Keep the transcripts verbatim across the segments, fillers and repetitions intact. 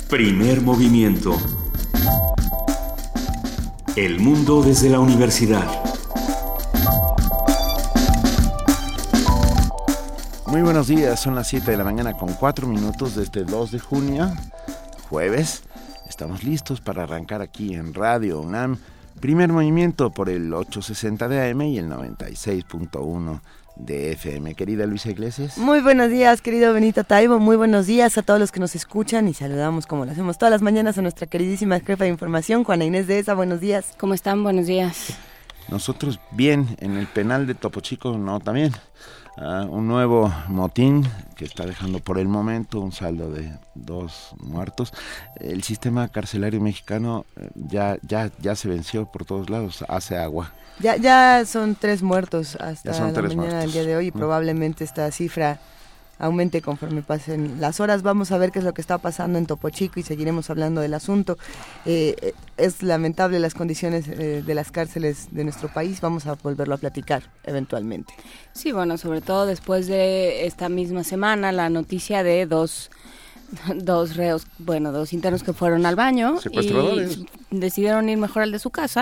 Primer movimiento. El mundo desde la universidad. Muy buenos días, son las siete de la mañana con cuatro minutos de este dos de junio, jueves. Estamos listos para arrancar aquí en Radio UNAM, Primer Movimiento por el ochocientos sesenta de A M y el noventa y seis punto uno de F M. Querida Luisa Iglesias. Muy buenos días, querido Benito Taibo. Muy buenos días a todos los que nos escuchan y saludamos, como lo hacemos todas las mañanas, a nuestra queridísima jefa de información, Juana Inés de Esa. Buenos días. ¿Cómo están? Buenos días. Nosotros bien, en el penal de Topo Chico, no, también. Uh, un nuevo motín que está dejando por el momento un saldo de dos muertos. El sistema carcelario mexicano ya ya ya se venció por todos lados, hace agua. Ya ya son tres muertos hasta la tres mañana muertos. del día de hoy y probablemente esta cifra aumente conforme pasen las horas. Vamos a ver qué es lo que está pasando en Topo Chico y seguiremos hablando del asunto. Eh, es lamentable las condiciones eh, de las cárceles de nuestro país. Vamos a volverlo a platicar eventualmente. Sí, bueno, sobre todo después de esta misma semana, la noticia de dos dos reos, bueno, dos internos que fueron al baño secuestradores y decidieron ir mejor al de su casa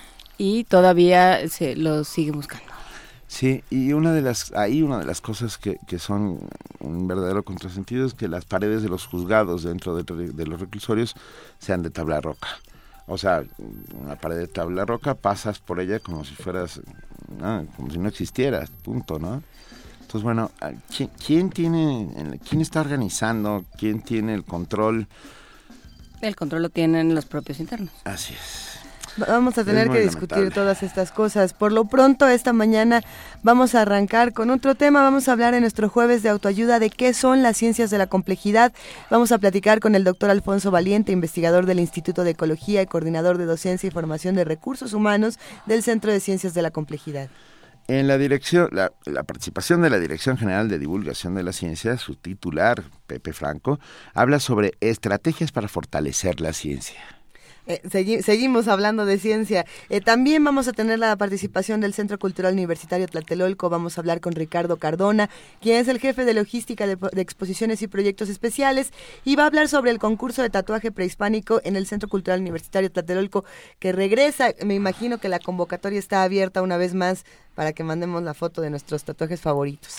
y todavía se los sigue buscando. Sí, y una de las ahí una de las cosas que, que son un verdadero contrasentido es que las paredes de los juzgados dentro de, de los reclusorios sean de tabla roca. O sea, una pared de tabla roca, pasas por ella como si fueras, no, como si no existieras, punto, ¿no? Entonces, bueno, ¿quién, quién tiene, quién está organizando, quién tiene el control? El control lo tienen los propios internos. Así es. Vamos a tener que discutir lamentable. todas estas cosas. Por lo pronto, esta mañana vamos a arrancar con otro tema. Vamos a hablar en nuestro jueves de autoayuda de qué son las ciencias de la complejidad. Vamos a platicar con el doctor Alfonso Valiente, investigador del Instituto de Ecología y coordinador de Docencia y Formación de Recursos Humanos del Centro de Ciencias de la Complejidad. En la dirección, la, la participación de la Dirección General de Divulgación de la Ciencia, su titular, Pepe Franco, habla sobre estrategias para fortalecer la ciencia. Eh, segui- seguimos hablando de ciencia. Eh, también vamos a tener la participación del Centro Cultural Universitario Tlatelolco. Vamos a hablar con Ricardo Cardona, quien es el jefe de logística de, de exposiciones y proyectos especiales, y va a hablar sobre el concurso de tatuaje prehispánico en el Centro Cultural Universitario Tlatelolco, que regresa. Me imagino que la convocatoria está abierta una vez más para que mandemos la foto de nuestros tatuajes favoritos.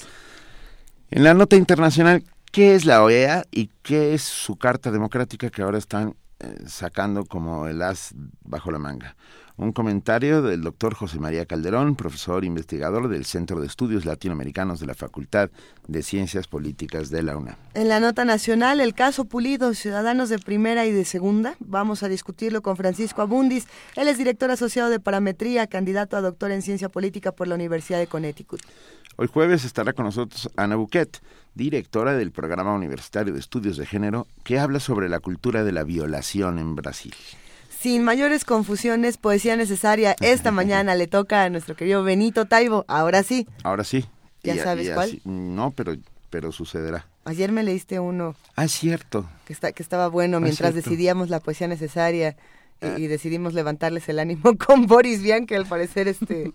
En la nota internacional, ¿qué es la O E A y qué es su Carta Democrática que ahora están Eh, sacando como el as bajo la manga? Un comentario del doctor José María Calderón, profesor investigador del Centro de Estudios Latinoamericanos de la Facultad de Ciencias Políticas de la UNAM. En la nota nacional, el caso Pulido, ciudadanos de primera y de segunda. Vamos a discutirlo con Francisco Abundis. Él es director asociado de Parametría, candidato a doctor en Ciencia Política por la Universidad de Connecticut. Hoy jueves estará con nosotros Ana Buquet, directora del Programa Universitario de Estudios de Género, que habla sobre la cultura de la violación en Brasil. Sin mayores confusiones, poesía necesaria. Esta mañana le toca a nuestro querido Benito Taibo. Ahora sí. Ahora sí. ¿Ya y, sabes y cuál? Así, no, pero pero sucederá. Ayer me leíste uno. Ah, es cierto. Que, está, que estaba bueno ah, mientras cierto. decidíamos la poesía necesaria. Y, y decidimos levantarles el ánimo con Boris Vian, que al parecer este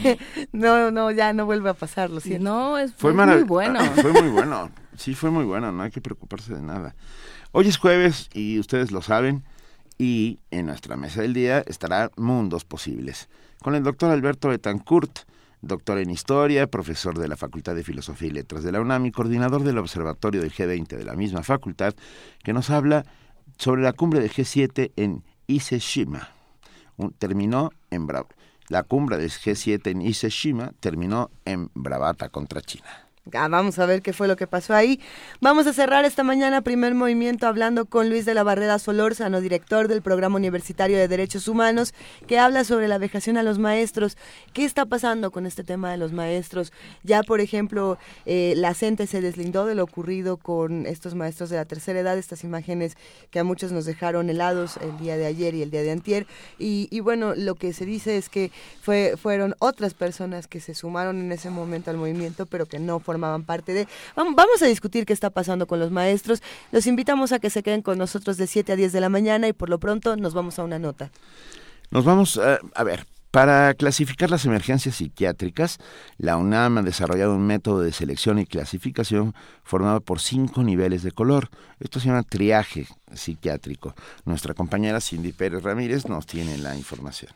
no no ya no vuelve a pasar, lo siento. No, es fue marav- muy bueno. Fue muy bueno. Sí, fue muy bueno, no hay que preocuparse de nada. Hoy es jueves y ustedes lo saben, y en nuestra mesa del día estará Mundos Posibles con el doctor Alberto Betancourt, doctor en Historia, profesor de la Facultad de Filosofía y Letras de la UNAM y coordinador del Observatorio del G veinte de la misma facultad, que nos habla sobre la cumbre de G siete en Ise-Shima. Un, terminó en Bra- la cumbre del G siete en Ise-Shima terminó en bravata contra China. Ah, vamos a ver qué fue lo que pasó ahí. Vamos a cerrar esta mañana Primer Movimiento hablando con Luis de la Barrera Solórzano, director del Programa Universitario de Derechos Humanos, que habla sobre la vejación a los maestros. ¿Qué está pasando con este tema de los maestros? Ya, por ejemplo, eh, la CENTE se deslindó de lo ocurrido con estos maestros de la tercera edad, estas imágenes que a muchos nos dejaron helados el día de ayer y el día de antier. Y, y bueno, lo que se dice es que fue, fueron otras personas que se sumaron en ese momento al movimiento, pero que no formaban parte de... Vamos a discutir qué está pasando con los maestros. Los invitamos a que se queden con nosotros de siete a diez de la mañana y por lo pronto nos vamos a una nota. Nos vamos, a, a ver, Para clasificar las emergencias psiquiátricas, la UNAM ha desarrollado un método de selección y clasificación formado por cinco niveles de color. Esto se llama triaje psiquiátrico. Nuestra compañera Cindy Pérez Ramírez nos tiene la información.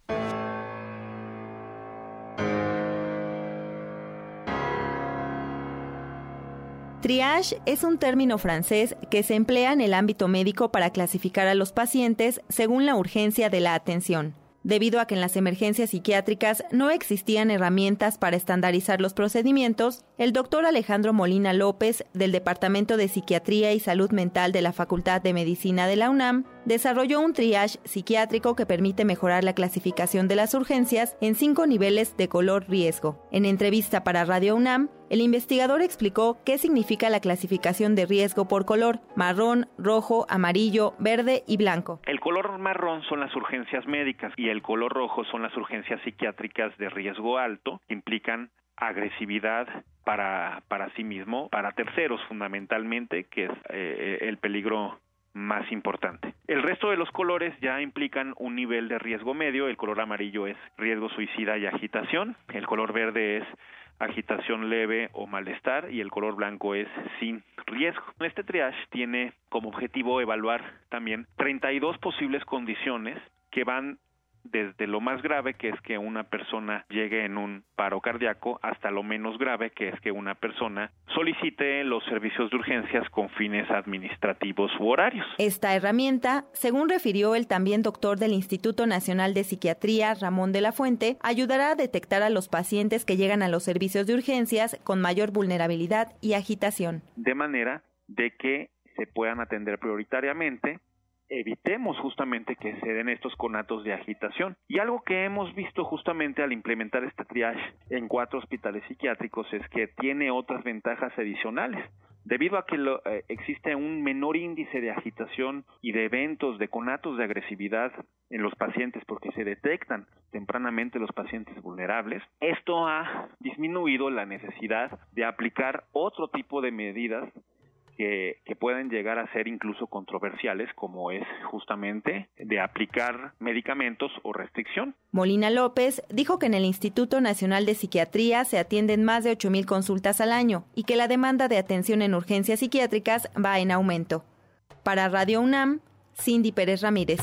Triage es un término francés que se emplea en el ámbito médico para clasificar a los pacientes según la urgencia de la atención. Debido a que en las emergencias psiquiátricas no existían herramientas para estandarizar los procedimientos, el doctor Alejandro Molina López, del Departamento de Psiquiatría y Salud Mental de la Facultad de Medicina de la UNAM, desarrolló un triage psiquiátrico que permite mejorar la clasificación de las urgencias en cinco niveles de color riesgo. En entrevista para Radio UNAM, el investigador explicó qué significa la clasificación de riesgo por color: marrón, rojo, amarillo, verde y blanco. El color marrón son las urgencias médicas y el color rojo son las urgencias psiquiátricas de riesgo alto, que implican agresividad para, para sí mismo, para terceros fundamentalmente, que es eh, el peligro más importante. El resto de los colores ya implican un nivel de riesgo medio. El color amarillo es riesgo suicida y agitación, el color verde es agitación leve o malestar y el color blanco es sin riesgo. Este triage tiene como objetivo evaluar también treinta y dos posibles condiciones que van desde lo más grave, que es que una persona llegue en un paro cardíaco, hasta lo menos grave, que es que una persona solicite los servicios de urgencias con fines administrativos u horarios. Esta herramienta, según refirió el también doctor del Instituto Nacional de Psiquiatría, Ramón de la Fuente, ayudará a detectar a los pacientes que llegan a los servicios de urgencias con mayor vulnerabilidad y agitación. De manera de que se puedan atender prioritariamente, evitemos justamente que se den estos conatos de agitación. Y algo que hemos visto justamente al implementar este triage en cuatro hospitales psiquiátricos es que tiene otras ventajas adicionales. Debido a que lo, eh, existe un menor índice de agitación y de eventos de conatos de agresividad en los pacientes, porque se detectan tempranamente los pacientes vulnerables, esto ha disminuido la necesidad de aplicar otro tipo de medidas Que, que pueden llegar a ser incluso controversiales, como es justamente de aplicar medicamentos o restricción. Molina López dijo que en el Instituto Nacional de Psiquiatría se atienden más de ocho mil consultas al año y que la demanda de atención en urgencias psiquiátricas va en aumento. Para Radio UNAM, Cindy Pérez Ramírez.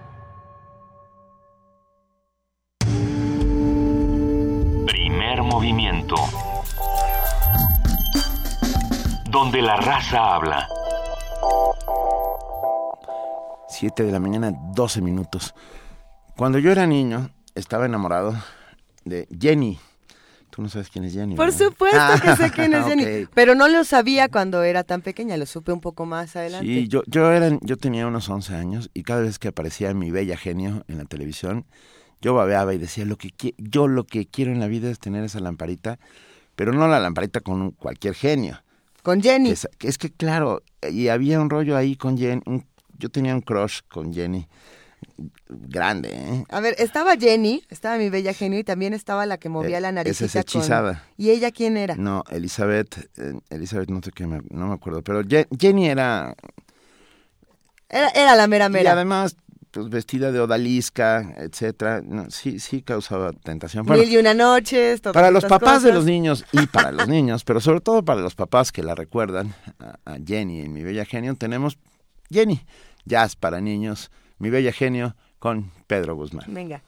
Primer movimiento. Donde la raza habla. Siete de la mañana, doce minutos. Cuando yo era niño, estaba enamorado de Jenny. Tú no sabes quién es Jenny, Por ¿verdad? supuesto Ah, que sé quién es Jenny, okay. Pero no lo sabía cuando era tan pequeña, lo supe un poco más adelante. Sí, yo, yo, era, yo tenía unos once años y cada vez que aparecía Mi Bella Genio en la televisión, yo babeaba y decía, lo que qui- yo lo que quiero en la vida es tener esa lamparita, pero no la lamparita con un, cualquier genio. Con Jenny. Es, es que claro, y había un rollo ahí con Jenny, un, yo tenía un crush con Jenny, grande, ¿eh? A ver, estaba Jenny, estaba Mi Bella Genio y también estaba la que movía Eh, la naricita. esa es hechizada. Con... ¿Y ella quién era? No, Elizabeth, eh, Elizabeth no sé qué, me, no me acuerdo, pero Je- Jenny era... Era, era la mera mera. Y además, pues vestida de odalisca, etcétera, no, sí, sí causaba tentación. Bueno, Mil y una noches, todas para los estas papás cosas. de los niños y para los niños, pero sobre todo para los papás que la recuerdan a, a Jenny en Mi Bella Genio, tenemos Jenny, jazz para niños, Mi Bella Genio con Pedro Guzmán. Venga.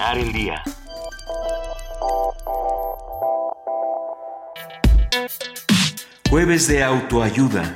terminar el día. Jueves de autoayuda.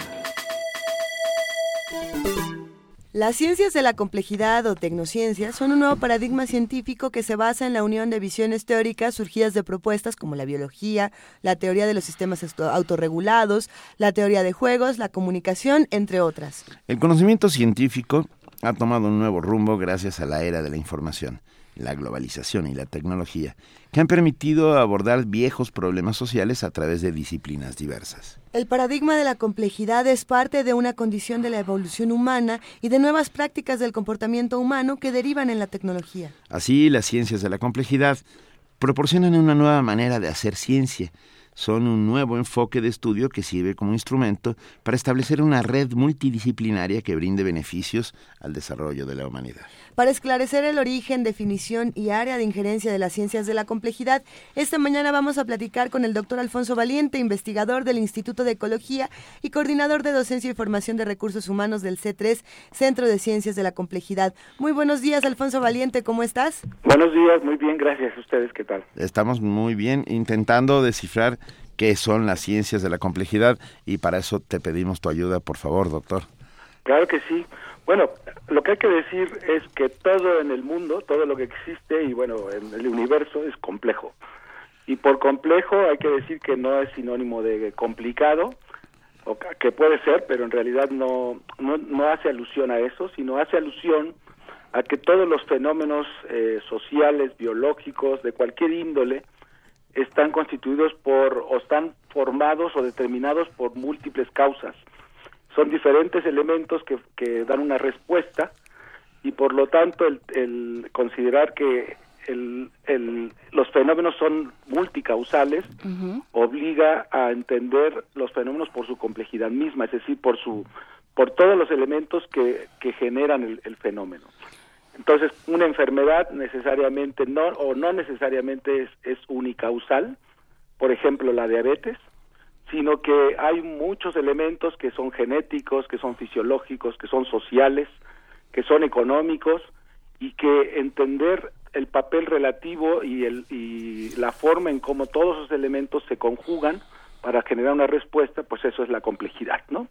Las ciencias de la complejidad o tecnociencias son un nuevo paradigma científico que se basa en la unión de visiones teóricas surgidas de propuestas como la biología, la teoría de los sistemas autorregulados, la teoría de juegos, la comunicación, entre otras. El conocimiento científico ha tomado un nuevo rumbo gracias a la era de la información, la globalización y la tecnología, que han permitido abordar viejos problemas sociales a través de disciplinas diversas. El paradigma de la complejidad es parte de una condición de la evolución humana y de nuevas prácticas del comportamiento humano que derivan en la tecnología. Así, las ciencias de la complejidad proporcionan una nueva manera de hacer ciencia. Son un nuevo enfoque de estudio que sirve como instrumento para establecer una red multidisciplinaria que brinde beneficios al desarrollo de la humanidad. Para esclarecer el origen, definición y área de injerencia de las ciencias de la complejidad, esta mañana vamos a platicar con el doctor Alfonso Valiente, investigador del Instituto de Ecología y coordinador de Docencia y Formación de Recursos Humanos del C tres, Centro de Ciencias de la Complejidad. Muy buenos días, Alfonso Valiente, ¿cómo estás? Buenos días, muy bien, gracias. ¿Ustedes qué tal? Estamos muy bien, intentando descifrar qué son las ciencias de la complejidad, y para eso te pedimos tu ayuda, por favor, doctor. Claro que sí. Bueno, lo que hay que decir es que todo en el mundo, todo lo que existe y bueno, en el universo es complejo. Y por complejo hay que decir que no es sinónimo de complicado, o que puede ser, pero en realidad no, no, no hace alusión a eso, sino hace alusión a que todos los fenómenos eh, sociales, biológicos, de cualquier índole, están constituidos por, o están formados o determinados por múltiples causas. Son diferentes elementos que, que dan una respuesta, y por lo tanto el, el considerar que el, el, los fenómenos son multicausales uh-huh. obliga a entender los fenómenos por su complejidad misma, es decir, por su por todos los elementos que, que generan el, el fenómeno. Entonces, una enfermedad necesariamente no, o no necesariamente es, es unicausal, por ejemplo, la diabetes, sino que hay muchos elementos que son genéticos, que son fisiológicos, que son sociales, que son económicos, y que entender el papel relativo y, el, y la forma en cómo todos esos elementos se conjugan para generar una respuesta, pues eso es la complejidad, ¿no?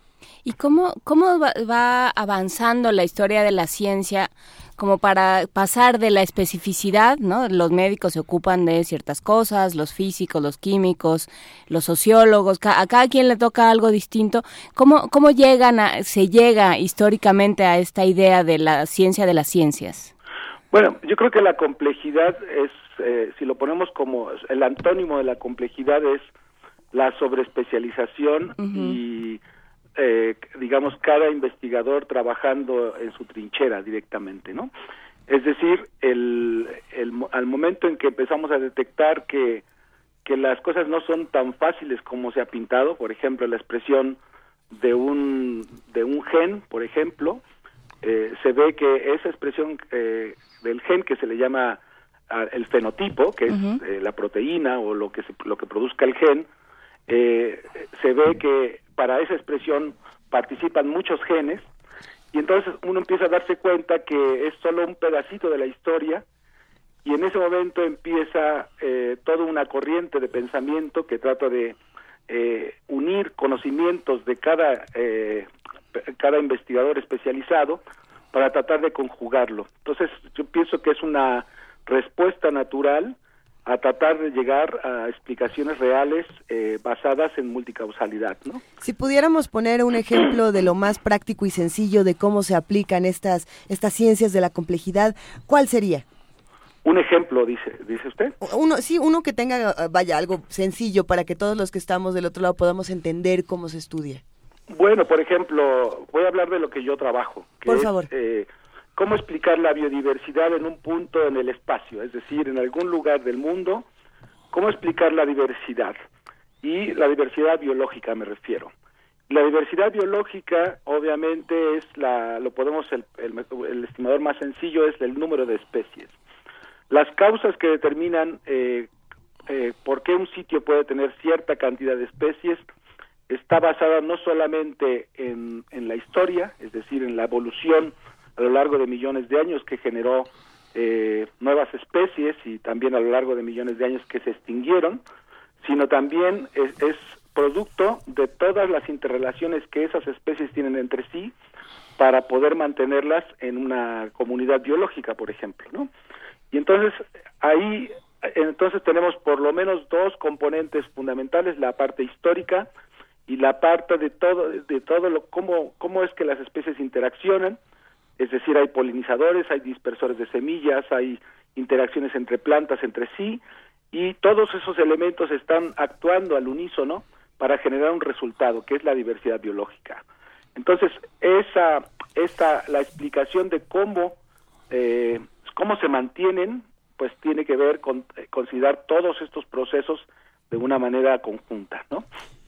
¿Y cómo, cómo va, va avanzando la historia de la ciencia como para pasar de la especificidad, ¿no? Los médicos se ocupan de ciertas cosas, los físicos, los químicos, los sociólogos, a cada quien le toca algo distinto. ¿Cómo, cómo llegan a, se llega históricamente a esta idea de la ciencia de las ciencias? Bueno, yo creo que la complejidad es, eh, si lo ponemos como el antónimo de la complejidad, es la sobreespecialización uh-huh. y Eh, digamos, cada investigador trabajando en su trinchera directamente, ¿no? Es decir, el, el, al momento en que empezamos a detectar que, que las cosas no son tan fáciles como se ha pintado, por ejemplo, la expresión de un, de un gen, por ejemplo, eh, se ve que esa expresión eh, del gen, que se le llama uh, el fenotipo, que uh-huh. es eh, la proteína o lo que, se, lo que produzca el gen, eh, se ve que para esa expresión participan muchos genes, y entonces uno empieza a darse cuenta que es solo un pedacito de la historia, y en ese momento empieza eh, toda una corriente de pensamiento que trata de eh, unir conocimientos de cada, eh, cada investigador especializado para tratar de conjugarlo. Entonces yo pienso que es una respuesta natural a tratar de llegar a explicaciones reales eh, basadas en multicausalidad, ¿no? Si pudiéramos poner un ejemplo de lo más práctico y sencillo de cómo se aplican estas estas ciencias de la complejidad, ¿cuál sería? Un ejemplo, dice dice usted. Uno, sí, uno que tenga, vaya, algo sencillo para que todos los que estamos del otro lado podamos entender cómo se estudia. Bueno, por ejemplo, voy a hablar de lo que yo trabajo. Que por es, favor. Eh, cómo explicar la biodiversidad en un punto en el espacio, es decir, en algún lugar del mundo, cómo explicar la diversidad, y la diversidad biológica me refiero. La diversidad biológica, obviamente, es la, lo podemos, el, el, el estimador más sencillo es el número de especies. Las causas que determinan eh, eh, por qué un sitio puede tener cierta cantidad de especies está basada no solamente en, en la historia, es decir, en la evolución a lo largo de millones de años que generó eh, nuevas especies y también a lo largo de millones de años que se extinguieron, sino también es, es producto de todas las interrelaciones que esas especies tienen entre sí para poder mantenerlas en una comunidad biológica, por ejemplo, ¿no? Y entonces ahí entonces tenemos por lo menos dos componentes fundamentales, la parte histórica y la parte de todo de todo lo cómo cómo es que las especies interaccionan, es decir, hay polinizadores, hay dispersores de semillas, hay interacciones entre plantas entre sí, y todos esos elementos están actuando al unísono para generar un resultado, que es la diversidad biológica. Entonces, esa, esta, la explicación de cómo, eh, cómo se mantienen, pues tiene que ver con eh, considerar todos estos procesos de una manera conjunta, ¿no?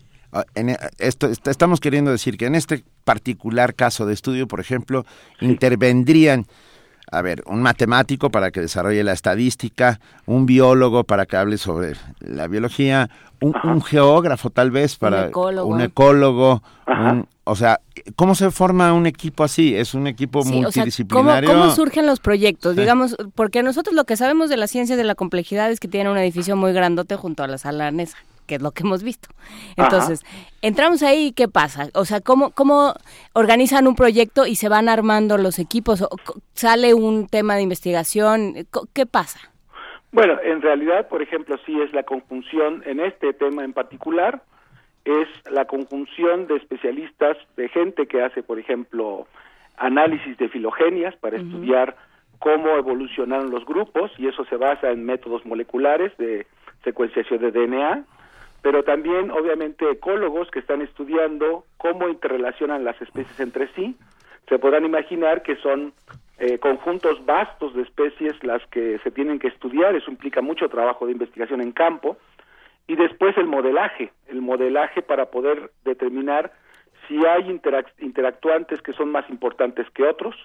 En esto, estamos queriendo decir que en este particular caso de estudio, por ejemplo, sí. intervendrían, a ver, un matemático para que desarrolle la estadística, un biólogo para que hable sobre la biología, un, un geógrafo tal vez para un ecólogo, un ecólogo un, o sea, ¿cómo se forma un equipo así? ¿Es un equipo sí, multidisciplinario? O sea, ¿cómo, ¿Cómo surgen los proyectos? Sí. Digamos, porque nosotros lo que sabemos de la ciencia de la complejidad es que tiene un edificio muy grandote junto a la sala Nesa, que es lo que hemos visto. Entonces, Ajá. entramos ahí, ¿qué pasa? O sea, ¿cómo, ¿cómo organizan un proyecto y se van armando los equipos? ¿Sale un tema de investigación? ¿Qué pasa? Bueno, en realidad, por ejemplo, sí es la conjunción, en este tema en particular, es la conjunción de especialistas, de gente que hace, por ejemplo, análisis de filogenias para uh-huh. estudiar cómo evolucionaron los grupos, y eso se basa en métodos moleculares de secuenciación de D N A, pero también, obviamente, ecólogos que están estudiando cómo interrelacionan las especies entre sí. Se podrán imaginar que son eh, conjuntos vastos de especies las que se tienen que estudiar, eso implica mucho trabajo de investigación en campo, y después el modelaje, el modelaje para poder determinar si hay interac- interactuantes que son más importantes que otros,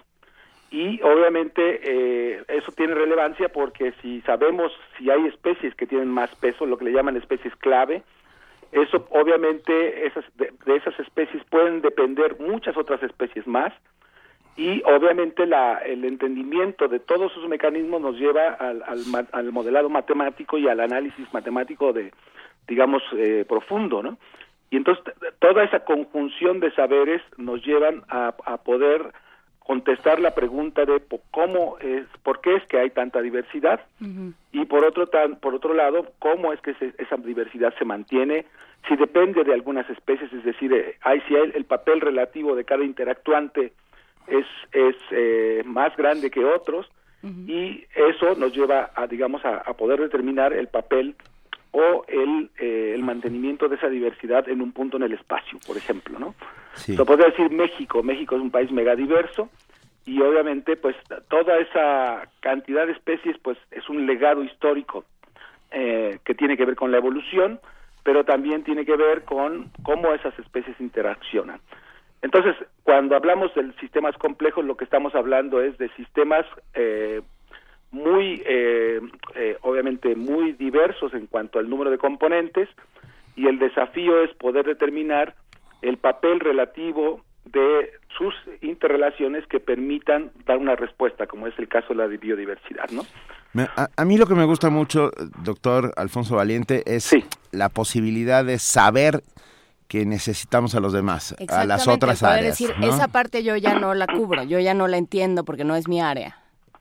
y obviamente eh, eso tiene relevancia porque si sabemos si hay especies que tienen más peso, lo que le llaman especies clave, eso obviamente esas, de, de esas especies pueden depender muchas otras especies más, y obviamente la, el entendimiento de todos esos mecanismos nos lleva al, al, al modelado matemático y al análisis matemático de, digamos, eh, profundo, ¿no? Y entonces toda esa conjunción de saberes nos llevan a, a poder contestar la pregunta de cómo es, por qué es que hay tanta diversidad, uh-huh. y por otro tan, por otro lado, cómo es que se, esa diversidad se mantiene, si depende de algunas especies, es decir, eh, hay si hay el papel relativo de cada interactuante es es eh, más grande que otros, uh-huh. y eso nos lleva a, digamos, a, a poder determinar el papel o el eh, el mantenimiento de esa diversidad en un punto en el espacio, por ejemplo, ¿no? Sí. Se podría decir México, México es un país megadiverso, y obviamente pues toda esa cantidad de especies pues es un legado histórico eh, que tiene que ver con la evolución, pero también tiene que ver con cómo esas especies interaccionan. Entonces, cuando hablamos de sistemas complejos, lo que estamos hablando es de sistemas eh, muy, eh, eh, obviamente muy diversos en cuanto al número de componentes, y el desafío es poder determinar el papel relativo de sus interrelaciones que permitan dar una respuesta, como es el caso de la biodiversidad, ¿no? A, a mí lo que me gusta mucho, doctor Alfonso Valiente, es sí. la posibilidad de saber que necesitamos a los demás, a las otras poder áreas. Decir, ¿no? Esa parte yo ya no la cubro, yo ya no la entiendo porque no es mi área.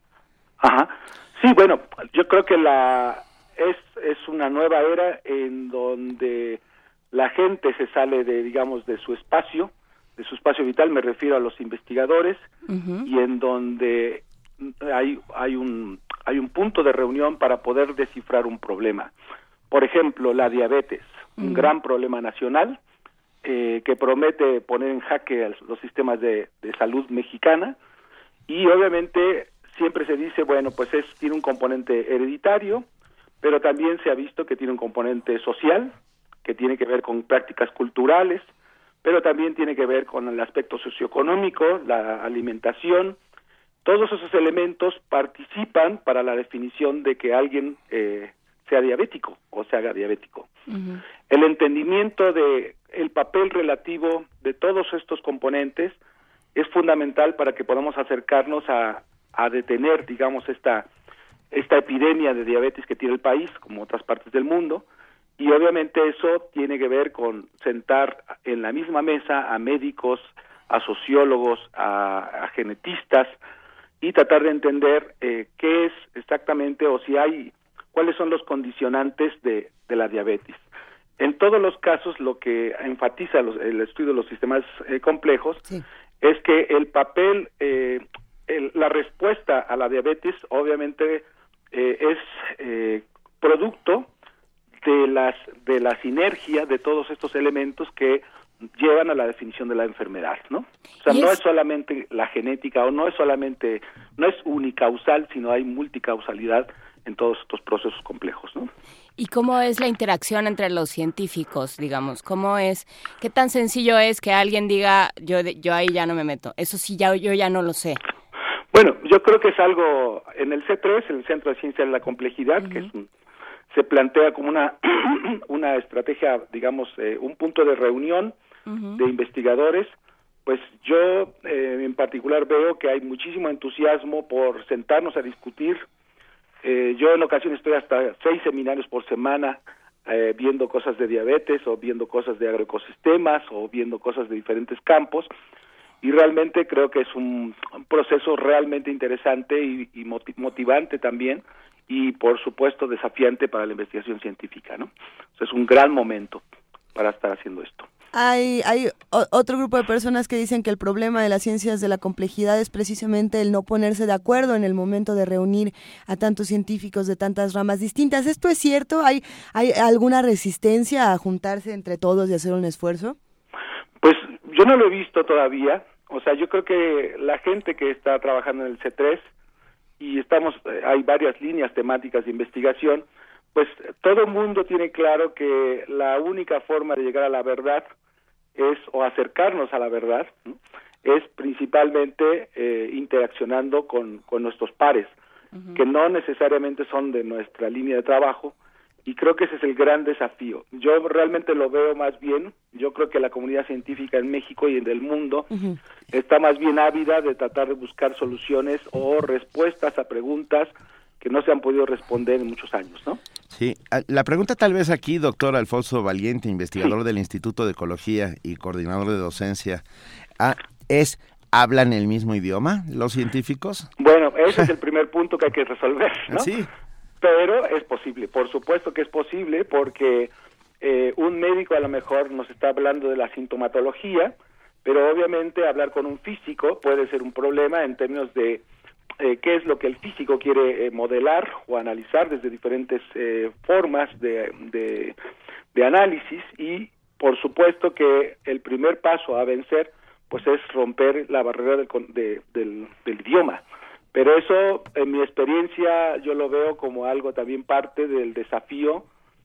Ajá. Sí, bueno, yo creo que la es es una nueva era en donde la gente se sale de, digamos, de su espacio, de su espacio vital, me refiero a los investigadores, uh-huh. y en donde hay hay un hay un punto de reunión para poder descifrar un problema. Por ejemplo, la diabetes, uh-huh. un gran problema nacional eh, que promete poner en jaque los sistemas de, de salud mexicana, y obviamente siempre se dice, bueno, pues es tiene un componente hereditario, pero también se ha visto que tiene un componente social, que tiene que ver con prácticas culturales, pero también tiene que ver con el aspecto socioeconómico, la alimentación. Todos esos elementos participan para la definición de que alguien eh, sea diabético o se haga diabético. Uh-huh. El entendimiento de el papel relativo de todos estos componentes es fundamental para que podamos acercarnos a, a detener, digamos, esta esta epidemia de diabetes que tiene el país, como otras partes del mundo, y obviamente eso tiene que ver con sentar en la misma mesa a médicos, a sociólogos, a, a genetistas, y tratar de entender eh, qué es exactamente o si hay, cuáles son los condicionantes de, de la diabetes. En todos los casos, lo que enfatiza los, el estudio de los sistemas eh, complejos sí. es que el papel, eh, el, la respuesta a la diabetes, obviamente, eh, es eh, producto de las de la sinergia de todos estos elementos que llevan a la definición de la enfermedad, ¿no? O sea, no es... es solamente la genética o no es solamente, no es unicausal, sino hay multicausalidad en todos estos procesos complejos, ¿no? ¿Y cómo es la interacción entre los científicos, digamos? ¿Cómo es, qué tan sencillo es que alguien diga, yo yo ahí ya no me meto? Eso sí, ya yo ya no lo sé. Bueno, yo creo que es algo, en el C tres, el Centro de Ciencia de la Complejidad, uh-huh. que es un, se plantea como una, una estrategia, digamos, eh, un punto de reunión uh-huh. de investigadores. Pues yo eh, en particular veo que hay muchísimo entusiasmo por sentarnos a discutir. Eh, yo en ocasiones estoy hasta seis seminarios por semana eh, viendo cosas de diabetes o viendo cosas de agroecosistemas o viendo cosas de diferentes campos y realmente creo que es un, un proceso realmente interesante y, y motivante también y por supuesto desafiante para la investigación científica, ¿no? O sea, es un gran momento para estar haciendo esto. Hay, hay o, otro grupo de personas que dicen que el problema de las ciencias de la complejidad es precisamente el no ponerse de acuerdo en el momento de reunir a tantos científicos de tantas ramas distintas. ¿Esto es cierto? ¿Hay, hay alguna resistencia a juntarse entre todos y hacer un esfuerzo? Pues yo no lo he visto todavía. O sea, yo creo que la gente que está trabajando en el C tres y estamos, hay varias líneas temáticas de investigación, pues todo el mundo tiene claro que la única forma de llegar a la verdad es, o acercarnos a la verdad, ¿no? Es principalmente eh, interaccionando con, con nuestros pares, uh-huh. que no necesariamente son de nuestra línea de trabajo, y creo que ese es el gran desafío. Yo realmente lo veo más bien, yo creo que la comunidad científica en México y en el mundo uh-huh. está más bien ávida de tratar de buscar soluciones o respuestas a preguntas que no se han podido responder en muchos años, ¿no? Sí, la pregunta tal vez aquí, doctor Alfonso Valiente, investigador sí. del Instituto de Ecología y coordinador de docencia, es, ¿hablan el mismo idioma los científicos? Bueno, ese es el primer punto que hay que resolver, ¿no? Sí. Pero es posible, por supuesto que es posible, porque eh, un médico a lo mejor nos está hablando de la sintomatología, pero obviamente hablar con un físico puede ser un problema en términos de Eh, qué es lo que el físico quiere eh, modelar o analizar desde diferentes eh, formas de, de, de análisis y por supuesto que el primer paso a vencer pues es romper la barrera del, de, del, del idioma, pero eso en mi experiencia yo lo veo como algo también parte del desafío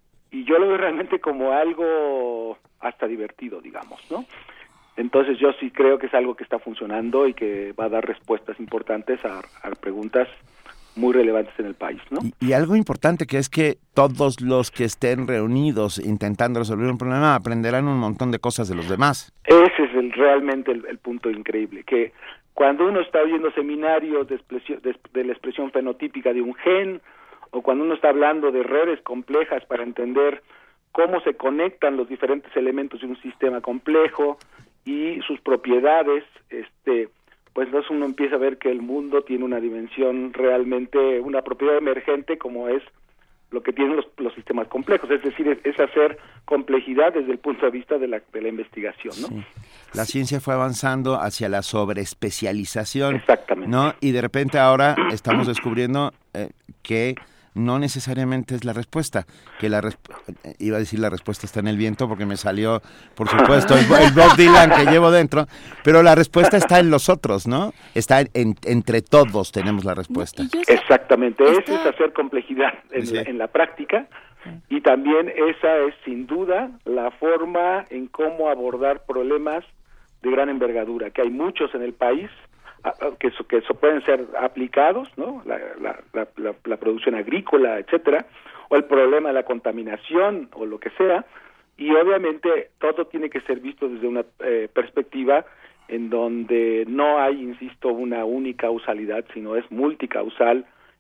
y yo lo veo realmente como algo hasta divertido, digamos, ¿no? Entonces yo sí creo que es algo que está funcionando y que va a dar respuestas importantes a, a preguntas muy relevantes en el país, ¿no? Y, y algo importante que es que todos los que estén reunidos intentando resolver un problema aprenderán un montón de cosas de los demás. Ese es el, realmente el, el punto increíble, que cuando uno está oyendo seminarios de, expresión, de, de la expresión fenotípica de un gen, o cuando uno está hablando de redes complejas para entender cómo se conectan los diferentes elementos de un sistema complejo, y sus propiedades, este, pues entonces uno empieza a ver que el mundo tiene una dimensión realmente, una propiedad emergente como es lo que tienen los, los sistemas complejos, es decir, es, es hacer complejidad desde el punto de vista de la, de la investigación, ¿no? Sí. La ciencia fue avanzando hacia la sobreespecialización, exactamente, ¿no? Y de repente ahora estamos descubriendo eh, que no necesariamente es la respuesta, que la resp- iba a decir la respuesta está en el viento porque me salió, por supuesto, el, el Bob Dylan que llevo dentro, pero la respuesta está en los otros, ¿no? Está en, en, entre todos tenemos la respuesta. Exactamente, está... ese es hacer complejidad en, sí. la, en la práctica y también esa es sin duda la forma en cómo abordar problemas de gran envergadura, que hay muchos en el país, que eso, que eso pueden ser aplicados, ¿no? La, la, la, la, la producción agrícola, etcétera, o el problema de la contaminación o lo que sea, y obviamente todo tiene que ser visto desde una eh, perspectiva en donde no hay, insisto, una única causalidad, sino es multicausal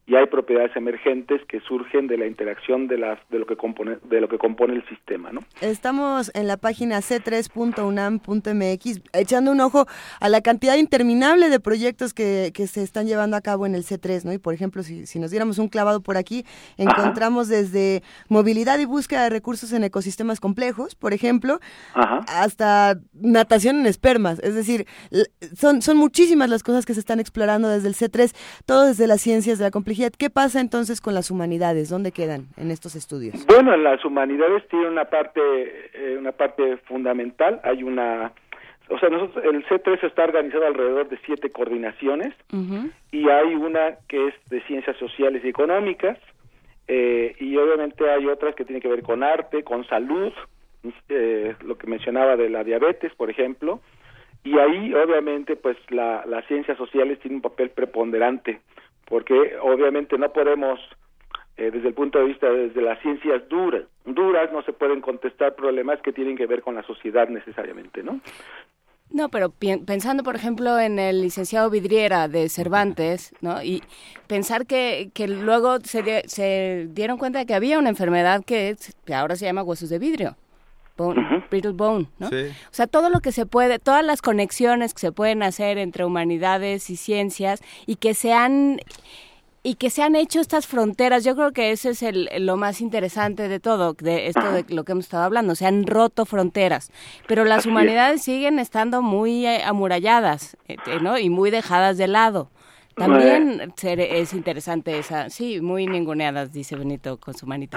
y hay propiedades emergentes que surgen de la interacción de las de lo que compone de lo que compone el sistema, ¿no? Estamos en la página c tres punto unam punto m x echando un ojo a la cantidad interminable de proyectos que, que se están llevando a cabo en el C tres, ¿no? Y por ejemplo, si, si nos diéramos un clavado por aquí, encontramos Ajá. desde movilidad y búsqueda de recursos en ecosistemas complejos, por ejemplo, Ajá. hasta natación en espermas, es decir, son, son muchísimas las cosas que se están explorando desde el C tres, todo desde las ciencias de la complejidad. ¿Qué pasa entonces con las humanidades? ¿Dónde quedan en estos estudios? Bueno, las humanidades tienen una parte, eh, una parte fundamental. Hay una, o sea, nosotros, el C tres está organizado alrededor de siete coordinaciones uh-huh. y hay una que es de ciencias sociales y económicas eh, y obviamente hay otras que tienen que ver con arte, con salud, eh, lo que mencionaba de la diabetes, por ejemplo, y ahí obviamente pues la, las ciencias sociales tienen un papel preponderante, porque obviamente no podemos, eh, desde el punto de vista desde las ciencias duras, duras no se pueden contestar problemas que tienen que ver con la sociedad necesariamente, ¿no? No, pero pi- pensando, por ejemplo, en el licenciado Vidriera de Cervantes, ¿no? Y pensar que, que luego se, de, se dieron cuenta de que había una enfermedad que, que ahora se llama huesos de vidrio. Bone, uh-huh. Brittle bone, ¿no? Sí. O sea, todo lo que se puede, todas las conexiones que se pueden hacer entre humanidades y ciencias y que se han y que se han hecho estas fronteras. Yo creo que eso es el, lo más interesante de todo, de esto de lo que hemos estado hablando. Se han roto fronteras, pero las humanidades siguen estando muy amuralladas, ¿no? Y muy dejadas de lado. También es interesante esa, sí, muy ninguneadas, dice Benito con su manita.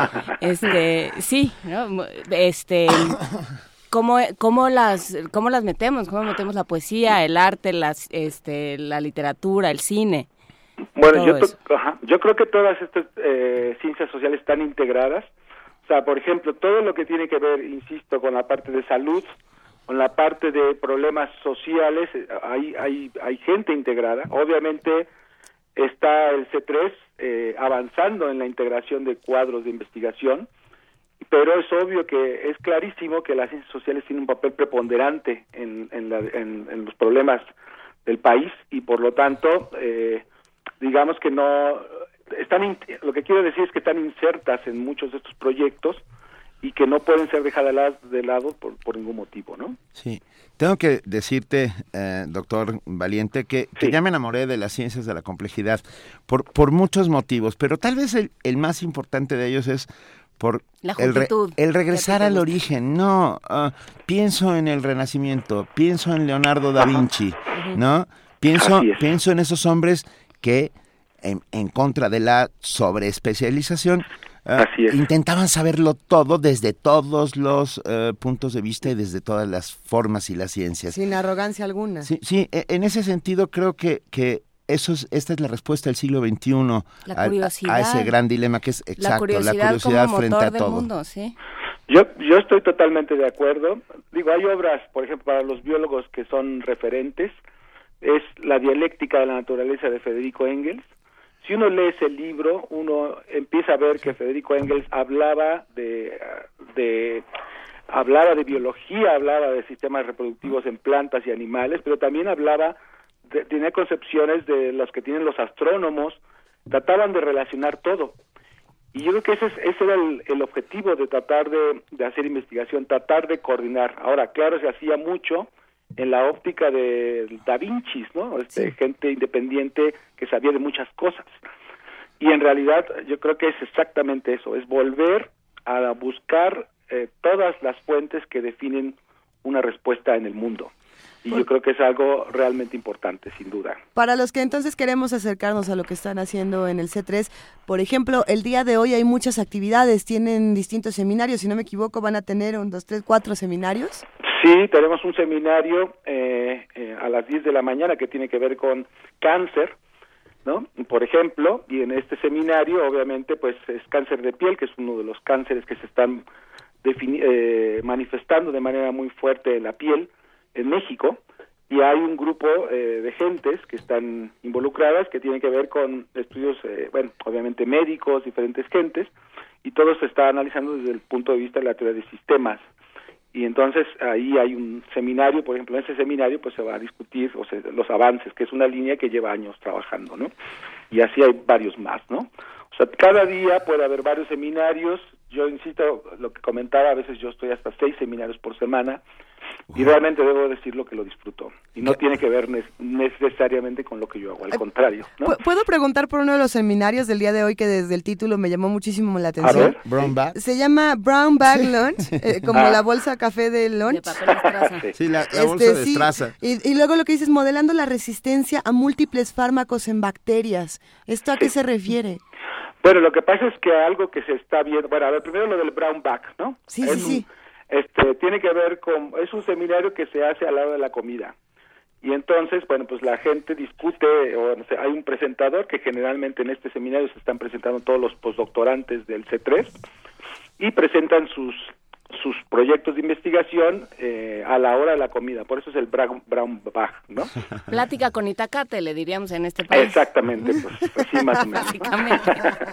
Este, sí, ¿no? Este, ¿cómo, cómo las, cómo las metemos? ¿Cómo metemos la poesía, el arte, las, este, la literatura, el cine? Bueno, yo, to- ajá, yo creo que todas estas eh, ciencias sociales están integradas. O sea, por ejemplo, todo lo que tiene que ver, insisto, con la parte de salud, con la parte de problemas sociales, hay hay hay gente integrada. Obviamente está el C tres eh, avanzando en la integración de cuadros de investigación, pero es obvio que es clarísimo que las ciencias sociales tienen un papel preponderante en en, la, en, en los problemas del país y por lo tanto eh, digamos que no están in, lo que quiero decir es que están insertas en muchos de estos proyectos y que no pueden ser dejadas de lado por, por ningún motivo, ¿no? Sí. Tengo que decirte, eh, doctor Valiente, que, que sí. ya me enamoré de las ciencias de la complejidad por, por muchos motivos, pero tal vez el, el más importante de ellos es por el, re, el regresar al origen. No, uh, pienso en el Renacimiento, pienso en Leonardo da Vinci, uh-huh. ¿no? Pienso, pienso en esos hombres que, en, en contra de la sobreespecialización, Uh, Así es. intentaban saberlo todo desde todos los uh, puntos de vista y desde todas las formas y las ciencias. Sin arrogancia alguna. Sí, sí, en ese sentido creo que, que eso es, esta es la respuesta del siglo veintiuno la a, curiosidad, a ese gran dilema que es exacto, la curiosidad, la curiosidad como frente motor a del todo. Mundo, ¿sí? Yo, yo estoy totalmente de acuerdo. Digo, hay obras, por ejemplo, para los biólogos que son referentes, es La dialéctica de la naturaleza de Federico Engels. Si uno lee ese libro, uno empieza a ver que Federico Engels hablaba de, de hablaba de biología, hablaba de sistemas reproductivos en plantas y animales, pero también hablaba, de, tenía concepciones de las que tienen los astrónomos, trataban de relacionar todo. Y yo creo que ese, es, ese era el, el objetivo de tratar de, de hacer investigación, tratar de coordinar. Ahora, claro, se hacía mucho en la óptica de Da Vinci, ¿no? Este, sí. Gente independiente que sabía de muchas cosas. Y en realidad yo creo que es exactamente eso, es volver a buscar eh, todas las fuentes que definen una respuesta en el mundo. Y yo creo que es algo realmente importante, sin duda. Para los que entonces queremos acercarnos a lo que están haciendo en el C tres, por ejemplo, el día de hoy hay muchas actividades, tienen distintos seminarios, si no me equivoco, van a tener un, dos, tres, cuatro seminarios. Sí, tenemos un seminario eh, eh, a las diez de la mañana que tiene que ver con cáncer, ¿no? Por ejemplo, y en este seminario, obviamente, pues es cáncer de piel, que es uno de los cánceres que se están defini- eh, manifestando de manera muy fuerte en la piel en México, y hay un grupo eh, de gentes que están involucradas que tienen que ver con estudios, eh, bueno, obviamente médicos, diferentes gentes, y todo se está analizando desde el punto de vista de la teoría de sistemas. Y entonces ahí hay un seminario, por ejemplo, en ese seminario pues se va a discutir o sea, los avances, que es una línea que lleva años trabajando, ¿no? y así hay varios más, ¿no? O sea, cada día puede haber varios seminarios. Yo insisto, lo que comentaba, a veces yo estoy hasta seis seminarios por semana, y realmente debo decirlo que lo disfruto. Y no tiene que ver ne- necesariamente con lo que yo hago, al contrario, ¿no? ¿Puedo preguntar por uno de los seminarios del día de hoy que desde el título me llamó muchísimo la atención? Brown Bag. Se llama Brown Bag Lunch, eh, como Ah. la bolsa café de lunch. De papel estraza. Sí. Sí, la, la Este, bolsa de sí, estraza. Y, y luego lo que dices, modelando la resistencia a múltiples fármacos en bacterias. ¿Esto a qué se refiere? Bueno, lo que pasa es que algo que se está viendo, bueno, a ver, primero lo del brown bag, ¿no? Sí, Es sí, un- sí. Este, tiene que ver con, es un seminario que se hace al lado de la comida. Y entonces, bueno, pues la gente discute, o no sé, hay un presentador que generalmente en este seminario se están presentando todos los postdoctorantes del C tres y presentan sus sus proyectos de investigación eh, a la hora de la comida. Por eso es el brown, brown bag, ¿no? Plática con Itacate, le diríamos en este país. Exactamente, pues así más o menos, ¿no? Básicamente.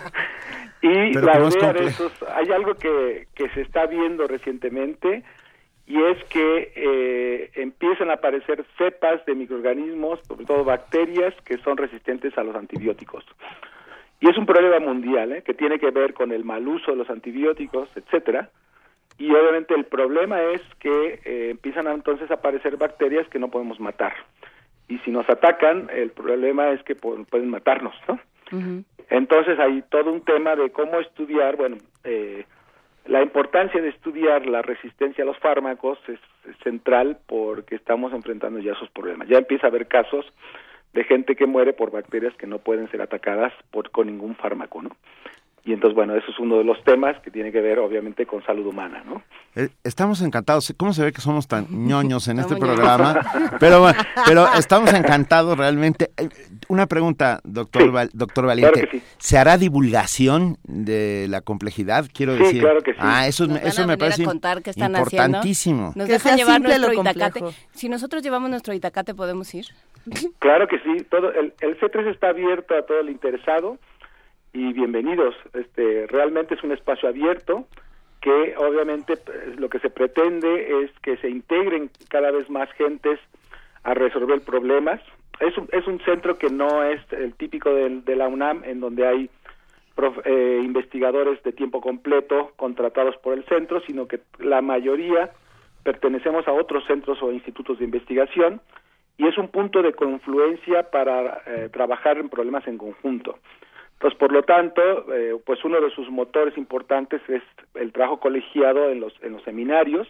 Y Pero la como es idea de complejo. estos, hay algo que, que se está viendo recientemente, y es que eh, empiezan a aparecer cepas de microorganismos, sobre todo bacterias, que son resistentes a los antibióticos. Y es un problema mundial, ¿eh? que tiene que ver con el mal uso de los antibióticos, etcétera. Y obviamente el problema es que eh, empiezan a, entonces a aparecer bacterias que no podemos matar. Y si nos atacan, el problema es que po- pueden matarnos, ¿no? Ujú. Entonces hay todo un tema de cómo estudiar, bueno, eh, la importancia de estudiar la resistencia a los fármacos es, es central porque estamos enfrentando ya esos problemas. Ya empieza a haber casos de gente que muere por bacterias que no pueden ser atacadas por con ningún fármaco, ¿no? Y entonces, bueno, eso es uno de los temas que tiene que ver, obviamente, con salud humana, ¿no? Eh, Estamos encantados. ¿Cómo se ve que somos tan ñoños en este Estamos programa? Pero, bueno, pero estamos encantados realmente. Eh, Una pregunta, doctor, Sí. Val- doctor Valiente. Claro que sí. ¿Se hará divulgación de la complejidad? Quiero Sí, decir. claro que sí. Ah, eso, Nos van eso a me venir a parece contar qué están importantísimo. Nos Que dejan sea llevar simple nuestro lo Itacate. complejo. Si nosotros llevamos nuestro Itacate, ¿podemos ir? Claro que sí. Todo el, el C tres está abierto a todo el interesado y bienvenidos. Este, realmente es un espacio abierto que obviamente pues, lo que se pretende es que se integren cada vez más gentes a resolver problemas. Es un, es un centro que no es el típico del- de la UNAM, en donde hay prof- eh, investigadores de tiempo completo contratados por el centro, sino que la mayoría pertenecemos a otros centros o institutos de investigación, y es un punto de confluencia para eh, trabajar en problemas en conjunto. Entonces, por lo tanto, eh, pues uno de sus motores importantes es el trabajo colegiado en los en los seminarios,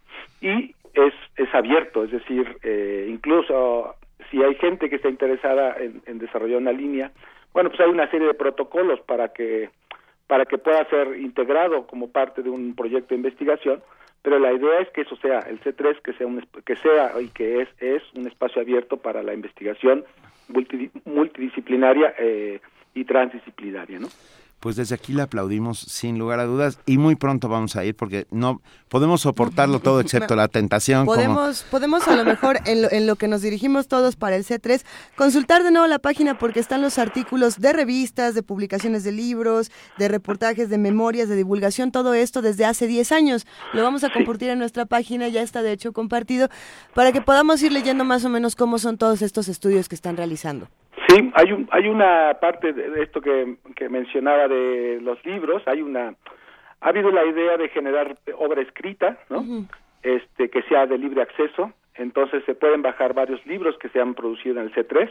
y es es abierto, es decir, eh, incluso si hay gente que está interesada en, en desarrollar una línea, bueno, pues hay una serie de protocolos para que para que pueda ser integrado como parte de un proyecto de investigación, pero la idea es que eso sea el C tres, que sea un esp- que sea y que es es un espacio abierto para la investigación multi- multidisciplinaria eh, y transdisciplinaria, ¿no? Pues desde aquí le aplaudimos sin lugar a dudas y muy pronto vamos a ir porque no podemos soportarlo todo excepto la tentación. como- Podemos, podemos a lo mejor, en lo, en lo que nos dirigimos todos para el C tres, consultar de nuevo la página porque están los artículos de revistas, de publicaciones de libros, de reportajes, de memorias, de divulgación, todo esto desde hace diez años. Lo vamos a compartir en nuestra página, ya está de hecho compartido, para que podamos ir leyendo más o menos cómo son todos estos estudios que están realizando. Sí, hay un hay una parte de de esto que, que mencionaba de los libros, hay una ha habido la idea de generar obra escrita, ¿no? Ujú. Este que sea de libre acceso, entonces se pueden bajar varios libros que se han producido en el C tres.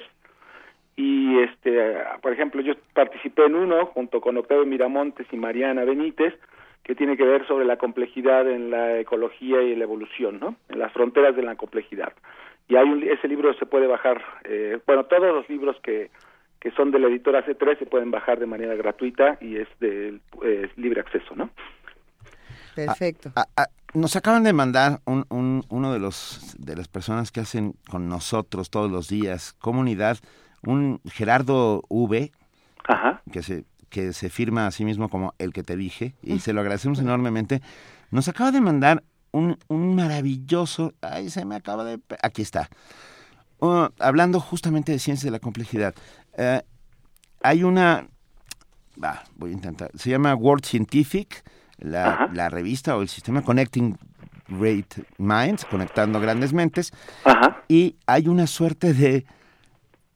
Y este, por ejemplo, yo participé en uno junto con Octavio Miramontes y Mariana Benítez, que tiene que ver sobre la complejidad en la ecología y la evolución, ¿no? En las fronteras de la complejidad. Y hay un, ese libro se puede bajar, eh, bueno, todos los libros que, que son de la editora C tres se pueden bajar de manera gratuita y es de eh, libre acceso, ¿no? Perfecto. Ah, ah, nos acaban de mandar un, un- uno de los de las personas que hacen con nosotros todos los días comunidad, un Gerardo V, Ajá. que se que se firma a sí mismo como el que te dije y se lo agradecemos enormemente. Nos acaba de mandar un, un maravilloso, ay, se me acaba de, pe- aquí está, Uh, hablando justamente de ciencia de la complejidad. Eh, hay una, ah, voy a intentar, se llama World Scientific, la, Ajá. la revista o el sistema Connecting Great Minds, conectando grandes mentes, Ajá. y hay una suerte de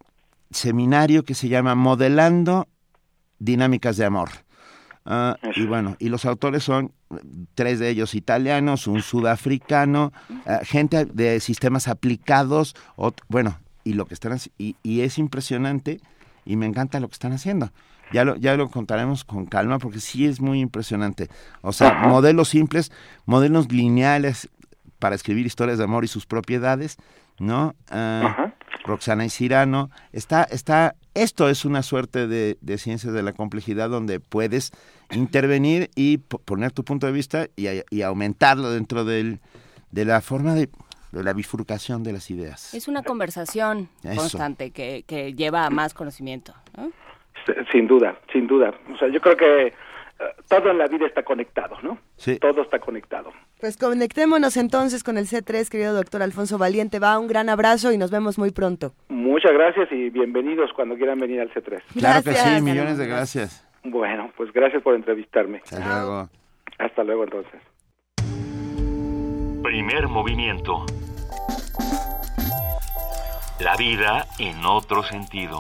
seminario que se llama Modelando Dinámicas de Amor. Uh, y bueno, y los autores son tres de ellos italianos, un sudafricano, uh, gente de sistemas aplicados, ot- bueno, y lo que están haci- y, y es impresionante y me encanta lo que están haciendo. Ya lo, ya lo contaremos con calma porque sí es muy impresionante. O sea, Ajá. modelos simples, modelos lineales para escribir historias de amor y sus propiedades, ¿no? Uh, Roxana y Cirano. Está, está, esto es una suerte de, de ciencias de la complejidad donde puedes intervenir y p- poner tu punto de vista y, y aumentarlo dentro del, de la forma de, de la bifurcación de las ideas. Es una conversación Eso. constante que, que lleva a más conocimiento, ¿no? Sin duda, sin duda. O sea, yo creo que uh, todo en la vida está conectado, ¿no? Sí. Todo está conectado. Pues conectémonos entonces con el C tres, querido doctor Alfonso Valiente. Va, un gran abrazo y nos vemos muy pronto. Muchas gracias y bienvenidos cuando quieran venir al C tres. Claro Gracias. que sí, millones de gracias. Bueno, pues gracias por entrevistarme. Hasta luego. Hasta luego entonces. Primer movimiento. La vida en otro sentido.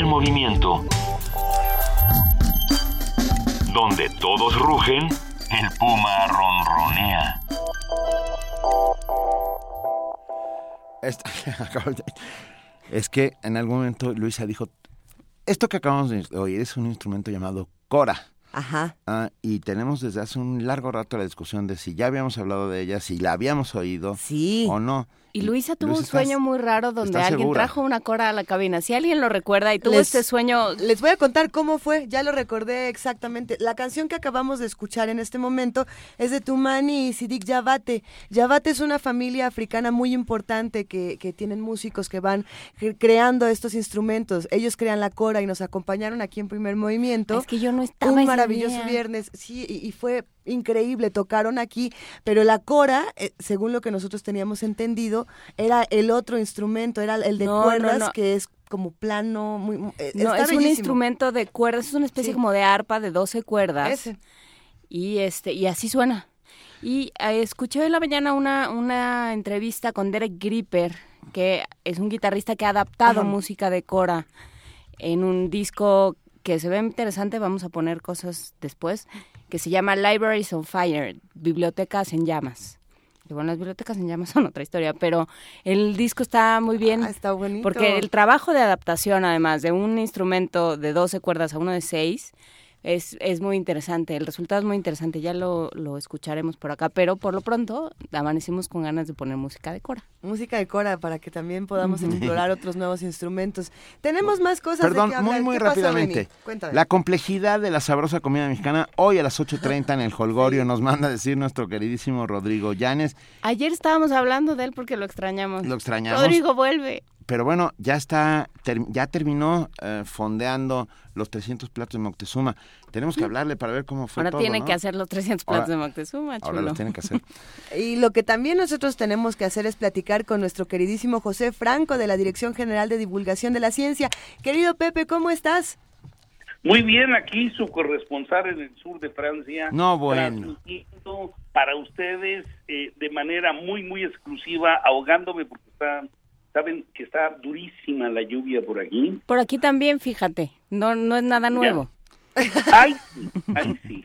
movimiento. Donde todos rugen, el puma ronronea. Es que en algún momento Luisa dijo, esto que acabamos de oír es un instrumento llamado cora. Ajá. Ah, y tenemos desde hace un largo rato la discusión de si ya habíamos hablado de ella, si la habíamos oído sí. o no. Y Luisa tuvo Luisa, un sueño ¿estás, muy raro donde alguien segura? trajo una cora a la cabina. Si alguien lo recuerda y tuvo Les- este sueño... Les voy a contar cómo fue, ya lo recordé exactamente. La canción que acabamos de escuchar en este momento es de Tumani y Sidik Yavate. Yavate es una familia africana muy importante que, que tienen músicos que van cre- creando estos instrumentos. Ellos crean la cora y nos acompañaron aquí en Primer Movimiento. Es que yo no estaba Un ese maravilloso día. viernes, sí, y, y fue increíble, tocaron aquí, pero la cora, eh, según lo que nosotros teníamos entendido, era el otro instrumento, era el de No, no, cuerdas, no. que es como plano, muy, muy- eh, No, está es un bellísimo. instrumento de cuerdas, es una especie Sí. como de arpa de doce cuerdas. Ese. Y este y así suena. Y eh, escuché en la mañana una, una entrevista con Derek Gripper, que es un guitarrista que ha adaptado Ajá. música de cora en un disco que se ve interesante, vamos a poner cosas después, que se llama Libraries on Fire, Bibliotecas en Llamas. Y bueno, las bibliotecas en llamas son otra historia, pero el disco está muy bien. Ah, está bonito. Porque el trabajo de adaptación, además, de un instrumento de doce cuerdas a uno de seis, es, es muy interesante. El resultado es muy interesante, ya lo, lo escucharemos por acá, pero por lo pronto amanecimos con ganas de poner música de cora. Música de cora para que también podamos explorar otros nuevos instrumentos. Tenemos más cosas Perdón, de qué hablar. muy, muy ¿Qué pasó, rápidamente. Benny? Cuéntame. La complejidad de la sabrosa comida mexicana, hoy a las ocho treinta en el Holgorio, nos manda a decir nuestro queridísimo Rodrigo Llanes. Ayer estábamos hablando de él porque lo extrañamos. Lo extrañamos. Rodrigo, vuelve. Pero bueno, ya está, ter- ya terminó eh, fondeando los trescientos platos de Moctezuma. Tenemos que hablarle para ver cómo fue Ahora todo, tiene ¿no? que hacer los trescientos Ahora- platos de Moctezuma, chulo. Ahora los tiene que hacer. Y lo que también nosotros tenemos que hacer es platicar con nuestro queridísimo José Franco de la Dirección General de Divulgación de la Ciencia. Querido Pepe, ¿cómo estás? Muy bien, aquí su corresponsal en el sur de Francia. No, bueno. Transmitiendo para ustedes eh, de manera muy, muy exclusiva, ahogándome porque está, saben que está durísima la lluvia por aquí. Por aquí también, fíjate, no, no es nada nuevo. ¡Ay, sí! ¡Ay, sí!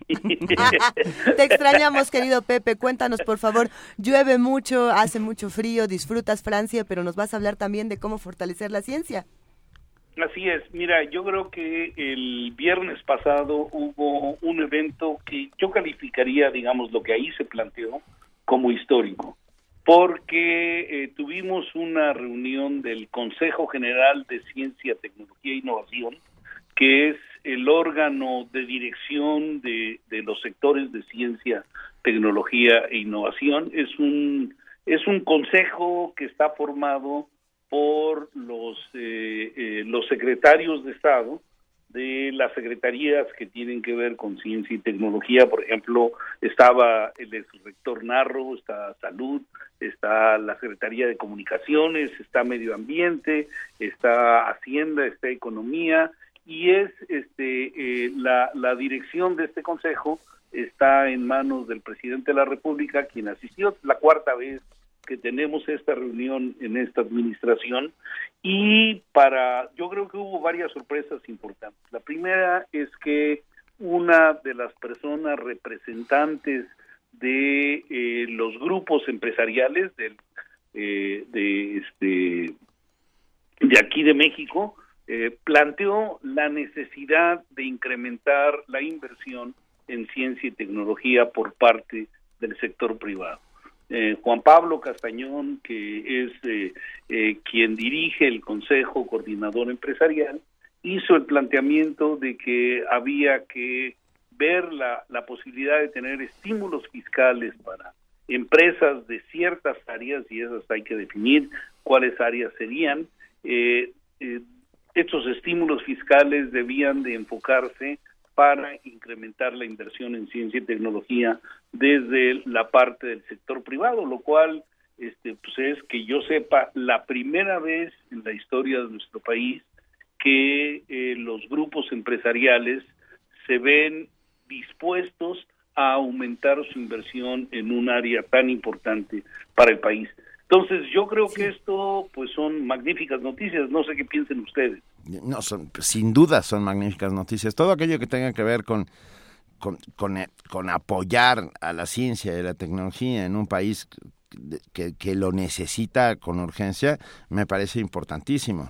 Te extrañamos, querido Pepe. Cuéntanos, por favor. Llueve mucho, hace mucho frío, disfrutas Francia, pero nos vas a hablar también de cómo fortalecer la ciencia. Así es, mira, yo creo que el viernes pasado hubo un evento que yo calificaría, digamos, lo que ahí se planteó como histórico, porque eh, tuvimos una reunión del Consejo General de Ciencia, Tecnología e Innovación, que es el órgano de dirección de, de los sectores de ciencia, tecnología e innovación. Es un, es un consejo que está formado por los eh, eh, los secretarios de Estado de las secretarías que tienen que ver con ciencia y tecnología. Por ejemplo, estaba el exrector Narro, está Salud, está la Secretaría de Comunicaciones, está Medio Ambiente, está Hacienda, está Economía, y es este eh, la, la dirección de este consejo está en manos del presidente de la República, quien asistió la cuarta vez que tenemos esta reunión en esta administración. Y para, yo creo que hubo varias sorpresas importantes. La primera es que una de las personas representantes de eh, los grupos empresariales del, eh, de este de aquí de México eh, planteó la necesidad de incrementar la inversión en ciencia y tecnología por parte del sector privado. Eh, Juan Pablo Castañón, que es eh, eh, quien dirige el Consejo Coordinador Empresarial, hizo el planteamiento de que había que ver la, la posibilidad de tener estímulos fiscales para empresas de ciertas áreas, y esas hay que definir cuáles áreas serían. Eh, eh, estos estímulos fiscales debían de enfocarse para incrementar la inversión en ciencia y tecnología desde la parte del sector privado, lo cual este, pues es, que yo sepa, la primera vez en la historia de nuestro país que eh, los grupos empresariales se ven dispuestos a aumentar su inversión en un área tan importante para el país. Entonces, yo creo sí. que esto pues son magníficas noticias, no sé qué piensen ustedes. no son, sin duda son magníficas noticias. Todo aquello que tenga que ver con, con, con, con apoyar a la ciencia y la tecnología en un país que, que lo necesita con urgencia, me parece importantísimo.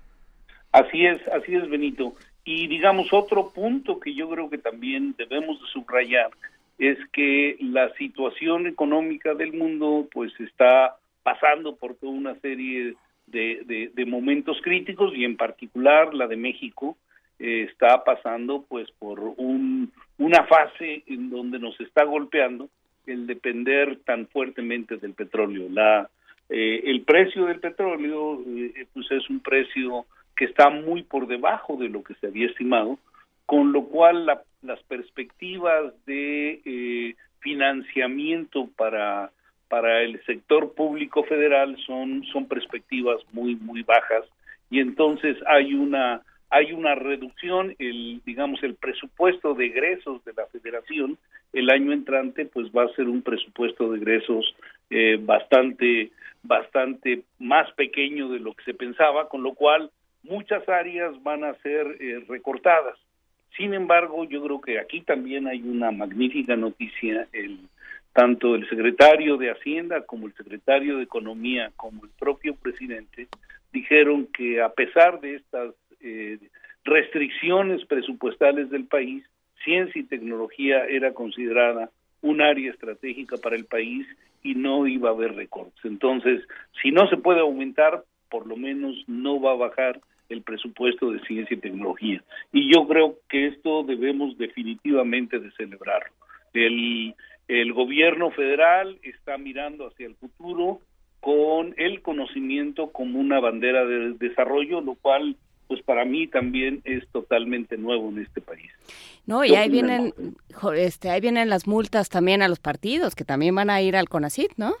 Así es, así es, Benito. Y digamos, otro punto que yo creo que también debemos de subrayar es que la situación económica del mundo pues está pasando por toda una serie de, de, de momentos críticos, y en particular la de México eh, está pasando pues por un, una fase en donde nos está golpeando el depender tan fuertemente del petróleo. La eh, el precio del petróleo eh, pues es un precio que está muy por debajo de lo que se había estimado, con lo cual la, las perspectivas de eh, financiamiento para para el sector público federal son son perspectivas muy muy bajas, y entonces hay una hay una reducción. El digamos el presupuesto de egresos de la Federación el año entrante pues va a ser un presupuesto de egresos eh, bastante bastante más pequeño de lo que se pensaba, con lo cual muchas áreas van a ser eh, recortadas. Sin embargo, yo creo que aquí también hay una magnífica noticia. El, tanto el secretario de Hacienda como el secretario de Economía como el propio presidente dijeron que a pesar de estas eh, restricciones presupuestales del país, ciencia y tecnología era considerada un área estratégica para el país y no iba a haber recortes. Entonces, si no se puede aumentar, por lo menos no va a bajar el presupuesto de ciencia y tecnología. Y yo creo que esto debemos definitivamente de celebrarlo. El, el gobierno federal está mirando hacia el futuro con el conocimiento como una bandera de desarrollo, lo cual pues para mí también es totalmente nuevo en este país. No, y ahí vienen, este, ahí vienen las multas también a los partidos, que también van a ir al CONACYT, ¿no?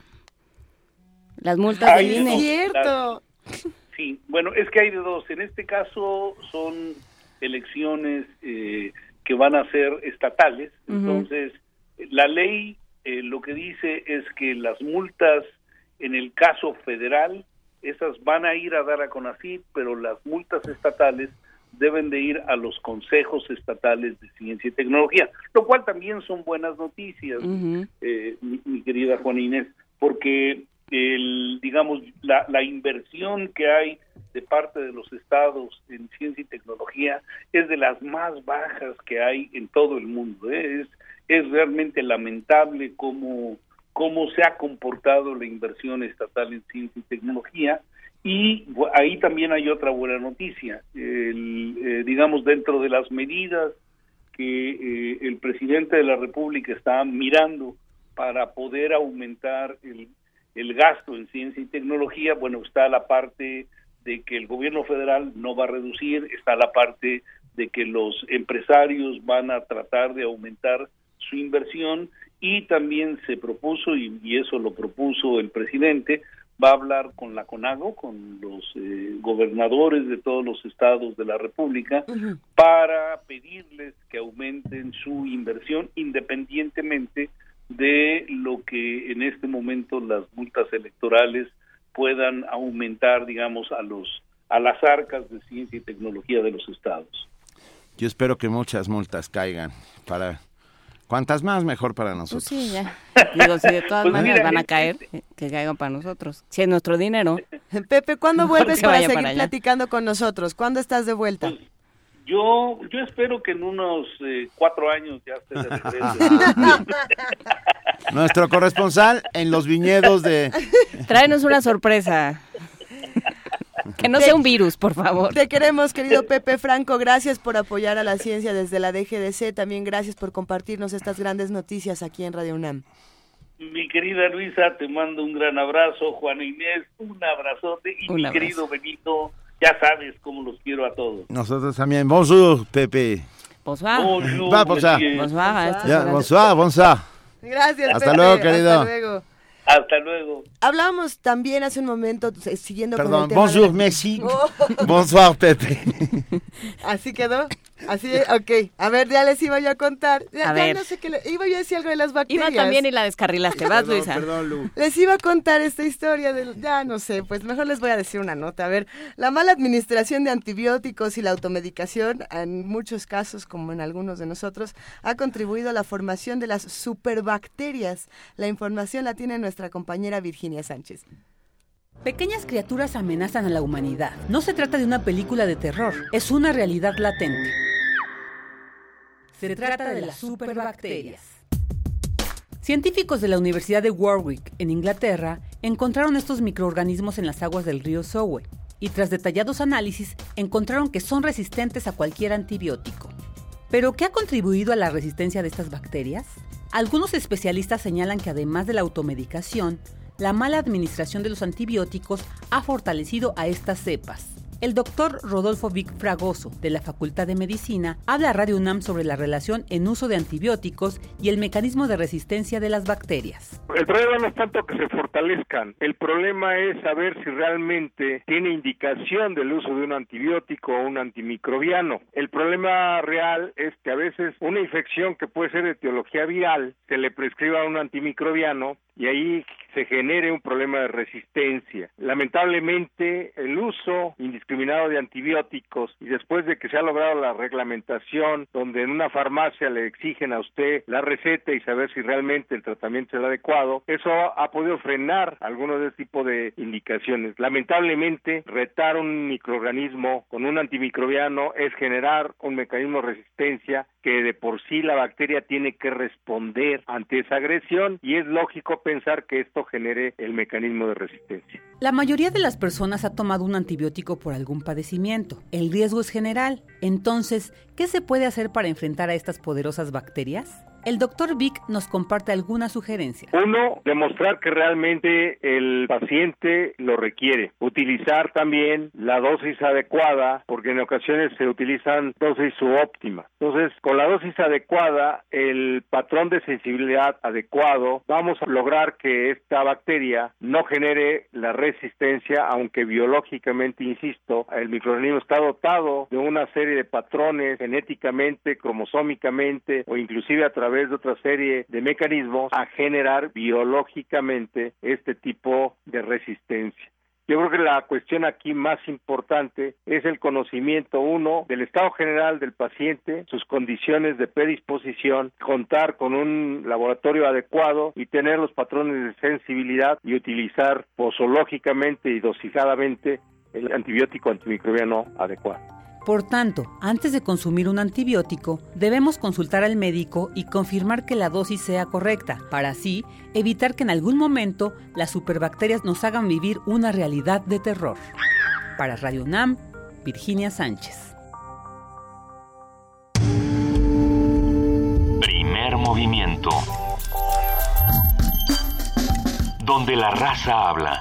Las multas del I N E. ¡Es cierto! Sí, bueno, es que hay de dos. En este caso son elecciones eh, que van a ser estatales. Uh-huh. Entonces, la ley eh, lo que dice es que las multas en el caso federal, esas van a ir a dar a CONACYT, pero las multas estatales deben de ir a los consejos estatales de ciencia y tecnología, lo cual también son buenas noticias, uh-huh. eh, mi, mi querida Juana Inés, porque el digamos la, la inversión que hay de parte de los estados en ciencia y tecnología es de las más bajas que hay en todo el mundo. ¿eh? Es, es realmente lamentable cómo, cómo se ha comportado la inversión estatal en ciencia y tecnología. Y ahí también hay otra buena noticia. El, eh, digamos, dentro de las medidas que eh, el presidente de la República está mirando para poder aumentar el el gasto en ciencia y tecnología, bueno, está la parte de que el gobierno federal no va a reducir, está la parte de que los empresarios van a tratar de aumentar su inversión, y también se propuso, y, y eso lo propuso el presidente, va a hablar con la CONAGO, con los eh, gobernadores de todos los estados de la República, uh-huh. para pedirles que aumenten su inversión independientemente de lo que en este momento las multas electorales puedan aumentar, digamos, a los a las arcas de ciencia y tecnología de los estados. Yo espero que muchas multas caigan. Para cuantas más, mejor para nosotros. Pues sí, ya. Digo, si de todas pues maneras mira, van a caer, que caigan para nosotros. Si es nuestro dinero. Pepe, ¿cuándo vuelves para seguir para platicando con nosotros? ¿Cuándo estás de vuelta? Pues, Yo yo espero que en unos eh, cuatro años ya esté de regreso. Nuestro corresponsal en los viñedos de... Tráenos una sorpresa. Que no sea un virus, por favor. Te queremos, querido Pepe Franco. Gracias por apoyar a la ciencia desde la D G D C. También gracias por compartirnos estas grandes noticias aquí en Radio UNAM. Mi querida Luisa, te mando un gran abrazo. Juana Inés, un abrazote. Y un mi abrazo. Querido Benito, ya sabes cómo los quiero a todos. Nosotros también. Bonjour, Pepe. Bonsoir. Bonjour. Va, bonsoir. Bonsoir. Ya, bonsoir, bonsoir. Gracias, Hasta Pepe. luego, querido. Hasta luego. Hasta luego. Hablábamos también hace un momento, siguiendo Perdón, con el tema bonjour, de... Messi. Oh. Bonsoir, Pepe. ¿Así quedó? Así es, ok. A ver, ya les iba yo a contar. Ya, A ya ver. no sé qué. Le, iba yo a decir algo de las bacterias. Iba también y la descarrilaste. Vas, Perdón, Luisa. perdón, Lu. Les iba a contar esta historia del... Ya no sé, pues mejor les voy a decir una nota. A ver, la mala administración de antibióticos y la automedicación, en muchos casos, como en algunos de nosotros, ha contribuido a la formación de las superbacterias. La información la tiene nuestra compañera Virginia Sánchez. Pequeñas criaturas amenazan a la humanidad. No se trata de una película de terror, es una realidad latente. Se trata de las superbacterias. Científicos de la Universidad de Warwick, en Inglaterra, encontraron estos microorganismos en las aguas del río Sowe y tras detallados análisis encontraron que son resistentes a cualquier antibiótico. ¿Pero qué ha contribuido a la resistencia de estas bacterias? Algunos especialistas señalan que además de la automedicación, la mala administración de los antibióticos ha fortalecido a estas cepas. El doctor Rodolfo Vic Fragoso, de la Facultad de Medicina, habla a Radio UNAM sobre la relación en uso de antibióticos y el mecanismo de resistencia de las bacterias. El problema no es tanto que se fortalezcan, el problema es saber si realmente tiene indicación del uso de un antibiótico o un antimicrobiano. El problema real es que a veces una infección que puede ser de etiología viral se le prescriba un antimicrobiano y ahí se genere un problema de resistencia. Lamentablemente, el uso indiscriminado de antibióticos y después de que se ha logrado la reglamentación, donde en una farmacia le exigen a usted la receta y saber si realmente el tratamiento es el adecuado, eso ha podido frenar algunos de este tipo de indicaciones. Lamentablemente, retar un microorganismo con un antimicrobiano es generar un mecanismo de resistencia que de por sí la bacteria tiene que responder ante esa agresión y es lógico pensar que esto genere el mecanismo de resistencia. La mayoría de las personas ha tomado un antibiótico por algún padecimiento. El riesgo es general. Entonces, ¿qué se puede hacer para enfrentar a estas poderosas bacterias? El doctor Vic nos comparte algunas sugerencias. Uno, demostrar que realmente el paciente lo requiere. Utilizar también la dosis adecuada, porque en ocasiones se utilizan dosis subóptima. Entonces, con la dosis adecuada, el patrón de sensibilidad adecuado, vamos a lograr que esta bacteria no genere la resistencia, aunque biológicamente, insisto, el microorganismo está dotado de una serie de patrones genéticamente, cromosómicamente o inclusive a través de otra serie de mecanismos a generar biológicamente este tipo de resistencia. Yo creo que la cuestión aquí más importante es el conocimiento, uno, del estado general del paciente, sus condiciones de predisposición, contar con un laboratorio adecuado y tener los patrones de sensibilidad y utilizar posológicamente y dosizadamente el antibiótico antimicrobiano adecuado. Por tanto, antes de consumir un antibiótico, debemos consultar al médico y confirmar que la dosis sea correcta, para así evitar que en algún momento las superbacterias nos hagan vivir una realidad de terror. Para Radio UNAM, Virginia Sánchez. Primer movimiento. Donde la raza habla.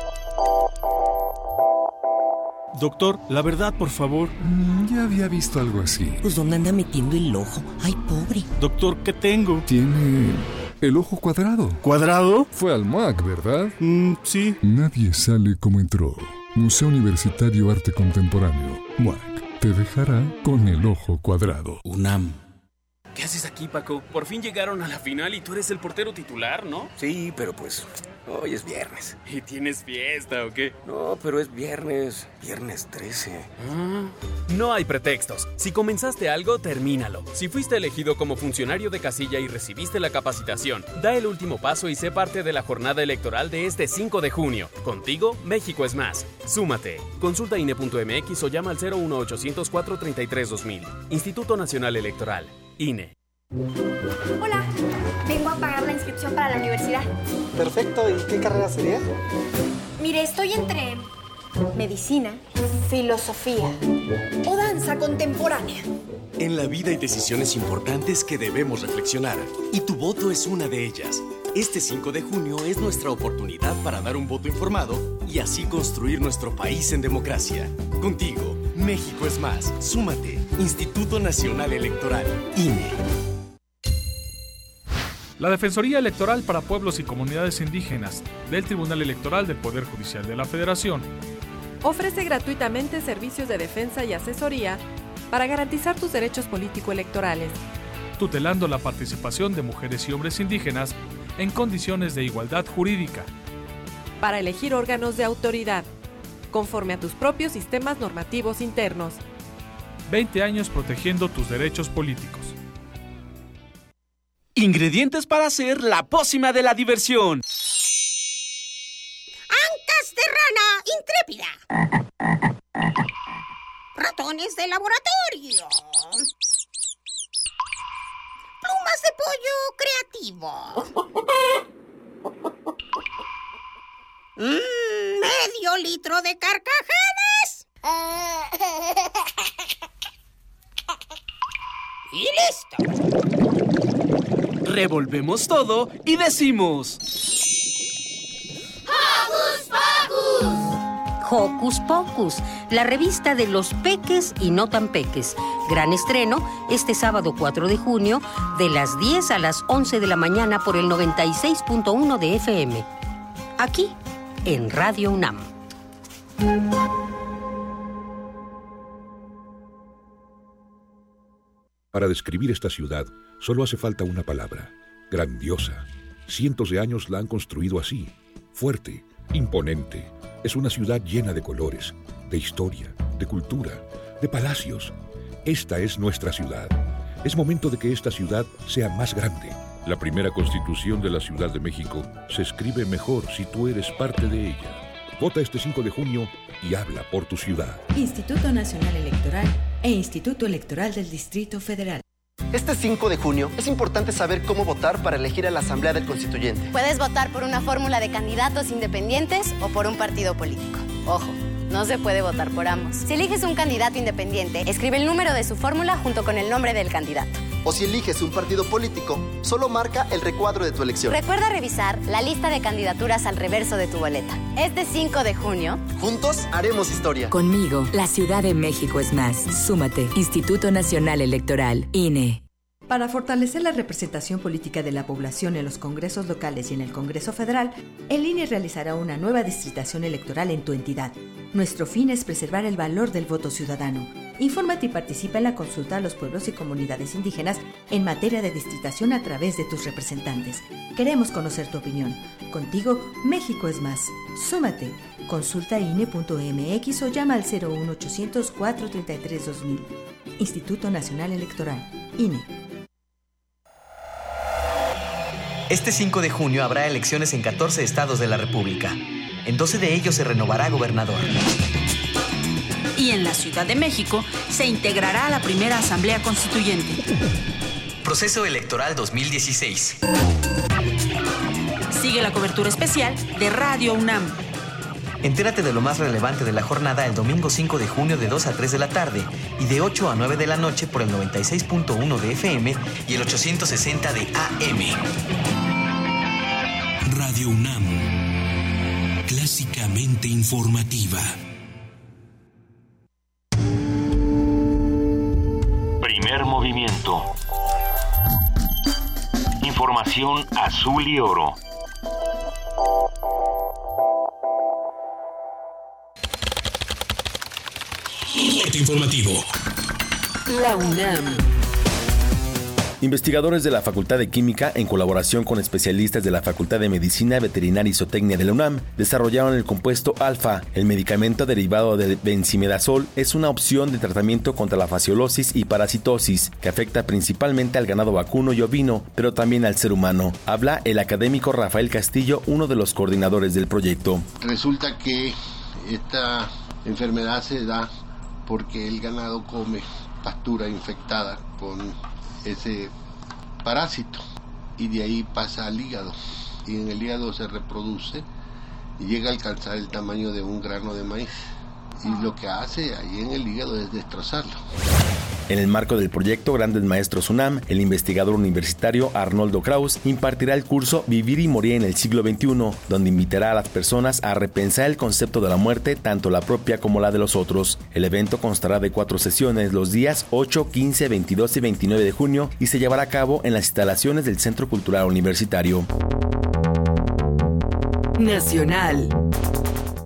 Doctor, la verdad, por favor. Mm, ya había visto algo así. Pues ¿dónde anda metiendo el ojo? Ay, pobre. Doctor, ¿qué tengo? Tiene el ojo cuadrado. ¿Cuadrado? Fue al M A C, ¿verdad? Mm, sí. Nadie sale como entró. Museo Universitario Arte Contemporáneo. M A C. Te dejará con el ojo cuadrado. UNAM. ¿Qué haces aquí, Paco? Por fin llegaron a la final y tú eres el portero titular, ¿no? Sí, pero pues hoy es viernes. ¿Y tienes fiesta o qué? No, pero es viernes, viernes trece. Ah. No hay pretextos. Si comenzaste algo, termínalo. Si fuiste elegido como funcionario de casilla y recibiste la capacitación, da el último paso y sé parte de la jornada electoral de este cinco de junio. Contigo, México es más. Súmate. Consulta I N E punto M X o llama al cero uno ochocientos cuatro treinta y tres dos mil. Instituto Nacional Electoral. I N E. Hola, vengo a pagar la inscripción para la universidad. Perfecto, ¿y qué carrera sería? Mire, estoy entre medicina, filosofía o danza contemporánea. En la vida hay decisiones importantes que debemos reflexionar, y tu voto es una de ellas. Este cinco de junio es nuestra oportunidad para dar un voto informado y así construir nuestro país en democracia. Contigo, México es más. Súmate. Instituto Nacional Electoral, I N E. La Defensoría Electoral para Pueblos y Comunidades Indígenas del Tribunal Electoral del Poder Judicial de la Federación ofrece gratuitamente servicios de defensa y asesoría para garantizar tus derechos político-electorales. Tutelando la participación de mujeres y hombres indígenas en condiciones de igualdad jurídica. Para elegir órganos de autoridad, conforme a tus propios sistemas normativos internos. veinte años protegiendo tus derechos políticos. Ingredientes para hacer la pócima de la diversión. Ancas de rana intrépida. Ratones de laboratorio. Plumas de pollo creativo. Mm, medio litro de carcajadas. Y listo. Revolvemos todo y decimos... ¡Hocus Pocus! Hocus Pocus, la revista de los peques y no tan peques. Gran estreno este sábado cuatro de junio, de las diez a las once de la mañana por el noventa y seis punto uno de F M. Aquí, en Radio UNAM. Para describir esta ciudad, solo hace falta una palabra: grandiosa. Cientos de años la han construido así, fuerte, imponente. Es una ciudad llena de colores, de historia, de cultura, de palacios. Esta es nuestra ciudad. Es momento de que esta ciudad sea más grande. La primera constitución de la Ciudad de México se escribe mejor si tú eres parte de ella. Vota este cinco de junio y habla por tu ciudad. Instituto Nacional Electoral e Instituto Electoral del Distrito Federal. Este cinco de junio es importante saber cómo votar para elegir a la Asamblea del Constituyente. Puedes votar por una fórmula de candidatos independientes o por un partido político. Ojo, no se puede votar por ambos. Si eliges un candidato independiente, escribe el número de su fórmula junto con el nombre del candidato. O si eliges un partido político, solo marca el recuadro de tu elección. Recuerda revisar la lista de candidaturas al reverso de tu boleta. Este cinco de junio... juntos haremos historia. Conmigo, la Ciudad de México es más. Súmate. Instituto Nacional Electoral, I N E. Para fortalecer la representación política de la población en los congresos locales y en el Congreso Federal, el I N E realizará una nueva distritación electoral en tu entidad. Nuestro fin es preservar el valor del voto ciudadano. Infórmate y participa en la consulta a los pueblos y comunidades indígenas en materia de distritación a través de tus representantes. Queremos conocer tu opinión. Contigo, México es más. Súmate. Consulta I N E punto M X o llama al cero uno ochocientos, cuatrocientos treinta y tres, dos mil. Instituto Nacional Electoral, I N E. Este cinco de junio habrá elecciones en catorce estados de la República. En doce de ellos se renovará gobernador. Y en la Ciudad de México se integrará a la primera Asamblea Constituyente. Proceso Electoral dos mil dieciséis. Sigue la cobertura especial de Radio UNAM. Entérate de lo más relevante de la jornada el domingo cinco de junio de dos a tres de la tarde y de ocho a nueve de la noche por el noventa y seis punto uno de F M y el ochocientos sesenta de A M. Radio UNAM, clásicamente informativa. Primer movimiento. Información azul y oro. Corte informativo. La UNAM. Investigadores de la Facultad de Química, en colaboración con especialistas de la Facultad de Medicina, Veterinaria y Zootecnia de la UNAM, desarrollaron el compuesto alfa. El medicamento derivado del benzimidazol es una opción de tratamiento contra la fasciolosis y parasitosis, que afecta principalmente al ganado vacuno y ovino, pero también al ser humano. Habla el académico Rafael Castillo, uno de los coordinadores del proyecto. Resulta que esta enfermedad se da porque el ganado come pastura infectada con ese parásito y de ahí pasa al hígado y en el hígado se reproduce y llega a alcanzar el tamaño de un grano de maíz y lo que hace ahí en el hígado es destrozarlo. En el marco del proyecto Grandes Maestros UNAM, el investigador universitario Arnoldo Kraus impartirá el curso Vivir y Morir en el siglo veintiuno, donde invitará a las personas a repensar el concepto de la muerte, tanto la propia como la de los otros. El evento constará de cuatro sesiones los días ocho, quince, veintidós y veintinueve de junio y se llevará a cabo en las instalaciones del Centro Cultural Universitario. Nacional.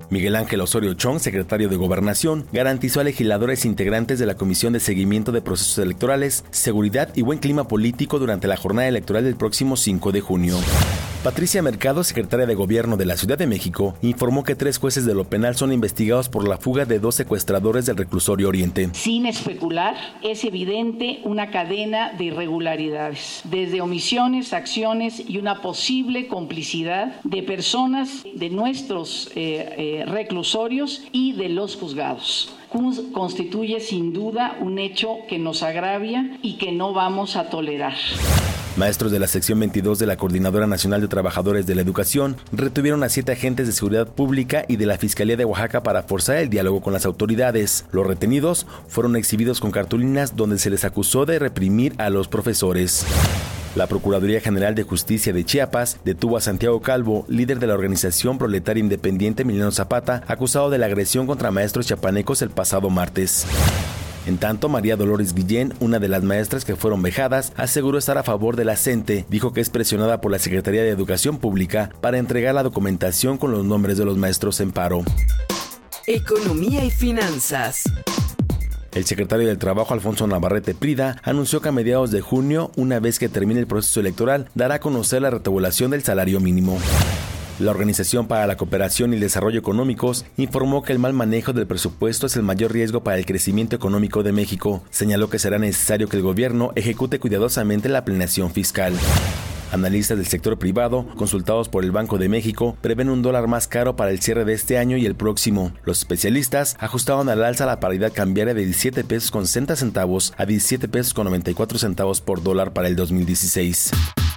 Miguel Ángel Osorio Chong, secretario de Gobernación, garantizó a legisladores integrantes de la Comisión de Seguimiento de Procesos Electorales, Seguridad y Buen Clima Político durante la jornada electoral del próximo cinco de junio. Patricia Mercado, secretaria de Gobierno de la Ciudad de México, informó que tres jueces de lo penal son investigados por la fuga de dos secuestradores del Reclusorio Oriente. Sin especular, es evidente una cadena de irregularidades, desde omisiones, acciones y una posible complicidad de personas de nuestros eh, eh, reclusorios y de los juzgados. Constituye sin duda un hecho que nos agravia y que no vamos a tolerar. Maestros de la sección veintidós de la Coordinadora Nacional de Trabajadores de la Educación retuvieron a siete agentes de seguridad pública y de la Fiscalía de Oaxaca para forzar el diálogo con las autoridades. Los retenidos fueron exhibidos con cartulinas donde se les acusó de reprimir a los profesores. La Procuraduría General de Justicia de Chiapas detuvo a Santiago Calvo, líder de la organización proletaria independiente Emiliano Zapata, acusado de la agresión contra maestros chiapanecos el pasado martes. En tanto, María Dolores Guillén, una de las maestras que fueron vejadas, aseguró estar a favor de la CENTE. Dijo que es presionada por la Secretaría de Educación Pública para entregar la documentación con los nombres de los maestros en paro. Economía y finanzas. El secretario del Trabajo, Alfonso Navarrete Prida, anunció que a mediados de junio, una vez que termine el proceso electoral, dará a conocer la retabulación del salario mínimo. La Organización para la Cooperación y el Desarrollo Económicos informó que el mal manejo del presupuesto es el mayor riesgo para el crecimiento económico de México. Señaló que será necesario que el gobierno ejecute cuidadosamente la planeación fiscal. Analistas del sector privado, consultados por el Banco de México, prevén un dólar más caro para el cierre de este año y el próximo. Los especialistas ajustaron al alza la paridad cambiaria de diecisiete pesos con sesenta centavos a diecisiete pesos con noventa y cuatro centavos por dólar para el dos mil dieciséis.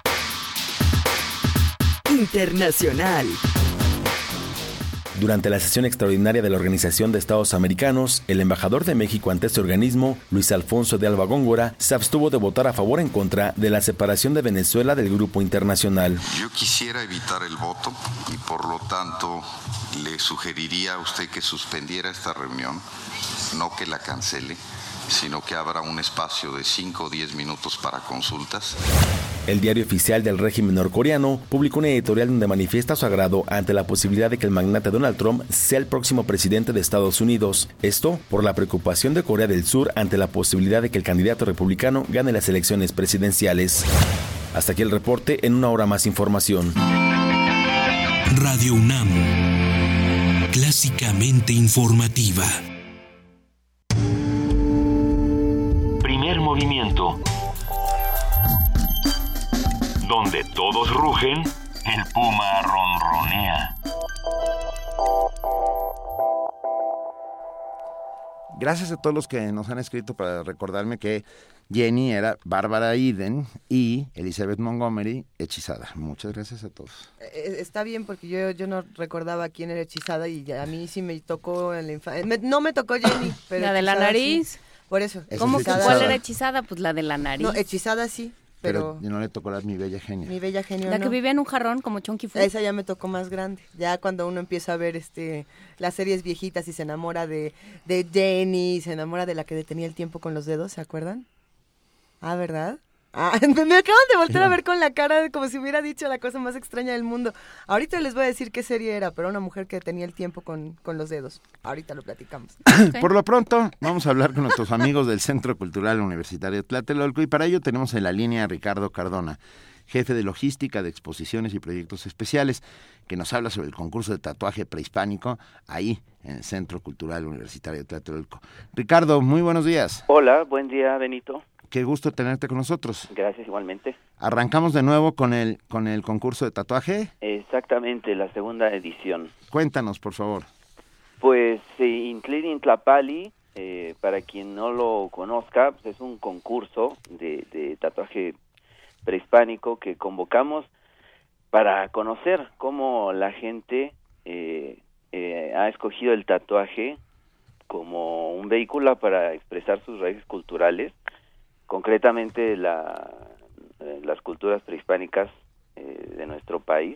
Internacional. Durante la sesión extraordinaria de la Organización de Estados Americanos, el embajador de México ante este organismo, Luis Alfonso de Alba Góngora, se abstuvo de votar a favor o en contra de la separación de Venezuela del grupo internacional. Yo quisiera evitar el voto y por lo tanto le sugeriría a usted que suspendiera esta reunión, no que la cancele, sino que habrá un espacio de cinco o diez minutos para consultas. El diario oficial del régimen norcoreano publicó una editorial donde manifiesta su agrado ante la posibilidad de que el magnate Donald Trump sea el próximo presidente de Estados Unidos. Esto por la preocupación de Corea del Sur ante la posibilidad de que el candidato republicano gane las elecciones presidenciales. Hasta aquí el reporte, en una hora más información. Radio UNAM, clásicamente informativa. Primer movimiento. Donde todos rugen, el puma ronronea. Gracias a todos los que nos han escrito para recordarme que Jenny era Bárbara Eden y Elizabeth Montgomery hechizada. Muchas gracias a todos. Está bien porque yo, yo no recordaba quién era hechizada y a mí sí me tocó en la infancia. No me tocó Jenny, pero la de la nariz. Sí. Por eso. ¿Cómo que cuál era hechizada? Pues la de la nariz. No, hechizada sí. Pero, pero no le tocó la Mi Bella Genio. Mi Bella Genio, La no. que vivía en un jarrón como Chonky Fu. Esa ya me tocó más grande. Ya cuando uno empieza a ver este las series viejitas y se enamora de, de Jenny, se enamora de la que detenía el tiempo con los dedos, ¿se acuerdan? Ah, ¿verdad? Ah, me acaban de volver a ver con la cara como si hubiera dicho la cosa más extraña del mundo. Ahorita les voy a decir qué serie era, pero una mujer que detenía el tiempo con, con los dedos. Ahorita lo platicamos. Okay. Por lo pronto, vamos a hablar con nuestros amigos del Centro Cultural Universitario Tlatelolco y para ello tenemos en la línea a Ricardo Cardona, jefe de logística de exposiciones y proyectos especiales, que nos habla sobre el concurso de tatuaje prehispánico ahí en el Centro Cultural Universitario Tlatelolco. Ricardo, muy buenos días. Hola, buen día, Benito. Qué gusto tenerte con nosotros. Gracias, igualmente. Arrancamos de nuevo con el con el concurso de tatuaje. Exactamente, la segunda edición. Cuéntanos, por favor. Pues eh, Intlini Tlapali, eh, para quien no lo conozca, pues es un concurso de, de tatuaje prehispánico que convocamos para conocer cómo la gente eh, eh, ha escogido el tatuaje como un vehículo para expresar sus raíces culturales, concretamente la, eh, las culturas prehispánicas eh, de nuestro país.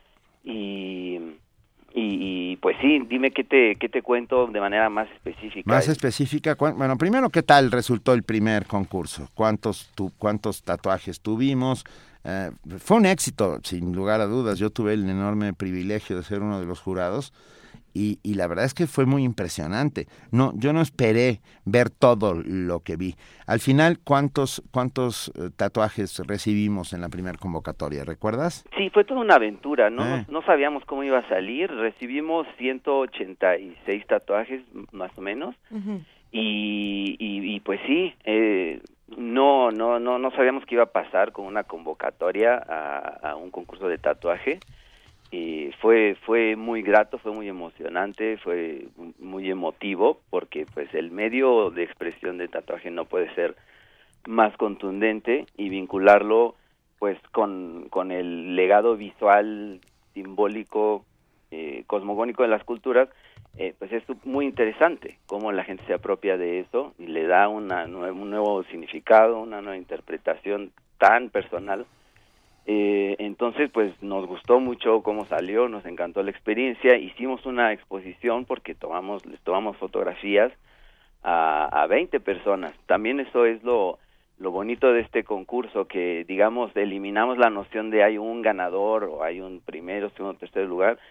Y, y, y pues sí, dime qué te, qué te cuento de manera más específica. Más específica, bueno, primero, ¿qué tal resultó el primer concurso? ¿Cuántos, tu, cuántos tatuajes tuvimos? Eh, fue un éxito, sin lugar a dudas. Yo tuve el enorme privilegio de ser uno de los jurados. y, y la verdad es que fue muy impresionante. No, yo no esperé ver todo lo que vi. Al final, ¿cuántos cuántos eh, tatuajes recibimos en la primera convocatoria? ¿Recuerdas? Sí, fue toda una aventura, ¿no? Eh. No, no sabíamos cómo iba a salir. Recibimos ciento ochenta y seis tatuajes, más o menos. Uh-huh. Y, y, y pues sí, eh, no, no, no, no sabíamos qué iba a pasar con una convocatoria a, a un concurso de tatuaje. Y fue, fue muy grato, fue muy emocionante, fue muy emotivo, porque pues el medio de expresión de tatuaje no puede ser más contundente, y vincularlo pues con, con el legado visual, simbólico, eh, cosmogónico de las culturas. Eh, pues es muy interesante cómo la gente se apropia de eso y le da una nue- un nuevo significado, una nueva interpretación tan personal. Eh, entonces, pues nos gustó mucho cómo salió, nos encantó la experiencia. Hicimos una exposición porque tomamos, les tomamos fotografías a, a veinte personas. También eso es lo, lo bonito de este concurso, que digamos eliminamos la noción de hay un ganador o hay un primero, segundo, tercer lugar.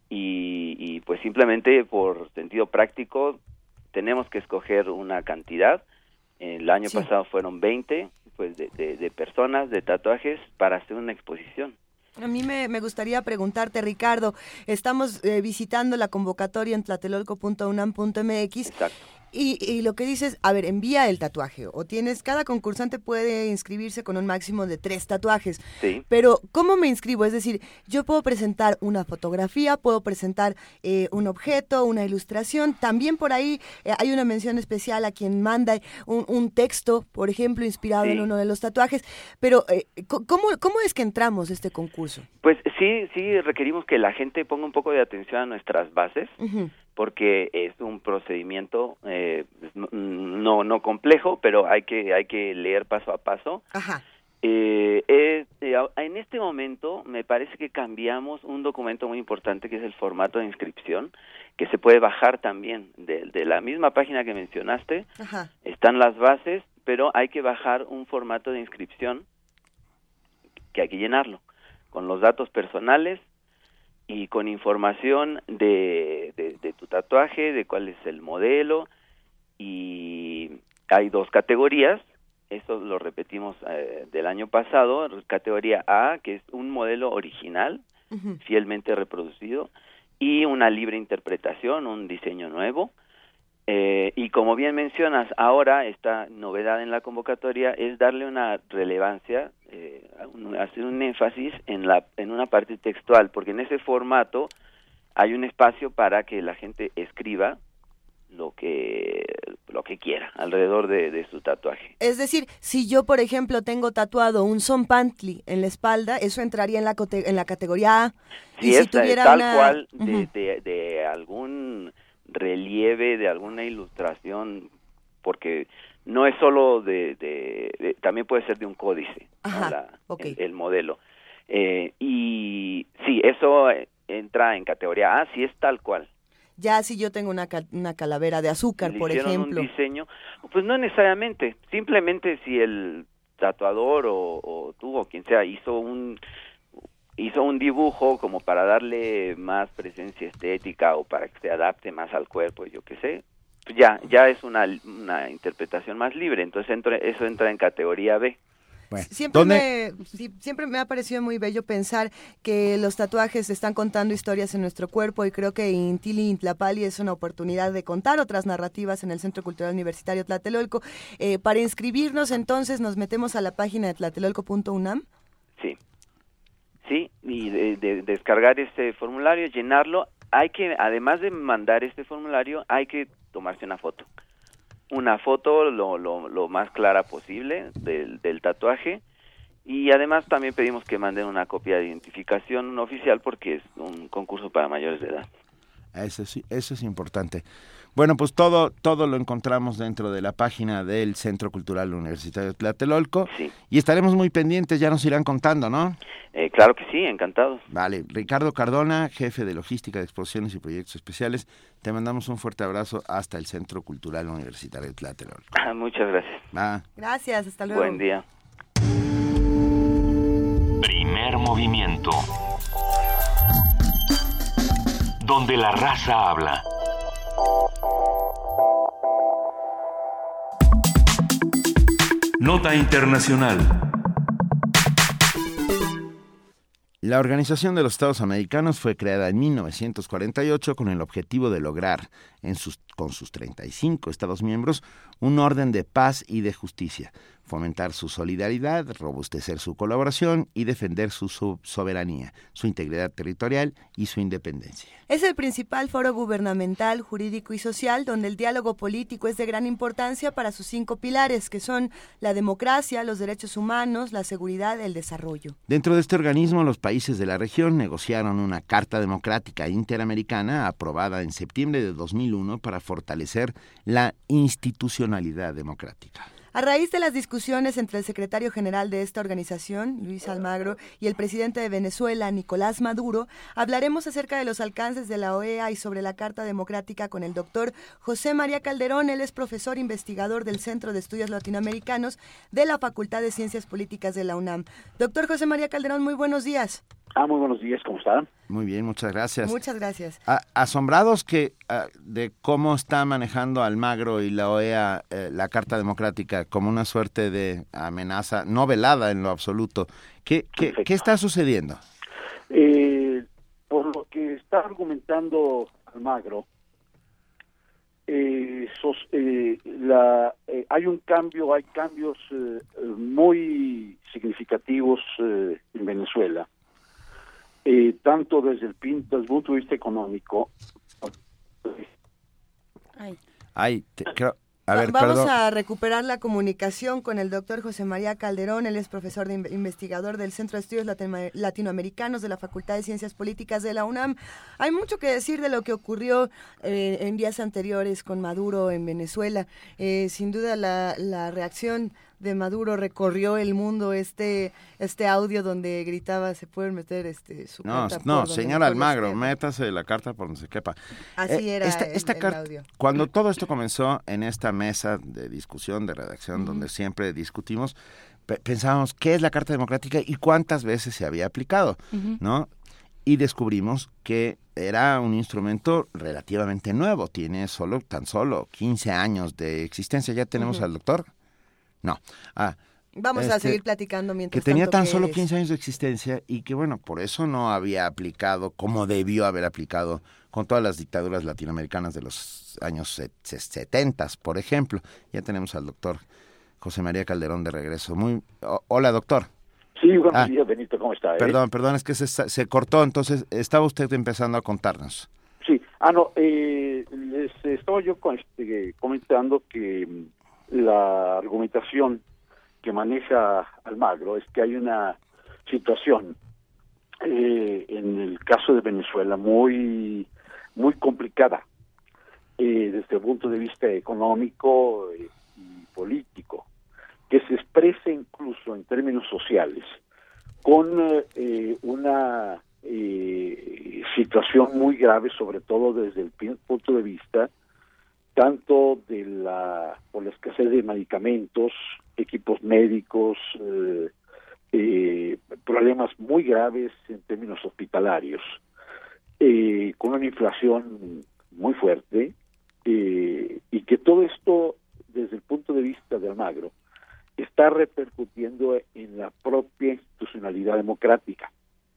Y, y pues simplemente por sentido práctico tenemos que escoger una cantidad. El año sí. pasado fueron veinte pues de, de, de personas, de tatuajes, para hacer una exposición. A mí me, me gustaría preguntarte, Ricardo, estamos eh, visitando la convocatoria en tlatelolco punto unam punto m x. Exacto. Y, y lo que dices, a ver, envía el tatuaje, o tienes, cada concursante puede inscribirse con un máximo de tres tatuajes. Sí. Pero, ¿cómo me inscribo? Es decir, yo puedo presentar una fotografía, puedo presentar eh, un objeto, una ilustración. También por ahí eh, hay una mención especial a quien manda un, un texto, por ejemplo, inspirado sí. en uno de los tatuajes. Pero, eh, ¿cómo, ¿cómo es que entramos a este concurso? Pues sí, sí requerimos que la gente ponga un poco de atención a nuestras bases. Uh-huh. Porque es un procedimiento eh, no no complejo, pero hay que hay que leer paso a paso. Ajá. Eh, eh, eh, en este momento me parece que cambiamos un documento muy importante, que es el formato de inscripción, que se puede bajar también de, de la misma página que mencionaste. Ajá. Están las bases, pero hay que bajar un formato de inscripción que hay que llenarlo con los datos personales y con información de, de, de tu tatuaje, de cuál es el modelo, y hay dos categorías, eso lo repetimos eh, del año pasado. Categoría A, que es un modelo original, uh-huh. fielmente reproducido, y una libre interpretación, un diseño nuevo. Eh, y como bien mencionas, ahora esta novedad en la convocatoria es darle una relevancia, eh, un, hacer un énfasis en la en una parte textual, porque en ese formato hay un espacio para que la gente escriba lo que lo que quiera alrededor de, de su tatuaje. Es decir, si yo, por ejemplo, tengo tatuado un zompantli en la espalda, eso entraría en la cote- en la categoría A. Sí, y es, si tuviera tal una... cual de, uh-huh. de, de algún relieve, de alguna ilustración, porque no es solo de, de, de también puede ser de un códice, Ajá, ¿no? la, okay. el, el modelo. Eh, y sí, eso entra en categoría A, si es tal cual. Ya si yo tengo una, ca- una calavera de azúcar, por ejemplo. Un diseño, pues no necesariamente, simplemente si el tatuador o, o tú o quien sea hizo un hizo un dibujo como para darle más presencia estética o para que se adapte más al cuerpo, yo qué sé, pues ya ya es una, una interpretación más libre, entonces entra, eso entra en categoría B. Bueno, siempre, me, sí, siempre me ha parecido muy bello pensar que los tatuajes están contando historias en nuestro cuerpo, y creo que Intili Intlapali es una oportunidad de contar otras narrativas en el Centro Cultural Universitario Tlatelolco. Eh, para inscribirnos, entonces, nos metemos a la página de tlatelolco punto unam. Sí, sí, y de, de descargar este formulario, llenarlo. Hay que, además de mandar este formulario, hay que tomarse una foto. Una foto lo, lo, lo más clara posible del, del tatuaje, y además también pedimos que manden una copia de identificación oficial, porque es un concurso para mayores de edad. Eso sí, eso es importante. Bueno, pues todo todo lo encontramos dentro de la página del Centro Cultural Universitario Tlatelolco. Sí. Y estaremos muy pendientes, ya nos irán contando, ¿no? Eh, claro que sí, encantados. Vale, Ricardo Cardona, jefe de Logística de Exposiciones y Proyectos Especiales, te mandamos un fuerte abrazo hasta el Centro Cultural Universitario Tlatelolco. Ah, muchas gracias. Ah. Gracias, hasta luego. Buen día. Primer movimiento. donde la raza habla. Nota Internacional. La Organización de los Estados Americanos fue creada en mil novecientos cuarenta y ocho con el objetivo de lograr, en sus, con sus treinta y cinco Estados miembros, un orden de paz y de justicia, fomentar su solidaridad, robustecer su colaboración y defender su, su soberanía, su integridad territorial y su independencia. Es el principal foro gubernamental, jurídico y social donde el diálogo político es de gran importancia para sus cinco pilares, que son la democracia, los derechos humanos, la seguridad, el desarrollo. Dentro de este organismo, los países de la región negociaron una Carta Democrática Interamericana aprobada en septiembre de dos mil uno para fortalecer la institucionalidad democrática. A raíz de las discusiones entre el secretario general de esta organización, Luis Almagro, y el presidente de Venezuela, Nicolás Maduro, hablaremos acerca de los alcances de la O E A y sobre la Carta Democrática con el doctor José María Calderón. Él es profesor investigador del Centro de Estudios Latinoamericanos de la Facultad de Ciencias Políticas de la UNAM. Doctor José María Calderón, muy buenos días. Ah, muy buenos días, ¿cómo están? Muy bien, muchas gracias. Muchas gracias. A- asombrados que uh, de cómo está manejando Almagro y la O E A eh, la Carta Democrática como una suerte de amenaza no velada en lo absoluto. ¿Qué, qué, ¿qué está sucediendo? Eh, por lo que está argumentando Almagro, eh, sos, eh, la, eh, hay un cambio, hay cambios eh, muy significativos eh, en Venezuela. Eh, tanto desde el, desde el punto de vista económico. Ay. Ay, te, creo, a ver, Vamos perdón. a recuperar la comunicación con el doctor José María Calderón. Él es profesor de in- investigador del Centro de Estudios Latino- Latinoamericanos de la Facultad de Ciencias Políticas de la UNAM. Hay mucho que decir de lo que ocurrió eh, en días anteriores con Maduro en Venezuela. Eh, sin duda la, la reacción de Maduro recorrió el mundo, este este audio donde gritaba se pueden meter este su No, carta no, por donde señor mejor les Almagro, quede. métase la carta por donde se quepa. Así Eh, era esta, el, esta el carta, audio. Cuando todo esto comenzó en esta mesa de discusión, de redacción, uh-huh. donde siempre discutimos, pe- pensábamos qué es la Carta Democrática y cuántas veces se había aplicado, uh-huh. ¿no? Y descubrimos que era un instrumento relativamente nuevo, tiene solo tan solo quince años de existencia. ¿Ya tenemos uh-huh. al doctor? No. Ah, Vamos este, a seguir platicando mientras que tenía tanto tan que solo es... quince años de existencia y que, bueno, por eso no había aplicado como debió haber aplicado con todas las dictaduras latinoamericanas de los años setenta, por ejemplo. Ya tenemos al doctor José María Calderón de regreso. Muy, o, hola, doctor. Sí, buenos ah, días, Benito, ¿cómo está? Eh? Perdón, perdón, es que se, se cortó, entonces estaba usted empezando a contarnos. Sí, ah, no, eh, les estaba yo con, este, comentando que la argumentación que maneja Almagro es que hay una situación eh, en el caso de Venezuela muy muy complicada eh, desde el punto de vista económico eh, y político, que se expresa incluso en términos sociales con eh, una eh, situación muy grave, sobre todo desde el punto de vista tanto de la por la escasez de medicamentos, equipos médicos, eh, eh, problemas muy graves en términos hospitalarios, eh, con una inflación muy fuerte, eh, y que todo esto, desde el punto de vista de Almagro, está repercutiendo en la propia institucionalidad democrática.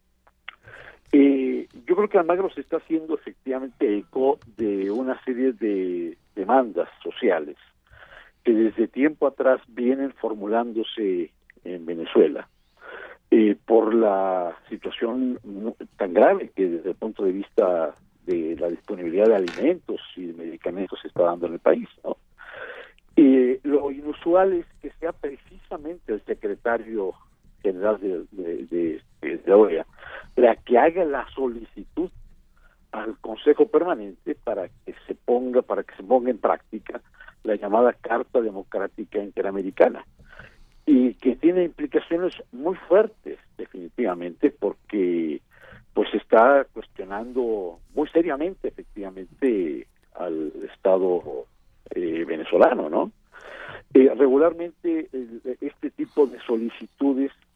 Eh, yo creo que Almagro se está haciendo efectivamente eco de una serie de demandas sociales que desde tiempo atrás vienen formulándose en Venezuela eh, por la situación tan grave que desde el punto de vista de la disponibilidad de alimentos y de medicamentos se está dando en el país, ¿no? Eh, lo inusual es que sea precisamente el secretario general de, de, de, de, de O E A la que haga la solicitud al Consejo Permanente para que se ponga para que se ponga en práctica la llamada Carta Democrática Interamericana, y que tiene implicaciones muy fuertes definitivamente, porque pues está cuestionando muy seriamente efectivamente al Estado eh, venezolano, ¿no? Eh, regularmente el, este tipo de solicitudes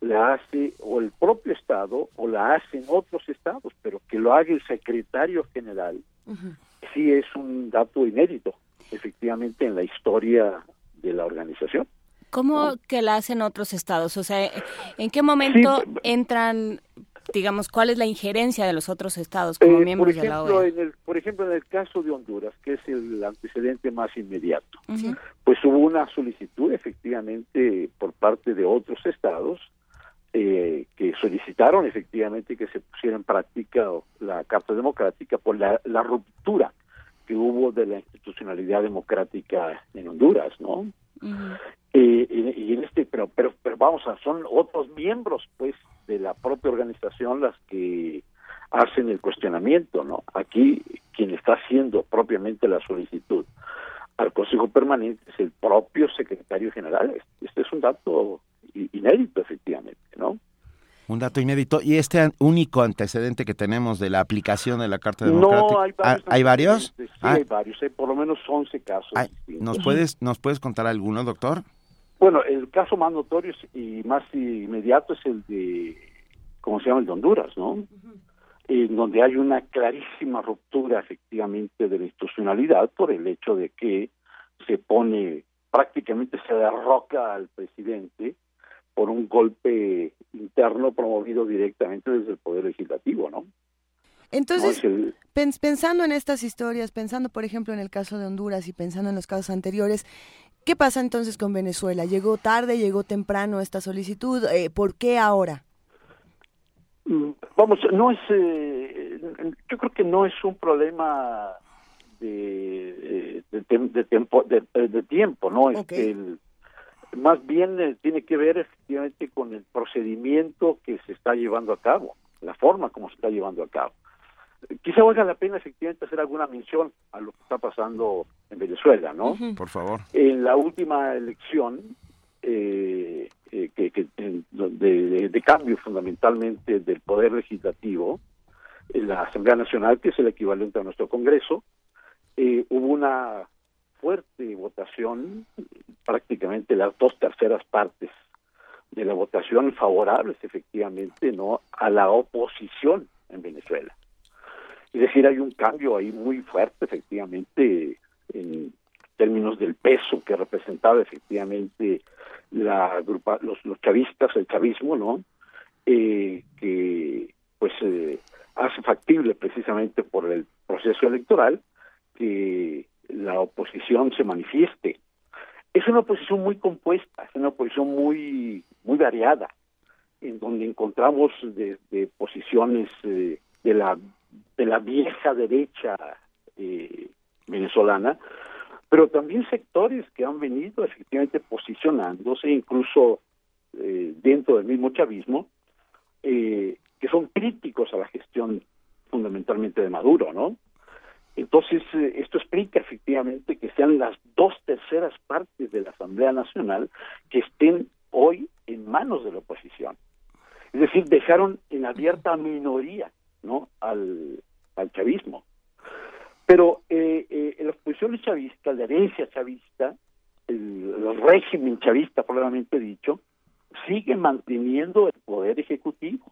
la hace o el propio Estado o la hacen otros estados, pero que lo haga el secretario general, uh-huh. sí es un dato inédito, efectivamente, en la historia de la organización. ¿Cómo ¿no? que la hacen otros estados? O sea, ¿en qué momento sí, entran, digamos, cuál es la injerencia de los otros estados como eh, miembros por ejemplo, de la O E A? En el, por ejemplo, en el caso de Honduras, que es el antecedente más inmediato, Uh-huh. pues hubo una solicitud, efectivamente, por parte de otros estados, Eh, que solicitaron efectivamente que se pusiera en práctica la Carta Democrática por la, la ruptura que hubo de la institucionalidad democrática en Honduras, ¿no? Uh-huh. Eh, y, y en este, pero, pero, pero vamos a, son otros miembros, pues, de la propia organización las que hacen el cuestionamiento, ¿no? Aquí quien está haciendo propiamente la solicitud al Consejo Permanente es el propio secretario general. Este es un dato inédito, efectivamente, ¿no? Un dato inédito. ¿Y este único antecedente que tenemos de la aplicación de la Carta Democrática? No, hay varios. ¿Hay varios? Sí, ah. hay varios. Hay por lo menos once casos. Ay, ¿Nos puedes nos puedes contar alguno, doctor? Bueno, el caso más notorio y más inmediato es el de, ¿cómo se llama? El de Honduras, ¿no? Uh-huh. En donde hay una clarísima ruptura, efectivamente, de la institucionalidad por el hecho de que se pone, prácticamente se derroca al presidente por un golpe interno promovido directamente desde el Poder Legislativo, ¿no? Entonces, no, el... pens- pensando en estas historias, pensando, por ejemplo, en el caso de Honduras y pensando en los casos anteriores, ¿qué pasa entonces con Venezuela? ¿Llegó tarde, llegó temprano esta solicitud? Eh, ¿Por qué ahora? Vamos, no es, eh, yo creo que no es un problema de, de, de, de, tiempo, de, de tiempo, ¿no? Okay. El, más bien eh, tiene que ver efectivamente con el procedimiento que se está llevando a cabo, la forma como se está llevando a cabo. Quizá valga la pena efectivamente hacer alguna mención a lo que está pasando en Venezuela, ¿no? Uh-huh. Por favor. En la última elección eh, eh, que, que de, de, de cambio fundamentalmente del Poder Legislativo, en la Asamblea Nacional, que es el equivalente a nuestro Congreso, eh, hubo una fuerte votación, prácticamente las dos terceras partes de la votación favorables efectivamente no a la oposición en Venezuela. Es decir, hay un cambio ahí muy fuerte efectivamente en términos del peso que representaba efectivamente la grupa, los, los chavistas, el chavismo, ¿no? Eh, que pues eh, hace factible precisamente por el proceso electoral que la oposición se manifieste. Es una oposición muy compuesta, es una oposición muy muy variada, en donde encontramos desde posiciones eh, de la de la vieja derecha eh, venezolana, pero también sectores que han venido efectivamente posicionándose, incluso eh, dentro del mismo chavismo, eh, que son críticos a la gestión fundamentalmente de Maduro, ¿no? Entonces, eh, esto explica efectivamente que sean las dos terceras partes de la Asamblea Nacional que estén hoy en manos de la oposición. Es decir, dejaron en abierta minoría, ¿no?, al, al chavismo. Pero eh, eh, la oposición chavista, la herencia chavista, el, el régimen chavista, probablemente dicho, sigue manteniendo el poder ejecutivo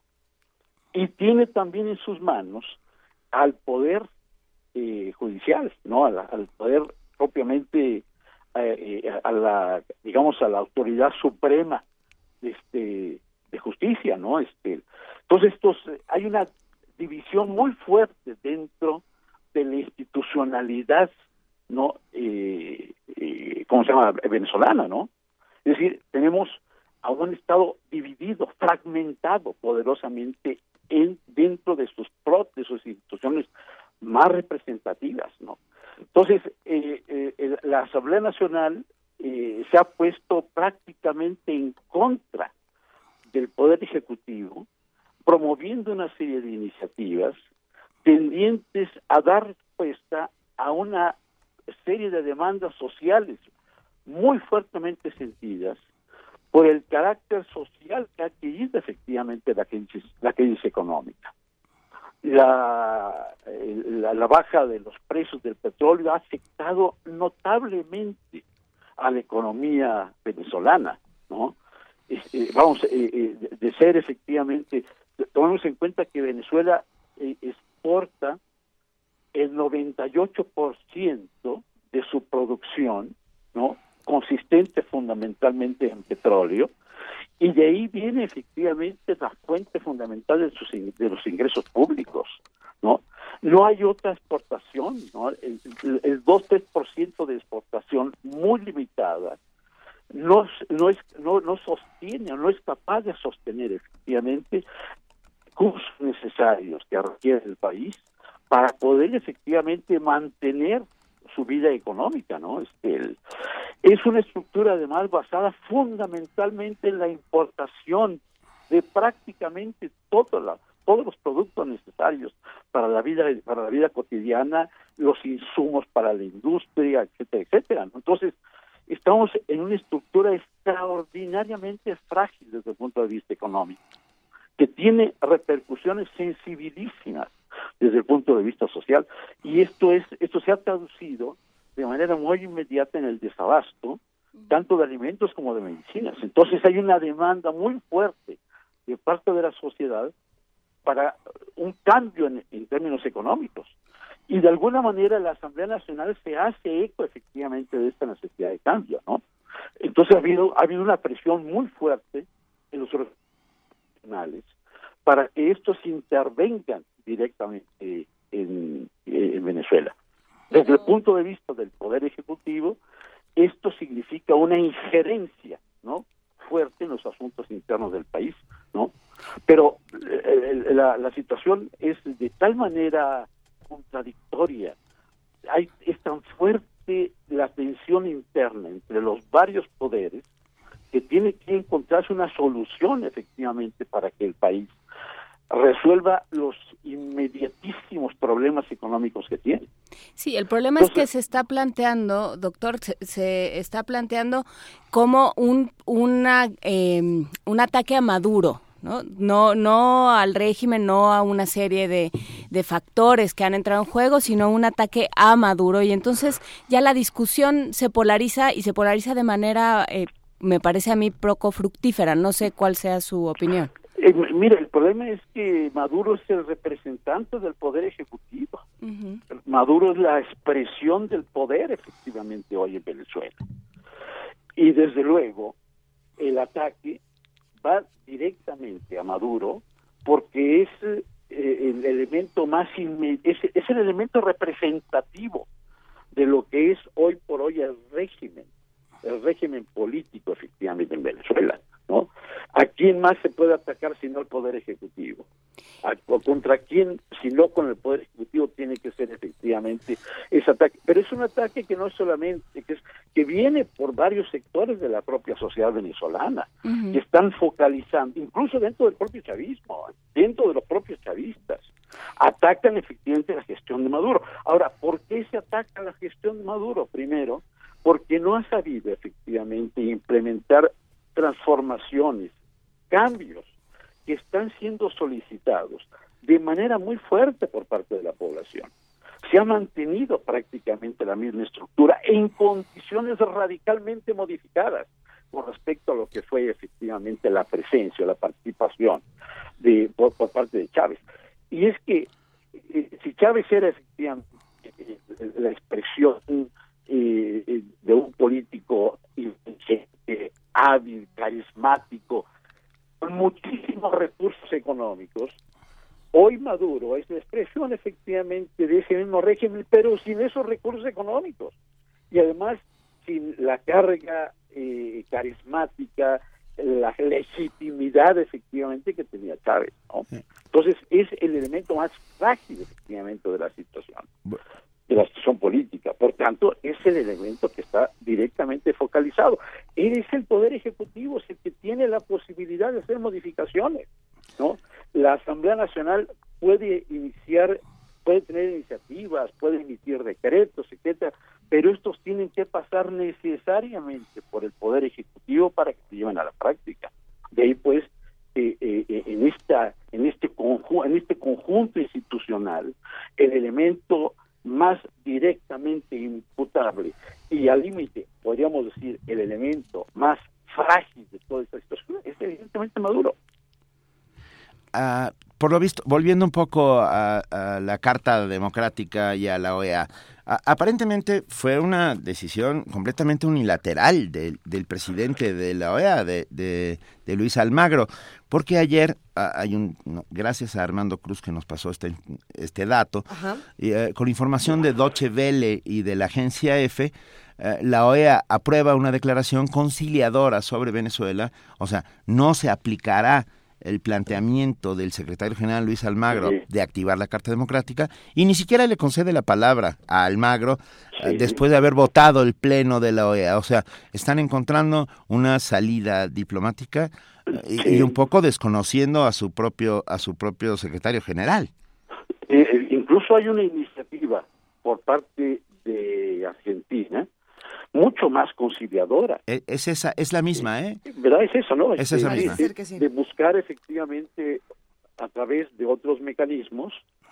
y tiene también en sus manos al poder eh, judicial, no, al, al poder propiamente eh, a la, digamos, a la autoridad suprema de este de justicia, no, este, entonces estos hay una división muy fuerte dentro de la institucionalidad, no, eh, eh, ¿cómo se llama?, venezolana, ¿no? Es decir, tenemos a un Estado dividido, fragmentado poderosamente en dentro de sus de sus instituciones más representativas, ¿no? Entonces, eh, eh, la Asamblea Nacional eh, se ha puesto prácticamente en contra del Poder Ejecutivo, promoviendo una serie de iniciativas tendientes a dar respuesta a una serie de demandas sociales muy fuertemente sentidas por el carácter social que ha adquirido efectivamente la crisis, la crisis económica. La, la, la baja de los precios del petróleo ha afectado notablemente a la economía venezolana, ¿no? eh, vamos, eh, eh, de ser efectivamente, tomemos en cuenta que Venezuela eh, exporta el noventa y ocho por ciento de su producción, ¿no?, consistente fundamentalmente en petróleo, y de ahí viene efectivamente la fuente fundamental de, sus, de los ingresos públicos, ¿no? No hay otra exportación, ¿no? El, el, el dos a tres por ciento de exportación muy limitada no, no, es, no, no sostiene, no es capaz de sostener efectivamente recursos necesarios que requiere el país para poder efectivamente mantener su vida económica, ¿no? Este, el, es una estructura además basada fundamentalmente en la importación de prácticamente todo la, todos los productos necesarios para la vida para la vida cotidiana, los insumos para la industria, etcétera, etcétera, ¿no? Entonces, estamos en una estructura extraordinariamente frágil desde el punto de vista económico, que tiene repercusiones sensibilísimas desde el punto de vista social, y esto es esto se ha traducido de manera muy inmediata en el desabasto tanto de alimentos como de medicinas. Entonces hay una demanda muy fuerte de parte de la sociedad para un cambio en, en términos económicos, y de alguna manera la Asamblea Nacional se hace eco efectivamente de esta necesidad de cambio, ¿no? Entonces ha habido ha habido una presión muy fuerte en los organismos nacionales para que estos intervengan directamente en, en Venezuela. Desde el punto de vista del Poder Ejecutivo, esto significa una injerencia, ¿no?, fuerte en los asuntos internos del país, ¿no? Pero eh, la, la situación es de tal manera contradictoria, hay, es tan fuerte la tensión interna entre los varios poderes que tiene que encontrarse una solución efectivamente para que el país resuelva los inmediatísimos problemas económicos que tiene. Sí, el problema Entonces, es que se está planteando, doctor, se, se está planteando como un una eh, un ataque a Maduro, ¿no? No, no al régimen, no a una serie de, de factores que han entrado en juego, sino un ataque a Maduro, y entonces ya la discusión se polariza y se polariza de manera, eh, me parece a mí, poco fructífera. No sé cuál sea su opinión. Eh, mira, el problema es que Maduro es el representante del poder ejecutivo. Uh-huh. Maduro es la expresión del poder efectivamente hoy en Venezuela. Y desde luego el ataque va directamente a Maduro porque es eh, el elemento más inme- es, es el elemento representativo de lo que es hoy por hoy el régimen, el régimen político efectivamente en Venezuela, ¿no? ¿A quién más se puede atacar sino al Poder Ejecutivo? ¿A, o contra quién, si no con el Poder Ejecutivo, tiene que ser efectivamente ese ataque? Pero es un ataque que no es solamente, que, es, que viene por varios sectores de la propia sociedad venezolana, uh-huh. que están focalizando, incluso dentro del propio chavismo, dentro de los propios chavistas, atacan efectivamente la gestión de Maduro. Ahora, ¿por qué se ataca la gestión de Maduro? Primero, porque no ha sabido efectivamente implementar transformaciones, cambios que están siendo solicitados de manera muy fuerte por parte de la población. Se ha mantenido prácticamente la misma estructura en condiciones radicalmente modificadas con respecto a lo que fue efectivamente la presencia, la participación de por, por parte de Chávez. Y es que eh, si Chávez era efectivamente eh, la expresión eh, de un político inteligente, hábil, carismático, con muchísimos recursos económicos, hoy Maduro es la expresión efectivamente de ese mismo régimen, pero sin esos recursos económicos y además sin la carga eh, carismática, la legitimidad efectivamente que tenía Chávez, ¿no? Entonces es el elemento más frágil efectivamente de la situación, de la situación política. Por tanto, es el elemento que está directamente focalizado. Él es el Poder Ejecutivo, es el que tiene la posibilidad de hacer modificaciones, ¿no? La Asamblea Nacional puede iniciar, puede tener iniciativas, puede emitir decretos, etcétera, pero estos tienen que pasar necesariamente por el Poder Ejecutivo para que se lleven a la práctica. De ahí, pues, eh, eh, en esta, en este conjunto, en este conjunto institucional, el elemento más directamente imputable y al límite, podríamos decir, el elemento más frágil de toda esta situación Maduro. Uh, por lo visto, volviendo un poco a, a la Carta Democrática y a la O E A, a, aparentemente fue una decisión completamente unilateral de, del presidente de la O E A, de, de, de Luis Almagro, porque ayer a, hay un, no, gracias a Armando Cruz que nos pasó este, este dato, y, uh, con información de Deutsche Welle y de la agencia EFE, uh, la O E A aprueba una declaración conciliadora sobre Venezuela, o sea, no se aplicará el planteamiento del secretario general Luis Almagro sí. de activar la Carta Democrática, y ni siquiera le concede la palabra a Almagro sí. eh, después de haber votado el pleno de la O E A. O sea, están encontrando una salida diplomática eh, sí. y un poco desconociendo a su propio a su propio secretario general. Eh, incluso hay una iniciativa por parte de Argentina mucho más conciliadora. Es esa, es la misma, ¿eh? ¿Verdad? Es eso, ¿no? Es esa de, misma. De, de buscar efectivamente a través de otros mecanismos,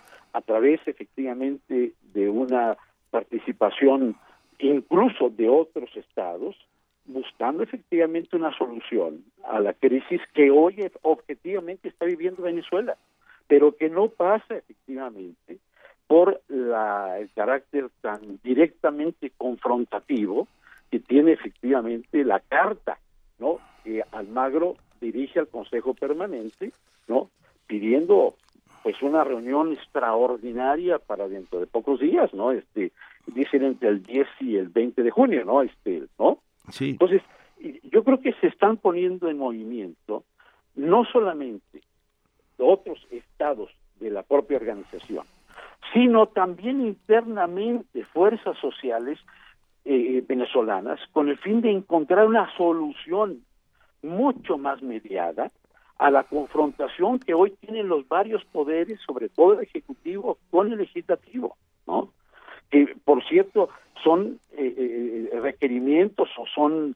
a través efectivamente de una participación incluso de otros estados, buscando efectivamente una solución a la crisis que hoy objetivamente está viviendo Venezuela, pero que no pasa efectivamente por la, el carácter tan directamente confrontativo que tiene efectivamente la carta, ¿no? Que Almagro dirige al Consejo Permanente, ¿no? Pidiendo pues una reunión extraordinaria para dentro de pocos días, ¿no? Este, dicen entre el diez y el veinte de junio, ¿no? Este, ¿no? Sí. Entonces, yo creo que se están poniendo en movimiento no solamente otros estados de la propia organización, sino también internamente fuerzas sociales eh, venezolanas con el fin de encontrar una solución mucho más mediada a la confrontación que hoy tienen los varios poderes, sobre todo el Ejecutivo con el Legislativo, ¿no? Que, por cierto, son eh, eh, requerimientos o son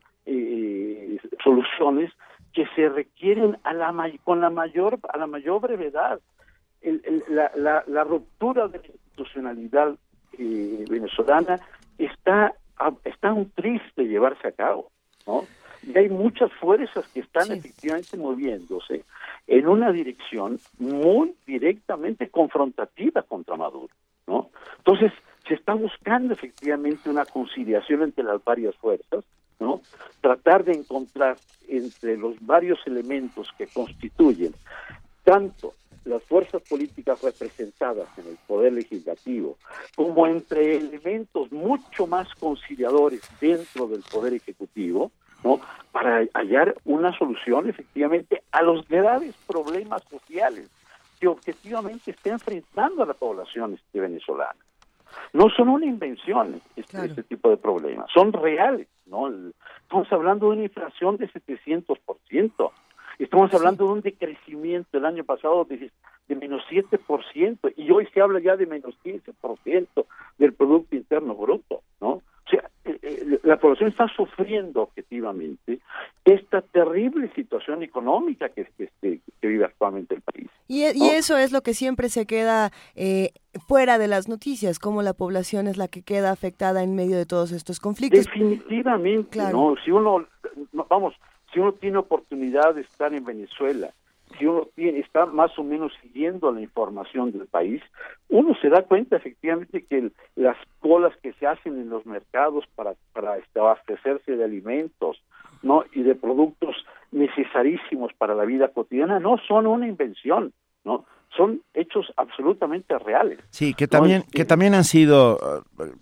eh, soluciones que se requieren a la con la mayor a la mayor brevedad. El, el, la, la, la ruptura de la institucionalidad eh, venezolana está está un triste llevarse a cabo, ¿no? Y hay muchas fuerzas que están sí. efectivamente moviéndose en una dirección muy directamente confrontativa contra Maduro, ¿no? Entonces se está buscando efectivamente una conciliación entre las varias fuerzas, ¿no? Tratar de encontrar entre los varios elementos que constituyen tanto las fuerzas políticas representadas en el poder legislativo, como entre elementos mucho más conciliadores dentro del poder ejecutivo, ¿no? Para hallar una solución efectivamente a los graves problemas sociales que objetivamente está enfrentando a la población este, venezolana. No son una invención este, claro. este tipo de problemas, son reales, ¿no? Estamos hablando de una inflación de setecientos por ciento. Estamos hablando de un decrecimiento el año pasado de, de menos siete por ciento y hoy se habla ya de menos quince por ciento del Producto Interno Bruto, ¿no? O sea, eh, eh, la población está sufriendo objetivamente esta terrible situación económica que, que, que, que vive actualmente el país. Y, y eso es lo que siempre se queda eh, fuera de las noticias, cómo la población es la que queda afectada en medio de todos estos conflictos. Definitivamente, claro. ¿no? Si uno, vamos... Si uno tiene oportunidad de estar en Venezuela, si uno tiene, está más o menos siguiendo la información del país, uno se da cuenta efectivamente que el, las colas que se hacen en los mercados para, para este, abastecerse de alimentos, ¿no? Y de productos necesarísimos para la vida cotidiana no son una invención, ¿no? Son hechos absolutamente reales. Sí, que también ¿no? que también han sido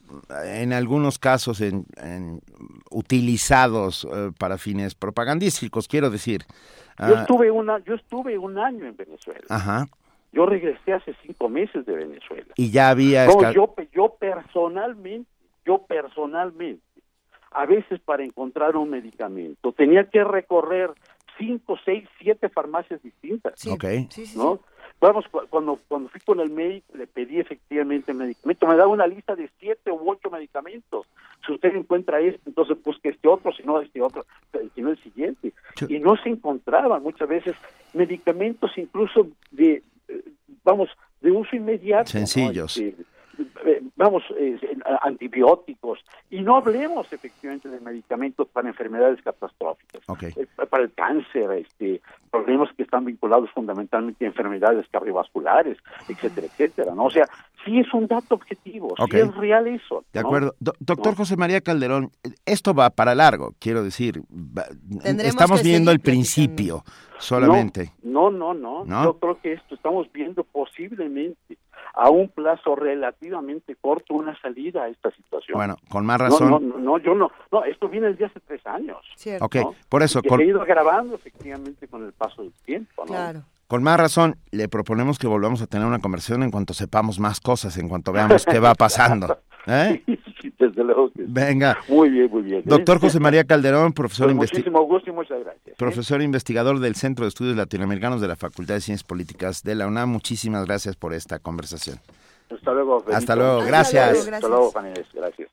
en algunos casos en, en utilizados uh, para fines propagandísticos, quiero decir. Yo uh, estuve una yo estuve un año en Venezuela. Ajá. Yo regresé hace cinco meses de Venezuela. Y ya había no, yo yo personalmente, yo personalmente, a veces para encontrar un medicamento tenía que recorrer cinco, seis, siete farmacias distintas. Sí. Okay. Sí, sí, ¿no? sí. Vamos, cuando cuando fui con el médico le pedí efectivamente el medicamento, me daba una lista de siete u ocho medicamentos. Si usted encuentra este, entonces busque este otro, si no este otro, si no el siguiente. Sí. Y no se encontraban muchas veces medicamentos incluso de, vamos, de uso inmediato. Sencillos. ¿no? Este, vamos, eh, antibióticos, y no hablemos efectivamente de medicamentos para enfermedades catastróficas. Okay. Eh, para el cáncer, este, problemas que están vinculados fundamentalmente a enfermedades cardiovasculares, etcétera, etcétera, ¿no? O sea, sí es un dato objetivo, okay. sí es real eso, ¿no? De acuerdo. Do- doctor ¿No? José María Calderón, esto va para largo, quiero decir, va, estamos viendo el principio solamente. No, no, no, no, ¿No? yo creo que esto estamos viendo posiblemente a un plazo relativamente corto una salida a esta situación. Bueno, con más razón. No, no, no, yo no, no, esto viene desde hace tres años. Cierto. Ok, ¿no? Por eso. Y que con... se ha ido agravando efectivamente con el paso del tiempo, ¿no? Claro. Con más razón, le proponemos que volvamos a tener una conversación en cuanto sepamos más cosas, en cuanto veamos qué va pasando. ¿Eh? Sí, desde luego que sí. Venga. Muy bien, muy bien. ¿eh? Doctor José María Calderón, profesor Con investi- muchísimo gusto y muchas gracias. ¿eh? Profesor investigador del Centro de Estudios Latinoamericanos de la Facultad de Ciencias Políticas de la UNAM, muchísimas gracias por esta conversación. Hasta luego. Benito. Hasta luego, gracias. Hasta luego, Hasta luego Juanes, gracias.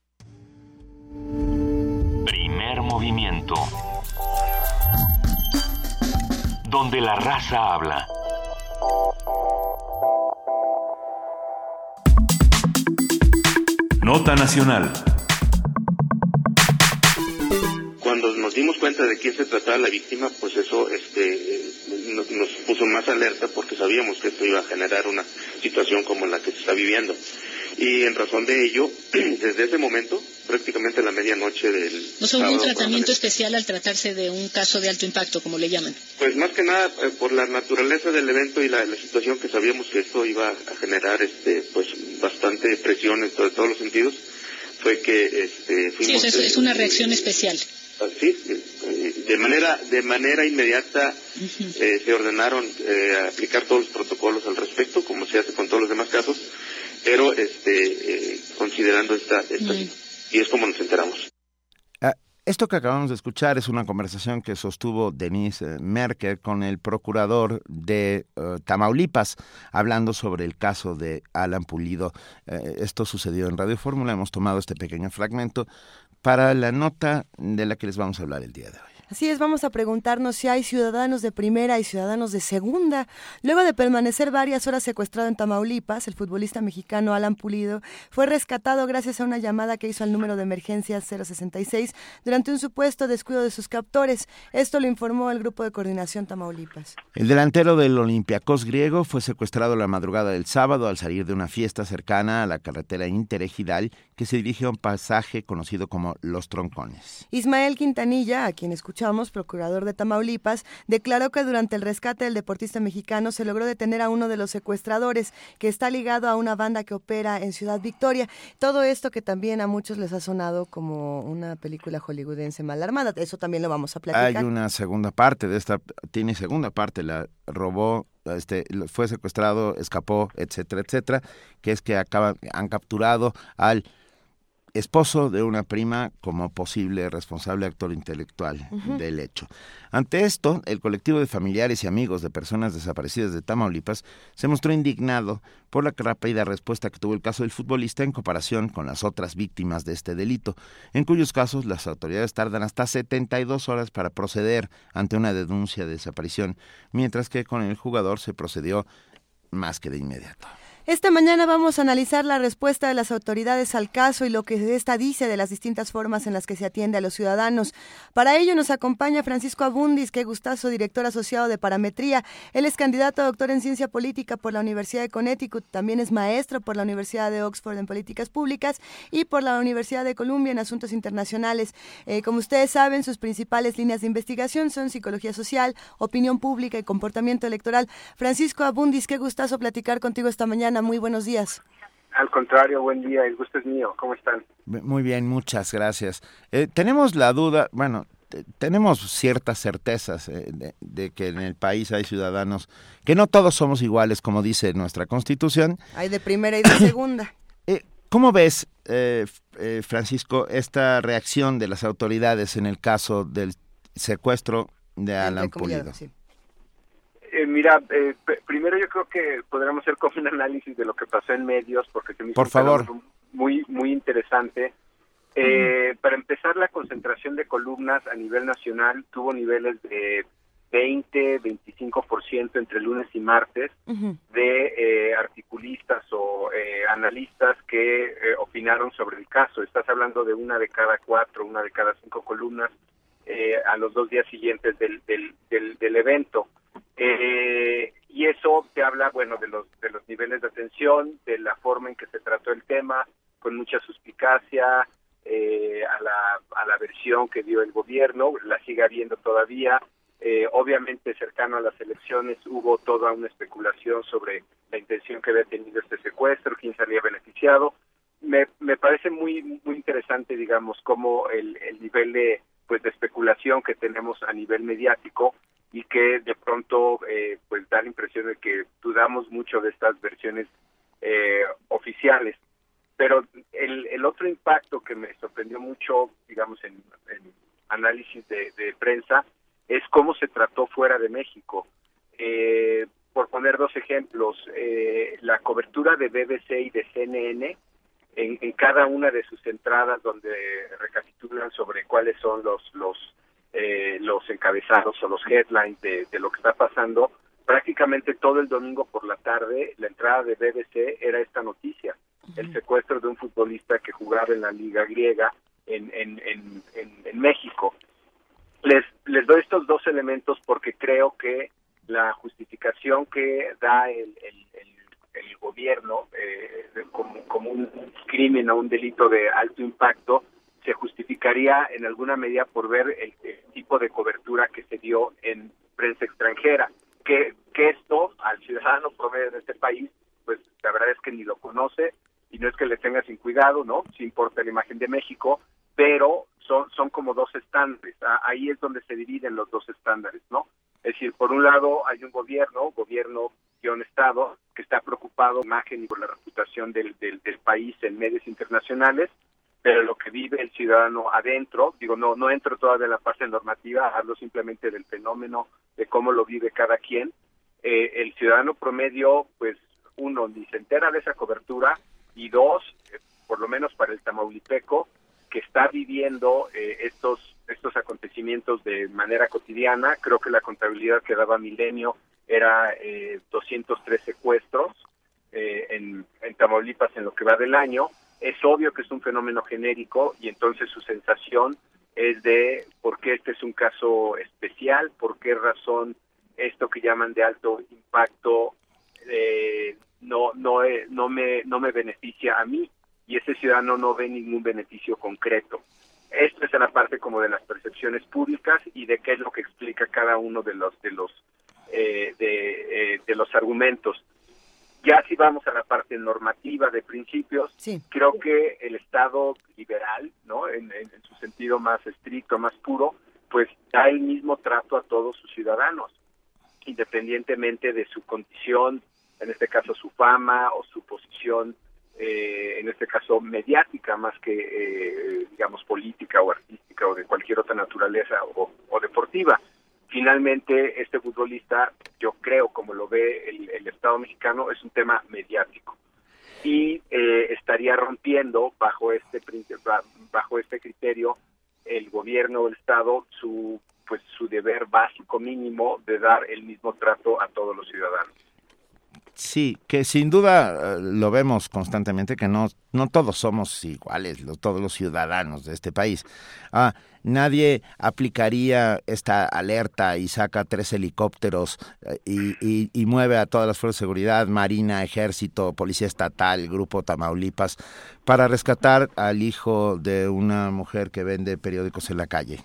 Primer movimiento. Donde la raza habla. Nota nacional. Cuando nos dimos cuenta de quién se trataba la víctima, pues eso este, nos, nos puso más alerta porque sabíamos que esto iba a generar una situación como la que se está viviendo. Y en razón de ello, desde ese momento, prácticamente a la medianoche del ¿No son un sábado, tratamiento por especial al tratarse de un caso de alto impacto, como le llaman? Pues más que nada, eh, por la naturaleza del evento y la, la situación que sabíamos que esto iba a generar este, pues bastante presión en to- todos los sentidos, fue que este, fuimos... Sí, es, es una reacción especial. Sí, de manera de manera inmediata uh-huh. eh, se ordenaron eh, aplicar todos los protocolos al respecto, como se hace con todos los demás casos, pero este eh, considerando esta, esta uh-huh. y es como nos enteramos. Ah, esto que acabamos de escuchar es una conversación que sostuvo Denise Merker con el procurador de uh, Tamaulipas, hablando sobre el caso de Alan Pulido. Eh, esto sucedió en Radio Fórmula, hemos tomado este pequeño fragmento para la nota de la que les vamos a hablar el día de hoy. Así es, vamos a preguntarnos si hay ciudadanos de primera y ciudadanos de segunda. Luego de permanecer varias horas secuestrado en Tamaulipas, el futbolista mexicano Alan Pulido fue rescatado gracias a una llamada que hizo al número de emergencia cero sesenta y seis durante un supuesto descuido de sus captores. Esto lo informó el Grupo de Coordinación Tamaulipas. El delantero del Olympiacos griego fue secuestrado la madrugada del sábado al salir de una fiesta cercana a la carretera interregional que se dirige a un pasaje conocido como Los Troncones. Ismael Quintanilla, a quien escuchamos, procurador de Tamaulipas, declaró que durante el rescate del deportista mexicano se logró detener a uno de los secuestradores, que está ligado a una banda que opera en Ciudad Victoria. Todo esto que también a muchos les ha sonado como una película hollywoodense mal armada. Eso también lo vamos a platicar. Hay una segunda parte de esta, tiene segunda parte, la robó, este, fue secuestrado, escapó, etcétera, etcétera, que es que acaban, han capturado al esposo de una prima como posible responsable actor intelectual uh-huh. del hecho. Ante esto, el colectivo de familiares y amigos de personas desaparecidas de Tamaulipas se mostró indignado por la rápida respuesta que tuvo el caso del futbolista en comparación con las otras víctimas de este delito, en cuyos casos las autoridades tardan hasta setenta y dos horas para proceder ante una denuncia de desaparición, mientras que con el jugador se procedió más que de inmediato. Esta mañana vamos a analizar la respuesta de las autoridades al caso y lo que esta dice de las distintas formas en las que se atiende a los ciudadanos. Para ello nos acompaña Francisco Abundis, qué gustazo, director asociado de Parametría. Él es candidato a doctor en Ciencia Política por la Universidad de Connecticut, también es maestro por la Universidad de Oxford en Políticas Públicas y por la Universidad de Columbia en Asuntos Internacionales. Eh, como ustedes saben, sus principales líneas de investigación son Psicología Social, Opinión Pública y Comportamiento Electoral. Francisco Abundis, qué gustazo platicar contigo esta mañana. Muy buenos días. Al contrario, buen día, el gusto es mío. ¿Cómo están? Muy bien, muchas gracias. Eh, tenemos la duda, bueno, t- tenemos ciertas certezas eh, de, de que en el país hay ciudadanos, que no todos somos iguales, como dice nuestra Constitución. Hay de primera y de segunda. Eh, ¿Cómo ves, eh, eh, Francisco, esta reacción de las autoridades en el caso del secuestro de Alan Pulido? Sí. Eh, mira, eh, p- primero yo creo que podríamos hacer como un análisis de lo que pasó en medios, porque se me hizo Por un favor. muy muy interesante. Eh, uh-huh. Para empezar, la concentración de columnas a nivel nacional tuvo niveles de veinte, veinticinco por ciento entre lunes y martes uh-huh. de eh, articulistas o eh, analistas que eh, opinaron sobre el caso. Estás hablando de una de cada cuatro, una de cada cinco columnas eh, a los dos días siguientes del, del, del, del evento. Eh, y eso te habla, bueno, de los, de los niveles de atención, de la forma en que se trató el tema, con mucha suspicacia, eh, a la, a la versión que dio el gobierno, la sigue habiendo todavía. Eh, obviamente, cercano a las elecciones hubo toda una especulación sobre la intención que había tenido este secuestro, quién se había beneficiado. Me, me parece muy muy interesante, digamos, cómo el, el nivel de pues de especulación que tenemos a nivel mediático y que de pronto eh, pues da la impresión de que dudamos mucho de estas versiones eh, oficiales. Pero el, el otro impacto que me sorprendió mucho, digamos, en, en análisis de, de prensa, es cómo se trató fuera de México. Eh, por poner dos ejemplos, eh, la cobertura de B B C y de C N N, en, en cada una de sus entradas donde recapitulan sobre cuáles son los los eh, los encabezados o los headlines de, de lo que está pasando, prácticamente todo el domingo por la tarde la entrada de B B C era esta noticia, el secuestro de un futbolista que jugaba en la liga griega en, en, en, en, en México. Les, les doy estos dos elementos porque creo que la justificación que da el, el, el, el gobierno eh, como, como un crimen o un delito de alto impacto se justificaría en alguna medida por ver el, el tipo de cobertura que se dio en prensa extranjera, que, que esto al ciudadano promedio de este país, pues la verdad es que ni lo conoce y no es que le tenga sin cuidado, ¿no? Sí importa la imagen de México, pero son son como dos estándares. Ahí es donde se dividen los dos estándares, ¿no? Es decir, por un lado hay un gobierno, gobierno guión Estado, que está preocupado por la imagen y por la reputación del, del, del país en medios internacionales, pero lo que vive el ciudadano adentro, digo, no no entro todavía en la parte normativa, hablo simplemente del fenómeno, de cómo lo vive cada quien. Eh, el ciudadano promedio, pues, uno, ni se entera de esa cobertura, y dos, eh, por lo menos para el tamaulipeco, que está viviendo eh, estos estos acontecimientos de manera cotidiana. Creo que la contabilidad que daba Milenio era eh, doscientos tres secuestros eh, en, en Tamaulipas en lo que va del año. Es obvio que es un fenómeno genérico y entonces su sensación es de por qué este es un caso especial, por qué razón esto que llaman de alto impacto eh, no no eh, no me no me beneficia a mí, y ese ciudadano no ve ningún beneficio concreto. Esto es en la parte como de las percepciones públicas y de qué es lo que explica cada uno de los de los eh, de, eh, de los argumentos. Ya si vamos a la parte normativa de principios, sí. Creo que el Estado liberal, ¿no? En, en, en su sentido más estricto, más puro, pues da el mismo trato a todos sus ciudadanos, independientemente de su condición, en este caso su fama o su posición, eh, en este caso mediática, más que, eh, digamos, política o artística o de cualquier otra naturaleza o, o deportiva. Finalmente, este futbolista, yo creo, como lo ve el, el Estado mexicano, es un tema mediático y eh, estaría rompiendo bajo este bajo este criterio el gobierno o el Estado su pues su deber básico mínimo de dar el mismo trato a todos los ciudadanos. Sí, que sin duda uh, lo vemos constantemente, que no no todos somos iguales, lo, todos los ciudadanos de este país. Ah, nadie aplicaría esta alerta y saca tres helicópteros uh, y, y, y mueve a todas las fuerzas de seguridad, Marina, Ejército, Policía Estatal, Grupo Tamaulipas, para rescatar al hijo de una mujer que vende periódicos en la calle.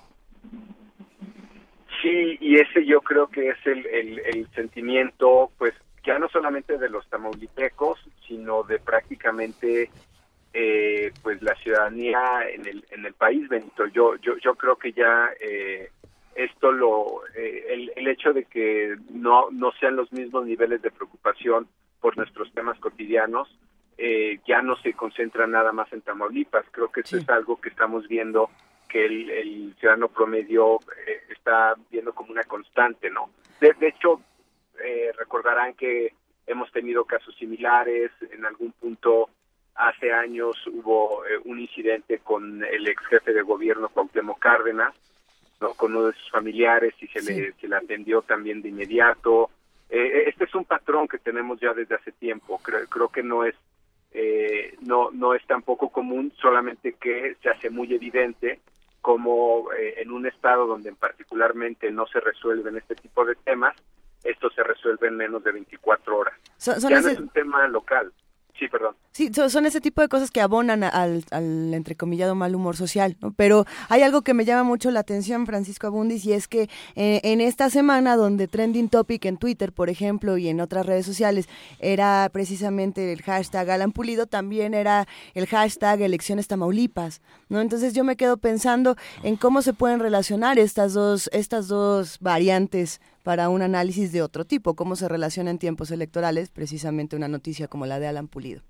Sí, y ese yo creo que es el, el, el sentimiento, pues, ya no solamente de los tamaulipecos, sino de prácticamente eh, pues la ciudadanía en el en el país, Benito. Yo yo yo creo que ya eh, esto lo eh, el, el hecho de que no no sean los mismos niveles de preocupación por nuestros temas cotidianos eh, ya no se concentra nada más en Tamaulipas. Creo que esto sí. Es algo que estamos viendo que el, el ciudadano promedio eh, está viendo como una constante, ¿no? De, de hecho, Eh, recordarán que hemos tenido casos similares. En algún punto hace años hubo eh, un incidente con el ex jefe de gobierno Cuauhtémoc Cárdenas, ¿no? Con uno de sus familiares y se, sí. le, se le atendió también de inmediato. Eh, este es un patrón que tenemos ya desde hace tiempo. Creo, creo que no es eh, no no es tampoco común, solamente que se hace muy evidente cómo eh, en un estado donde particularmente no se resuelven este tipo de temas, esto se resuelve en menos de veinticuatro horas. Son, son ya ese... no es un tema local. Sí, perdón. Sí, son, son ese tipo de cosas que abonan al, al entrecomillado mal humor social, ¿no? Pero hay algo que me llama mucho la atención, Francisco Abundis, y es que eh, en esta semana donde Trending Topic en Twitter, por ejemplo, y en otras redes sociales, era precisamente el hashtag Alan Pulido, también era el hashtag Elecciones Tamaulipas, ¿no? Entonces yo me quedo pensando en cómo se pueden relacionar estas dos, estas dos variantes para un análisis de otro tipo, cómo se relaciona en tiempos electorales precisamente una noticia como la de Alan Pulido.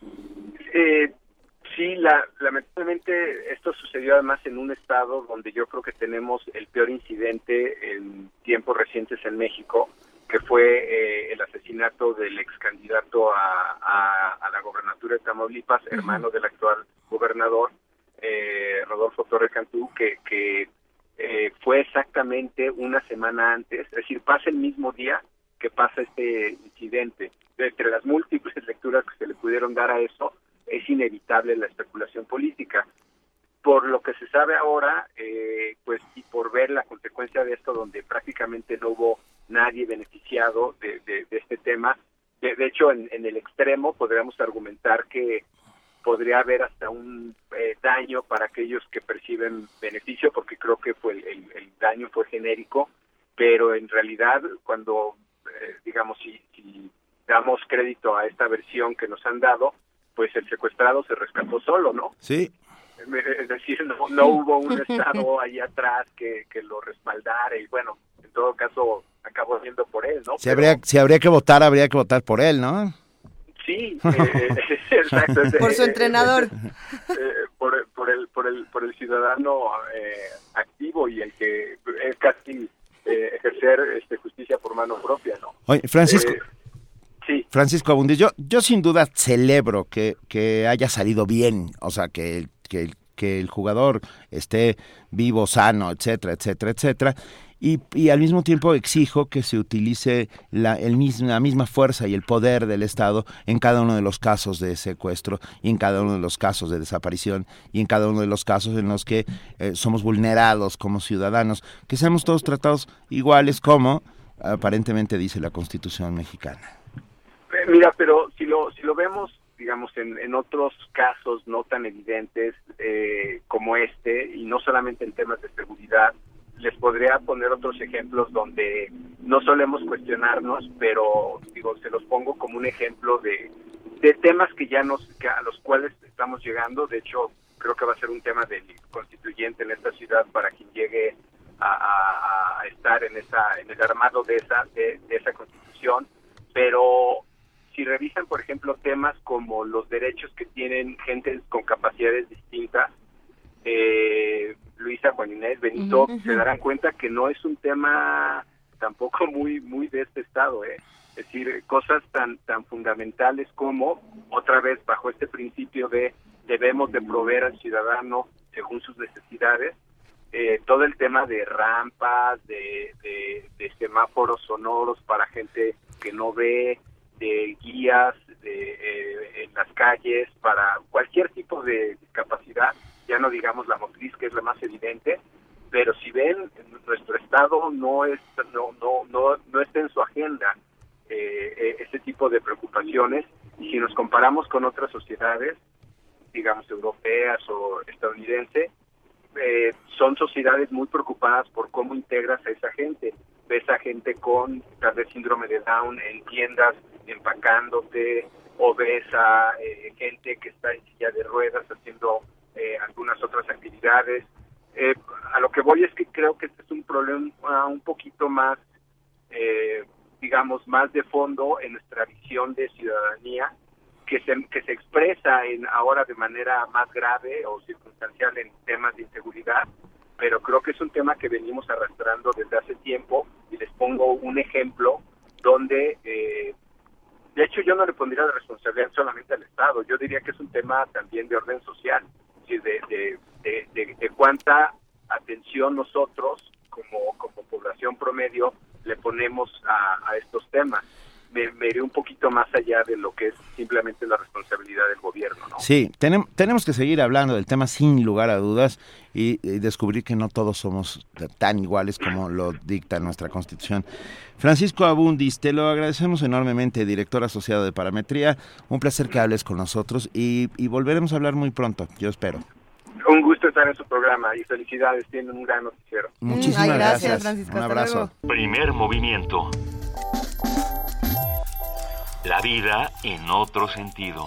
Eh, sí, la, lamentablemente esto sucedió además en un estado donde yo creo que tenemos el peor incidente en tiempos recientes en México, que fue eh, el asesinato del ex candidato a, a, a la gobernatura de Tamaulipas, uh-huh. hermano del actual gobernador, eh, Rodolfo Torre Cantú, que, que eh, fue exactamente una semana antes, es decir, pasa el mismo día que pasa este incidente. De entre las múltiples lecturas que se le pudieron dar a eso, es inevitable la especulación política. Por lo que se sabe ahora, eh, pues y por ver la consecuencia de esto, donde prácticamente no hubo nadie beneficiado de, de, de este tema, de, de hecho en, en el extremo podríamos argumentar que podría haber hasta un eh, daño para aquellos que perciben beneficio, porque creo que fue el, el, el daño fue genérico, pero en realidad cuando, eh, digamos, si, si damos crédito a esta versión que nos han dado, pues el secuestrado se rescató solo, ¿no? Sí. Es decir, no, no hubo un Estado ahí atrás que, que lo respaldara y bueno, en todo caso acabó siendo por él, ¿no? Si, Pero, habría, si habría que votar, habría que votar por él, ¿no? Sí, eh, exacto. Por su entrenador. Eh, eh, por, por, el, por, el, por el ciudadano eh, activo y el que es casi eh, ejercer este, justicia por mano propia, ¿no? Oye, Francisco... Eh, Sí. Francisco Abundis, yo, yo sin duda celebro que, que haya salido bien, o sea, que, que, que el jugador esté vivo, sano, etcétera, etcétera, etcétera, y, y al mismo tiempo exijo que se utilice la, el mismo, la misma fuerza y el poder del Estado en cada uno de los casos de secuestro y en cada uno de los casos de desaparición y en cada uno de los casos en los que eh, somos vulnerados como ciudadanos, que seamos todos tratados iguales como aparentemente dice la Constitución mexicana. Mira, pero si lo si lo vemos, digamos, en, en otros casos no tan evidentes eh, como este, y no solamente en temas de seguridad, les podría poner otros ejemplos donde no solemos cuestionarnos, pero digo, se los pongo como un ejemplo de, de temas que ya nos que a los cuales estamos llegando. De hecho, creo que va a ser un tema del constituyente en esta ciudad para quien llegue a, a, a estar en esa en el armado de esa de, de esa constitución, pero si revisan, por ejemplo, temas como los derechos que tienen gente con capacidades distintas, eh, Luisa, Juan Inés, Benito, uh-huh. se darán cuenta que no es un tema tampoco muy muy de este estado, ¿eh? Es decir, cosas tan tan fundamentales como, otra vez, bajo este principio de debemos de proveer al ciudadano según sus necesidades, eh, todo el tema de rampas, de, de, de semáforos sonoros para gente que no ve, de guías de, eh, en las calles para cualquier tipo de discapacidad, ya no digamos la motriz, que es la más evidente, pero si ven, nuestro estado no es no no no no está en su agenda eh, este tipo de preocupaciones, y si nos comparamos con otras sociedades, digamos europeas o estadounidenses, eh, son sociedades muy preocupadas por cómo integras a esa gente. Ves a gente con tal vez síndrome de Down en tiendas empacándote, o ves a eh, gente que está en silla de ruedas haciendo eh, algunas otras actividades. Eh, a lo que voy es que creo que este es un problema uh, un poquito más, eh, digamos, más de fondo en nuestra visión de ciudadanía, que se, que se expresa en ahora de manera más grave o circunstancial en temas de inseguridad, pero creo que es un tema que venimos arrastrando desde hace tiempo, y les pongo un ejemplo donde, eh, de hecho, yo no le pondría la responsabilidad solamente al Estado, yo diría que es un tema también de orden social, de, de, de, de, de cuánta atención nosotros, como, como población promedio, le ponemos a, a estos temas. me, me iré un poquito más allá de lo que es simplemente la responsabilidad del gobierno, ¿no? Sí, tenem, tenemos que seguir hablando del tema sin lugar a dudas y, y descubrir que no todos somos tan iguales como lo dicta nuestra Constitución. Francisco Abundis, te lo agradecemos enormemente, director asociado de Parametría. Un placer que hables con nosotros y, y volveremos a hablar muy pronto, yo espero. Un gusto estar en su programa y felicidades, tienen un gran noticiero. Muchísimas Ay, gracias, gracias, Francisco. Un abrazo. Luego. Primer movimiento. La vida en otro sentido.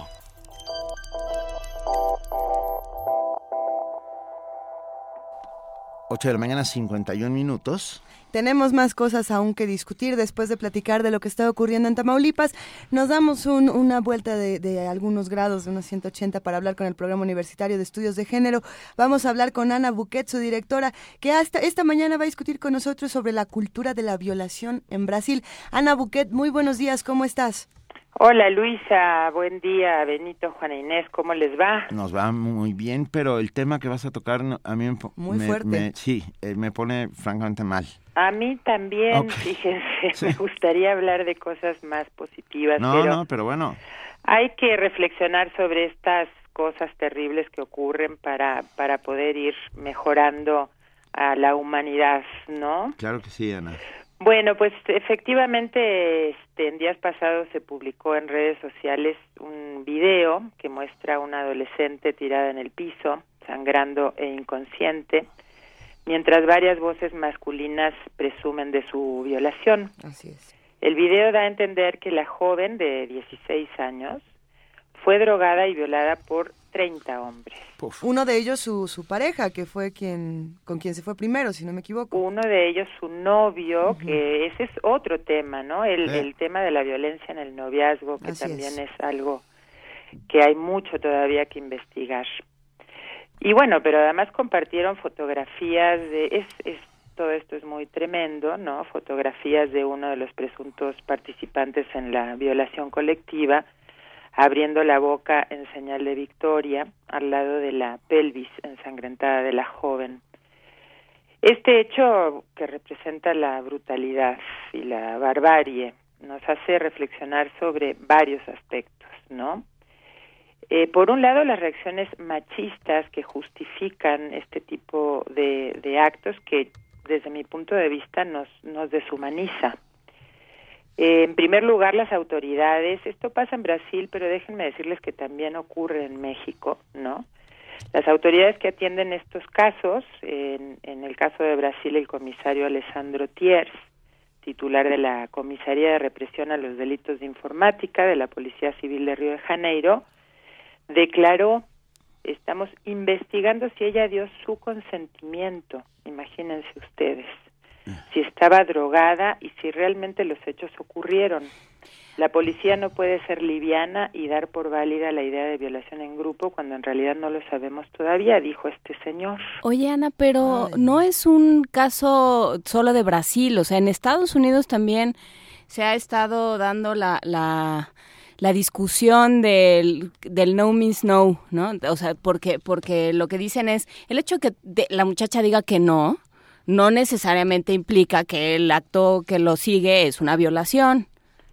ocho de la mañana, cincuenta y un minutos. Tenemos más cosas aún que discutir después de platicar de lo que está ocurriendo en Tamaulipas. Nos damos un, una vuelta de, de algunos grados, de unos ciento ochenta, para hablar con el Programa Universitario de Estudios de Género. Vamos a hablar con Ana Buquet, su directora, que hasta esta mañana va a discutir con nosotros sobre la cultura de la violación en Brasil. Ana Buquet, muy buenos días, ¿cómo estás? Hola Luisa, buen día, Benito, Juana Inés, ¿cómo les va? Nos va muy bien, pero el tema que vas a tocar a mí me, muy me, fuerte. Me, sí, eh, me pone francamente mal. A mí también, okay. Fíjense, sí. Me gustaría hablar de cosas más positivas. No, pero no, pero bueno. Hay que reflexionar sobre estas cosas terribles que ocurren para, para poder ir mejorando a la humanidad, ¿no? Claro que sí, Ana. Bueno, pues efectivamente este, en días pasados se publicó en redes sociales un video que muestra a una adolescente tirada en el piso, sangrando e inconsciente, mientras varias voces masculinas presumen de su violación. Así es. El video da a entender que la joven de dieciséis años fue drogada y violada por treinta hombres. Puf. Uno de ellos su, su pareja, que fue quien con quien se fue primero, si no me equivoco. Uno de ellos su novio, uh-huh. que ese es otro tema, ¿no? El, eh. el tema de la violencia en el noviazgo, que Así también es. es algo que hay mucho todavía que investigar. Y bueno, pero además compartieron fotografías de... Es, es, todo esto es muy tremendo, ¿no? Fotografías de uno de los presuntos participantes en la violación colectiva, abriendo la boca en señal de victoria al lado de la pelvis ensangrentada de la joven. Este hecho, que representa la brutalidad y la barbarie, nos hace reflexionar sobre varios aspectos, ¿no? Eh, por un lado, las reacciones machistas que justifican este tipo de, de actos que, desde mi punto de vista, nos, nos deshumaniza. Eh, en primer lugar, las autoridades, esto pasa en Brasil, pero déjenme decirles que también ocurre en México, ¿no? Las autoridades que atienden estos casos, en, en el caso de Brasil, el comisario Alessandro Thiers, titular de la Comisaría de Represión a los Delitos de Informática de la Policía Civil de Río de Janeiro, declaró: estamos investigando si ella dio su consentimiento, imagínense ustedes, si estaba drogada y si realmente los hechos ocurrieron. La policía no puede ser liviana y dar por válida la idea de violación en grupo cuando en realidad no lo sabemos todavía, dijo este señor. Oye, Ana, pero Ay. no es un caso solo de Brasil, o sea, en Estados Unidos también se ha estado dando la... la... la discusión del, del no means no, ¿no? O sea, porque porque lo que dicen es, el hecho de que de, la muchacha diga que no, no necesariamente implica que el acto que lo sigue es una violación.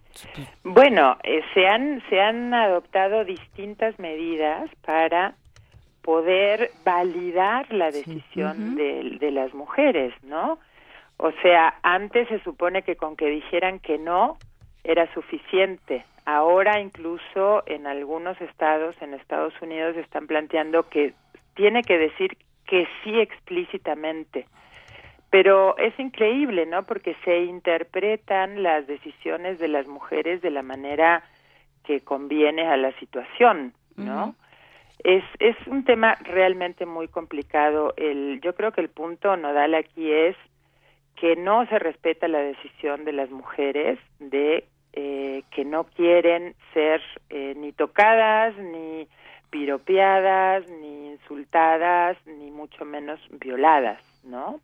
Bueno, eh, se han se han adoptado distintas medidas para poder validar la decisión sí. uh-huh. de, de las mujeres, ¿no? O sea, antes se supone que con que dijeran que no era suficiente. Ahora incluso en algunos estados, en Estados Unidos, están planteando que tiene que decir que sí explícitamente. Pero es increíble, ¿no? Porque se interpretan las decisiones de las mujeres de la manera que conviene a la situación, ¿no? Uh-huh. Es es un tema realmente muy complicado. El yo creo que el punto nodal aquí es que no se respeta la decisión de las mujeres de eh, que no quieren ser eh, ni tocadas, ni piropeadas, ni insultadas, ni mucho menos violadas, ¿no?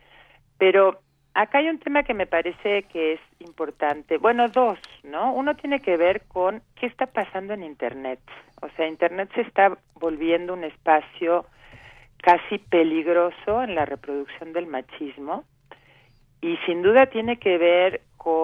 Pero acá hay un tema que me parece que es importante. Bueno, dos, ¿no? Uno tiene que ver con qué está pasando en Internet. O sea, Internet se está volviendo un espacio casi peligroso en la reproducción del machismo y sin duda tiene que ver con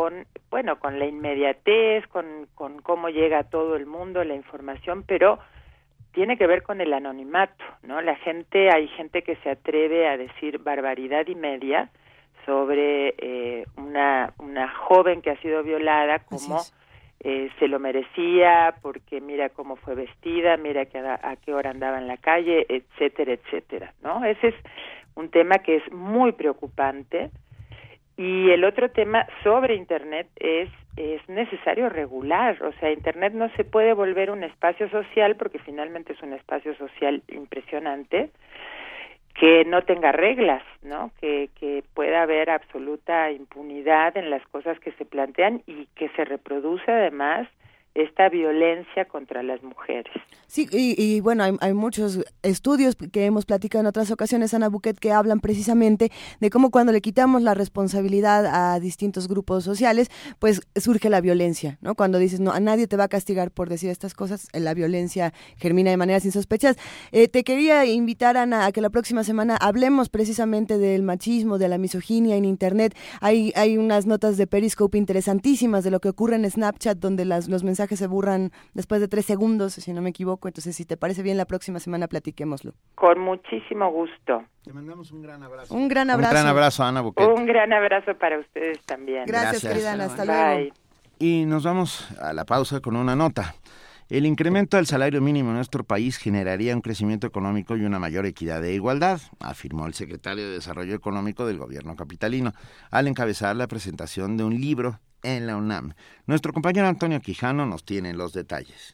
bueno, con la inmediatez, con, con cómo llega a todo el mundo la información, pero tiene que ver con el anonimato, ¿no? La gente, hay gente que se atreve a decir barbaridad y media sobre eh, una, una joven que ha sido violada, como eh, se lo merecía, porque mira cómo fue vestida, mira que a, a qué hora andaba en la calle, etcétera, etcétera, ¿no? Ese es un tema que es muy preocupante. Y el otro tema sobre Internet es, es necesario regular, o sea, Internet no se puede volver un espacio social, porque finalmente es un espacio social impresionante, que no tenga reglas, ¿no? Que, que pueda haber absoluta impunidad en las cosas que se plantean y que se reproduce además esta violencia contra las mujeres. Sí, y, y bueno, hay, hay muchos estudios que hemos platicado en otras ocasiones, Ana Buquet, que hablan precisamente de cómo cuando le quitamos la responsabilidad a distintos grupos sociales, pues surge la violencia, ¿no? Cuando dices, no, a nadie te va a castigar por decir estas cosas, la violencia germina de maneras insospechas. Eh, te quería invitar, Ana, a que la próxima semana hablemos precisamente del machismo, de la misoginia en Internet. Hay, hay unas notas de Periscope interesantísimas de lo que ocurre en Snapchat, donde las, los mensajes que se borran después de tres segundos, si no me equivoco. Entonces, si te parece bien, la próxima semana platiquémoslo. Con muchísimo gusto. Te mandamos un gran abrazo. Un gran abrazo. Un gran abrazo, Ana Buquet. Un gran abrazo para ustedes también. Gracias, Gracias. querida Ana. Hasta Bye. luego. Y nos vamos a la pausa con una nota. El incremento del salario mínimo en nuestro país generaría un crecimiento económico y una mayor equidad e igualdad, afirmó el secretario de Desarrollo Económico del gobierno capitalino, al encabezar la presentación de un libro en la UNAM. Nuestro compañero Antonio Quijano nos tiene los detalles.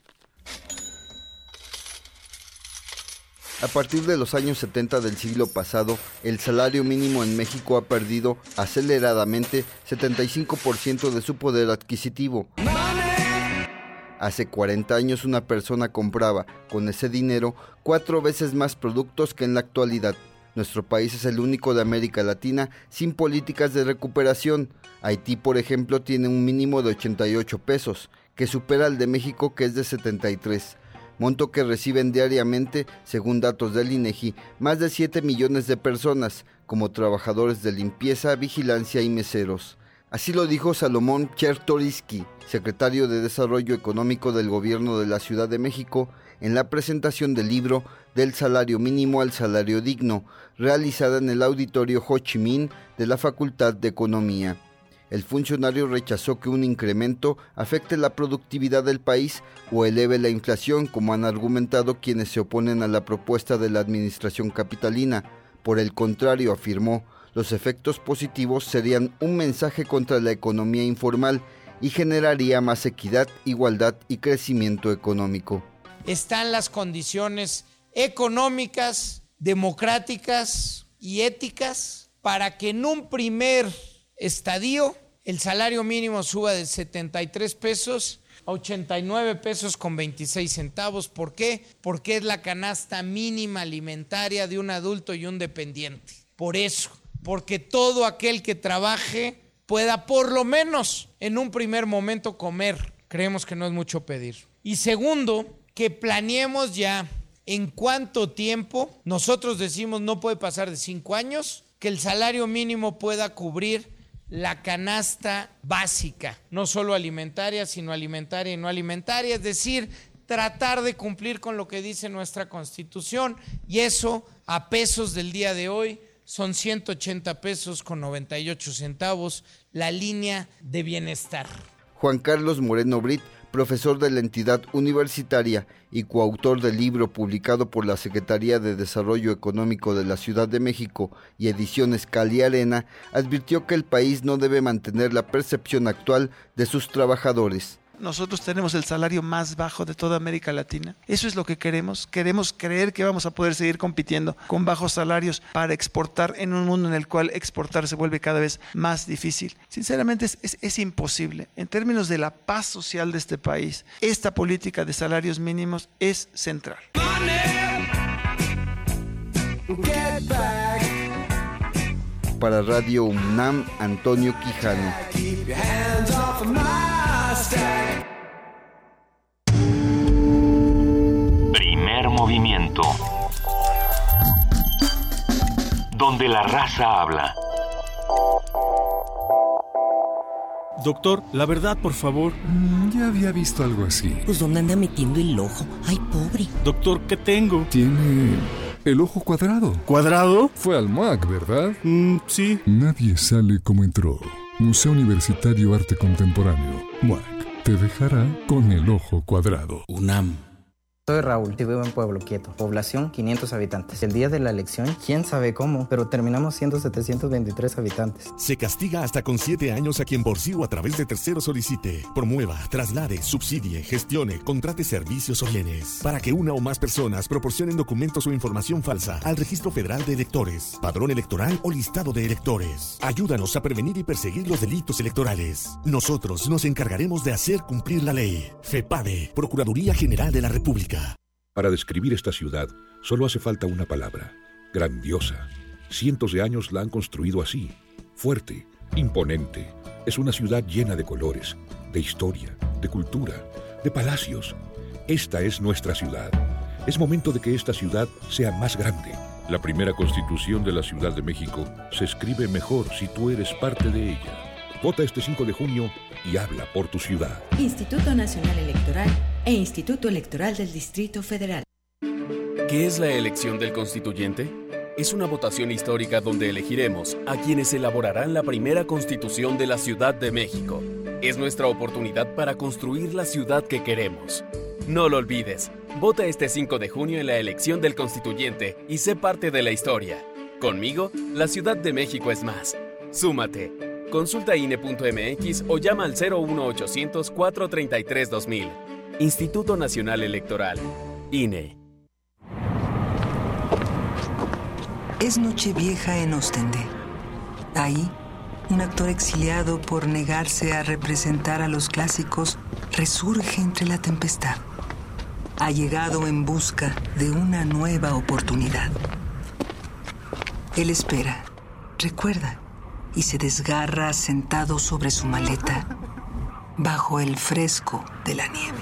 A partir de los años setenta del siglo pasado, el salario mínimo en México ha perdido aceleradamente setenta y cinco por ciento de su poder adquisitivo. Hace cuarenta años una persona compraba, con ese dinero, cuatro veces más productos que en la actualidad. Nuestro país es el único de América Latina sin políticas de recuperación. Haití, por ejemplo, tiene un mínimo de ochenta y ocho pesos, que supera al de México, que es de setenta y tres. Monto que reciben diariamente, según datos del INEGI, más de siete millones de personas, como trabajadores de limpieza, vigilancia y meseros. Así lo dijo Salomón Chertorivsky, secretario de Desarrollo Económico del Gobierno de la Ciudad de México, en la presentación del libro Del salario mínimo al salario digno, realizada en el Auditorio Ho Chi Minh de la Facultad de Economía. El funcionario rechazó que un incremento afecte la productividad del país o eleve la inflación, como han argumentado quienes se oponen a la propuesta de la administración capitalina. Por el contrario, afirmó, los efectos positivos serían un mensaje contra la economía informal y generaría más equidad, igualdad y crecimiento económico. Están las condiciones económicas, democráticas y éticas para que en un primer estadio el salario mínimo suba de setenta y tres pesos a ochenta y nueve pesos con veintiséis centavos. ¿Por qué? Porque es la canasta mínima alimentaria de un adulto y un dependiente. Por eso, porque todo aquel que trabaje pueda por lo menos en un primer momento comer. Creemos que no es mucho pedir. Y segundo, que planeemos ya en cuánto tiempo, nosotros decimos no puede pasar de cinco años, que el salario mínimo pueda cubrir la canasta básica, no solo alimentaria, sino alimentaria y no alimentaria, es decir, tratar de cumplir con lo que dice nuestra Constitución, y eso a pesos del día de hoy son ciento ochenta pesos con noventa y ocho centavos, la línea de bienestar. Juan Carlos Moreno Brit, profesor de la entidad universitaria y coautor del libro publicado por la Secretaría de Desarrollo Económico de la Ciudad de México y Ediciones Cali Arena, advirtió que el país no debe mantener la percepción actual de sus trabajadores. Nosotros tenemos el salario más bajo de toda América Latina. Eso es lo que queremos. Queremos creer que vamos a poder seguir compitiendo con bajos salarios para exportar en un mundo en el cual exportar se vuelve cada vez más difícil. Sinceramente es, es, es imposible. En términos de la paz social de este país, esta política de salarios mínimos es central. Para Radio UNAM, Antonio Quijano. Primer movimiento. Donde la raza habla. Doctor, la verdad, por favor. Mm, ya había visto algo así. Pues ¿dónde anda metiendo el ojo? Ay, pobre. Doctor, ¿qué tengo? Tiene el ojo cuadrado. ¿Cuadrado? Fue al M U A C, ¿verdad? Mm, sí. Nadie sale como entró. Museo Universitario Arte Contemporáneo. M U A C. Te dejará con el ojo cuadrado. UNAM. Soy Raúl y vivo en Pueblo Quieto, población quinientos habitantes. El día de la elección, quién sabe cómo, pero terminamos siendo setecientos veintitrés habitantes. Se castiga hasta con siete años a quien por sí o a través de terceros solicite, promueva, traslade, subsidie, gestione, contrate servicios o bienes para que una o más personas proporcionen documentos o información falsa al Registro Federal de Electores, Padrón Electoral o Listado de Electores. Ayúdanos a prevenir y perseguir los delitos electorales. Nosotros nos encargaremos de hacer cumplir la ley. FEPADE, Procuraduría General de la República. Para describir esta ciudad, solo hace falta una palabra: grandiosa. Cientos de años la han construido así, fuerte, imponente. Es una ciudad llena de colores, de historia, de cultura, de palacios. Esta es nuestra ciudad. Es momento de que esta ciudad sea más grande. La primera constitución de la Ciudad de México se escribe mejor si tú eres parte de ella. Vota este cinco de junio y habla por tu ciudad. Instituto Nacional Electoral e Instituto Electoral del Distrito Federal. ¿Qué es la elección del constituyente? Es una votación histórica donde elegiremos a quienes elaborarán la primera constitución de la Ciudad de México. Es nuestra oportunidad para construir la ciudad que queremos. No lo olvides, vota este cinco de junio en la elección del constituyente y sé parte de la historia. Conmigo, la Ciudad de México es más. Súmate. Consulta I N E punto M X o llama al cero uno ochocientos, cuatrocientos treinta y tres, dos mil. Instituto Nacional Electoral. I N E. Es Nochevieja en Ostende. Ahí, un actor exiliado por negarse a representar a los clásicos resurge entre la tempestad. Ha llegado en busca de una nueva oportunidad. Él espera, recuerda, y se desgarra sentado sobre su maleta, bajo el fresco de la nieve.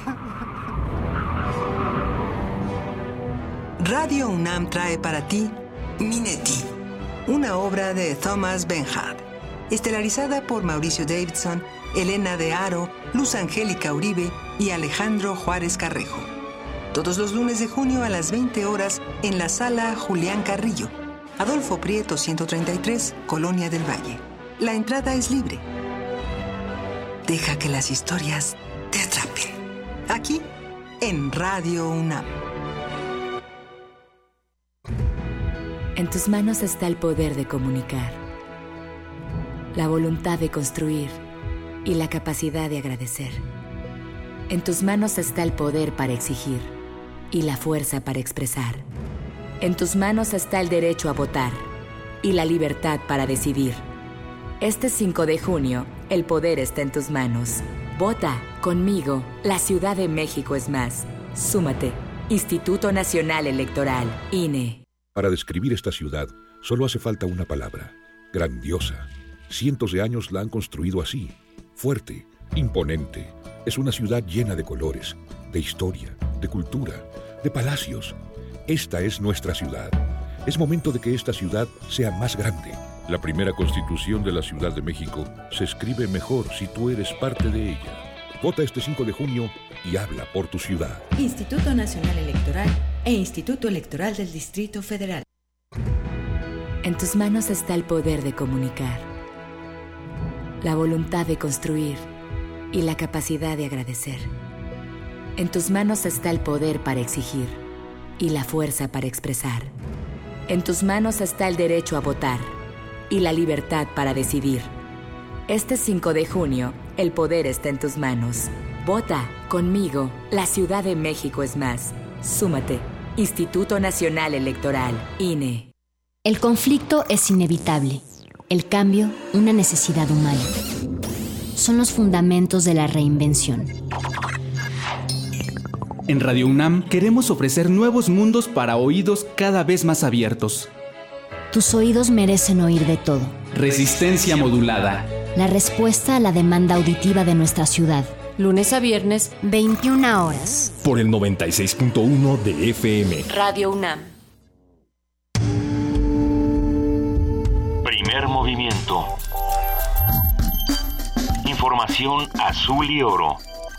Radio UNAM trae para ti Minetti, una obra de Thomas Benhart, estelarizada por Mauricio Davidson, Elena de Haro, Luz Angélica Uribe y Alejandro Juárez Carrejo. Todos los lunes de junio a las veinte horas en la Sala Julián Carrillo, Adolfo Prieto ciento treinta y tres, Colonia del Valle. La entrada es libre. Deja que las historias te atrapen. Aquí, en Radio UNAM. En tus manos está el poder de comunicar, la voluntad de construir y la capacidad de agradecer. En tus manos está el poder para exigir y la fuerza para expresar. En tus manos está el derecho a votar y la libertad para decidir. Este cinco de junio, el poder está en tus manos. Vota conmigo. La Ciudad de México es más. Súmate. Instituto Nacional Electoral, I N E. Para describir esta ciudad, solo hace falta una palabra: grandiosa. Cientos de años la han construido así, fuerte, imponente. Es una ciudad llena de colores, de historia, de cultura, de palacios. Esta es nuestra ciudad. Es momento de que esta ciudad sea más grande. La primera constitución de la Ciudad de México se escribe mejor si tú eres parte de ella. Vota este cinco de junio y habla por tu ciudad. Instituto Nacional Electoral e Instituto Electoral del Distrito Federal. En tus manos está el poder de comunicar, la voluntad de construir y la capacidad de agradecer. En tus manos está el poder para exigir y la fuerza para expresar. En tus manos está el derecho a votar y la libertad para decidir. Este cinco de junio, el poder está en tus manos. Vota conmigo. La Ciudad de México es más. Súmate. Instituto Nacional Electoral, I N E. El conflicto es inevitable. El cambio, una necesidad humana. Son los fundamentos de la reinvención. En Radio UNAM queremos ofrecer nuevos mundos para oídos cada vez más abiertos. Tus oídos merecen oír de todo. Resistencia modulada. La respuesta a la demanda auditiva de nuestra ciudad. Lunes a viernes, veintiuna horas. Por el noventa y seis punto uno de F M. Radio UNAM. Primer movimiento. información azul y oro.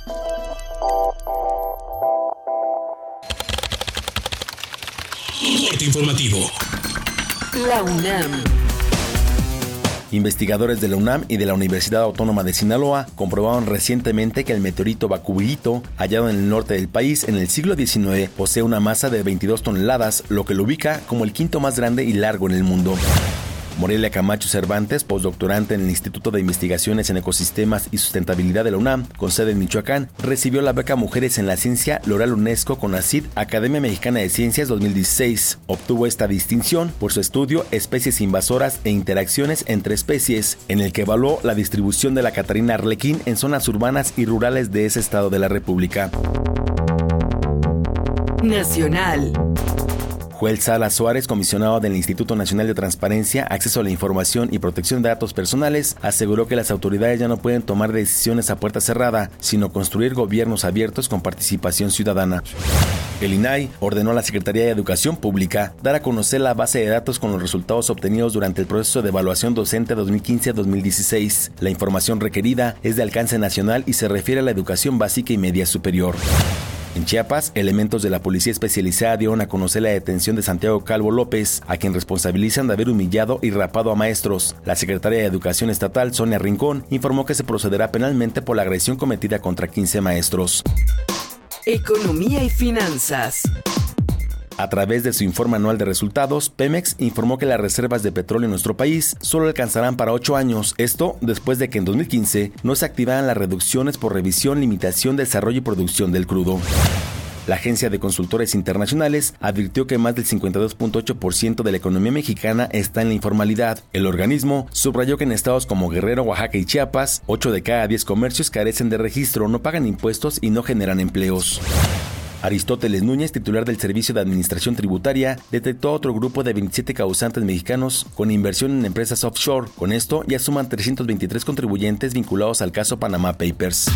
Corte informativo. La UNAM. Investigadores de la UNAM y de la Universidad Autónoma de Sinaloa comprobaron recientemente que el meteorito Bakuburito, hallado en el norte del país en el siglo diecinueve, posee una masa de veintidós toneladas, lo que lo ubica como el quinto más grande y largo en el mundo. Morelia Camacho Cervantes, postdoctorante en el Instituto de Investigaciones en Ecosistemas y Sustentabilidad de la UNAM, con sede en Michoacán, recibió la beca Mujeres en la Ciencia L'Oréal UNESCO CONACYT Academia Mexicana de Ciencias dos mil dieciséis. Obtuvo esta distinción por su estudio Especies invasoras e interacciones entre especies, en el que evaluó la distribución de la catarina arlequín en zonas urbanas y rurales de ese estado de la República. Nacional. Joel Sala Suárez, comisionado del Instituto Nacional de Transparencia, Acceso a la Información y Protección de Datos Personales, aseguró que las autoridades ya no pueden tomar decisiones a puerta cerrada, sino construir gobiernos abiertos con participación ciudadana. El I N A I ordenó a la Secretaría de Educación Pública dar a conocer la base de datos con los resultados obtenidos durante el proceso de evaluación docente dos mil quince a dos mil dieciséis. La información requerida es de alcance nacional y se refiere a la educación básica y media superior. En Chiapas, elementos de la Policía Especializada dieron a conocer la detención de Santiago Calvo López, a quien responsabilizan de haber humillado y rapado a maestros. La secretaria de Educación Estatal, Sonia Rincón, informó que se procederá penalmente por la agresión cometida contra quince maestros. Economía y finanzas. A través de su informe anual de resultados, Pemex informó que las reservas de petróleo en nuestro país solo alcanzarán para ocho años. Esto después de que en dos mil quince no se activaran las reducciones por revisión, limitación, desarrollo y producción del crudo. La Agencia de Consultores Internacionales advirtió que más del cincuenta y dos punto ocho por ciento de la economía mexicana está en la informalidad. El organismo subrayó que en estados como Guerrero, Oaxaca y Chiapas, ocho de cada diez comercios carecen de registro, no pagan impuestos y no generan empleos. Aristóteles Núñez, titular del Servicio de Administración Tributaria, detectó a otro grupo de veintisiete causantes mexicanos con inversión en empresas offshore. Con esto ya suman trescientos veintitrés contribuyentes vinculados al caso Panama Papers.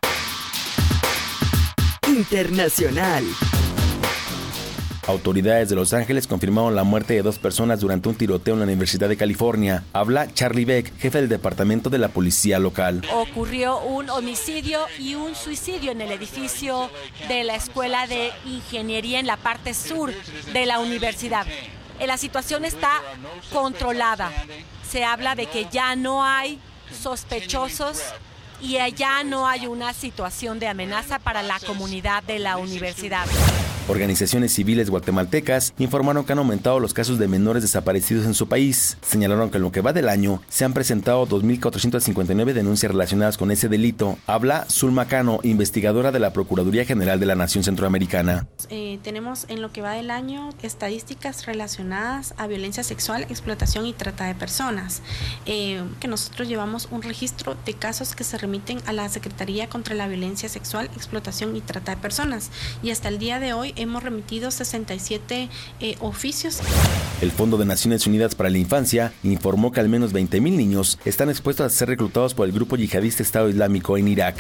Internacional. Autoridades de Los Ángeles confirmaron la muerte de dos personas durante un tiroteo en la Universidad de California. Habla Charlie Beck, jefe del departamento de la policía local. Ocurrió un homicidio y un suicidio en el edificio de la Escuela de Ingeniería en la parte sur de la universidad. La situación está controlada. Se habla de que ya no hay sospechosos y ya no hay una situación de amenaza para la comunidad de la universidad. Organizaciones civiles guatemaltecas informaron que han aumentado los casos de menores desaparecidos en su país. Señalaron que en lo que va del año se han presentado dos mil cuatrocientas cincuenta y nueve denuncias relacionadas con ese delito. Habla Zulma Cano, investigadora de la Procuraduría General de la Nación Centroamericana. Eh, tenemos en lo que va del año estadísticas relacionadas a violencia sexual, explotación y trata de personas. Eh, que nosotros llevamos un registro de casos que se remiten a la Secretaría contra la Violencia Sexual, Explotación y Trata de Personas. Y hasta el día de hoy hemos remitido sesenta y siete eh, oficios. El Fondo de Naciones Unidas para la Infancia informó que al menos veinte mil niños están expuestos a ser reclutados por el grupo yihadista Estado Islámico en Irak.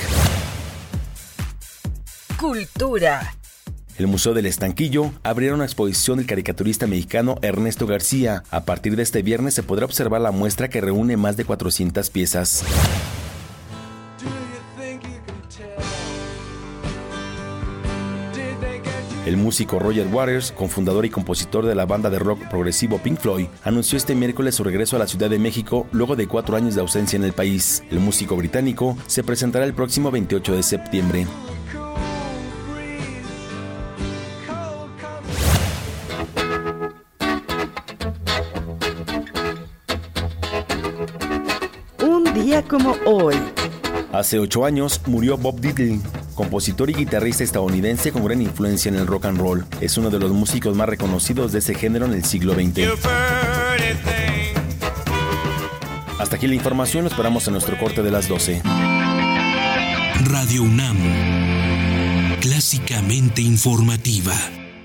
Cultura. El Museo del Estanquillo abrirá una exposición del caricaturista mexicano Ernesto García. A partir de este viernes se podrá observar la muestra que reúne más de cuatrocientas piezas. El músico Roger Waters, cofundador y compositor de la banda de rock progresivo Pink Floyd, anunció este miércoles su regreso a la Ciudad de México luego de cuatro años de ausencia en el país. El músico británico se presentará el próximo veintiocho de septiembre. Un día como hoy. Hace ocho años murió Bob Dylan, compositor y guitarrista estadounidense con gran influencia en el rock and roll. Es uno de los músicos más reconocidos de ese género en el siglo veinte. Hasta aquí la información, lo esperamos en nuestro corte de las doce. Radio UNAM, clásicamente informativa.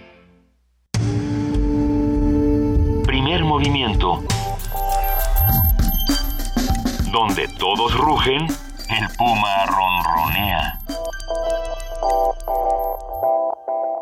Primer movimiento. Donde todos rugen, el puma ronronea.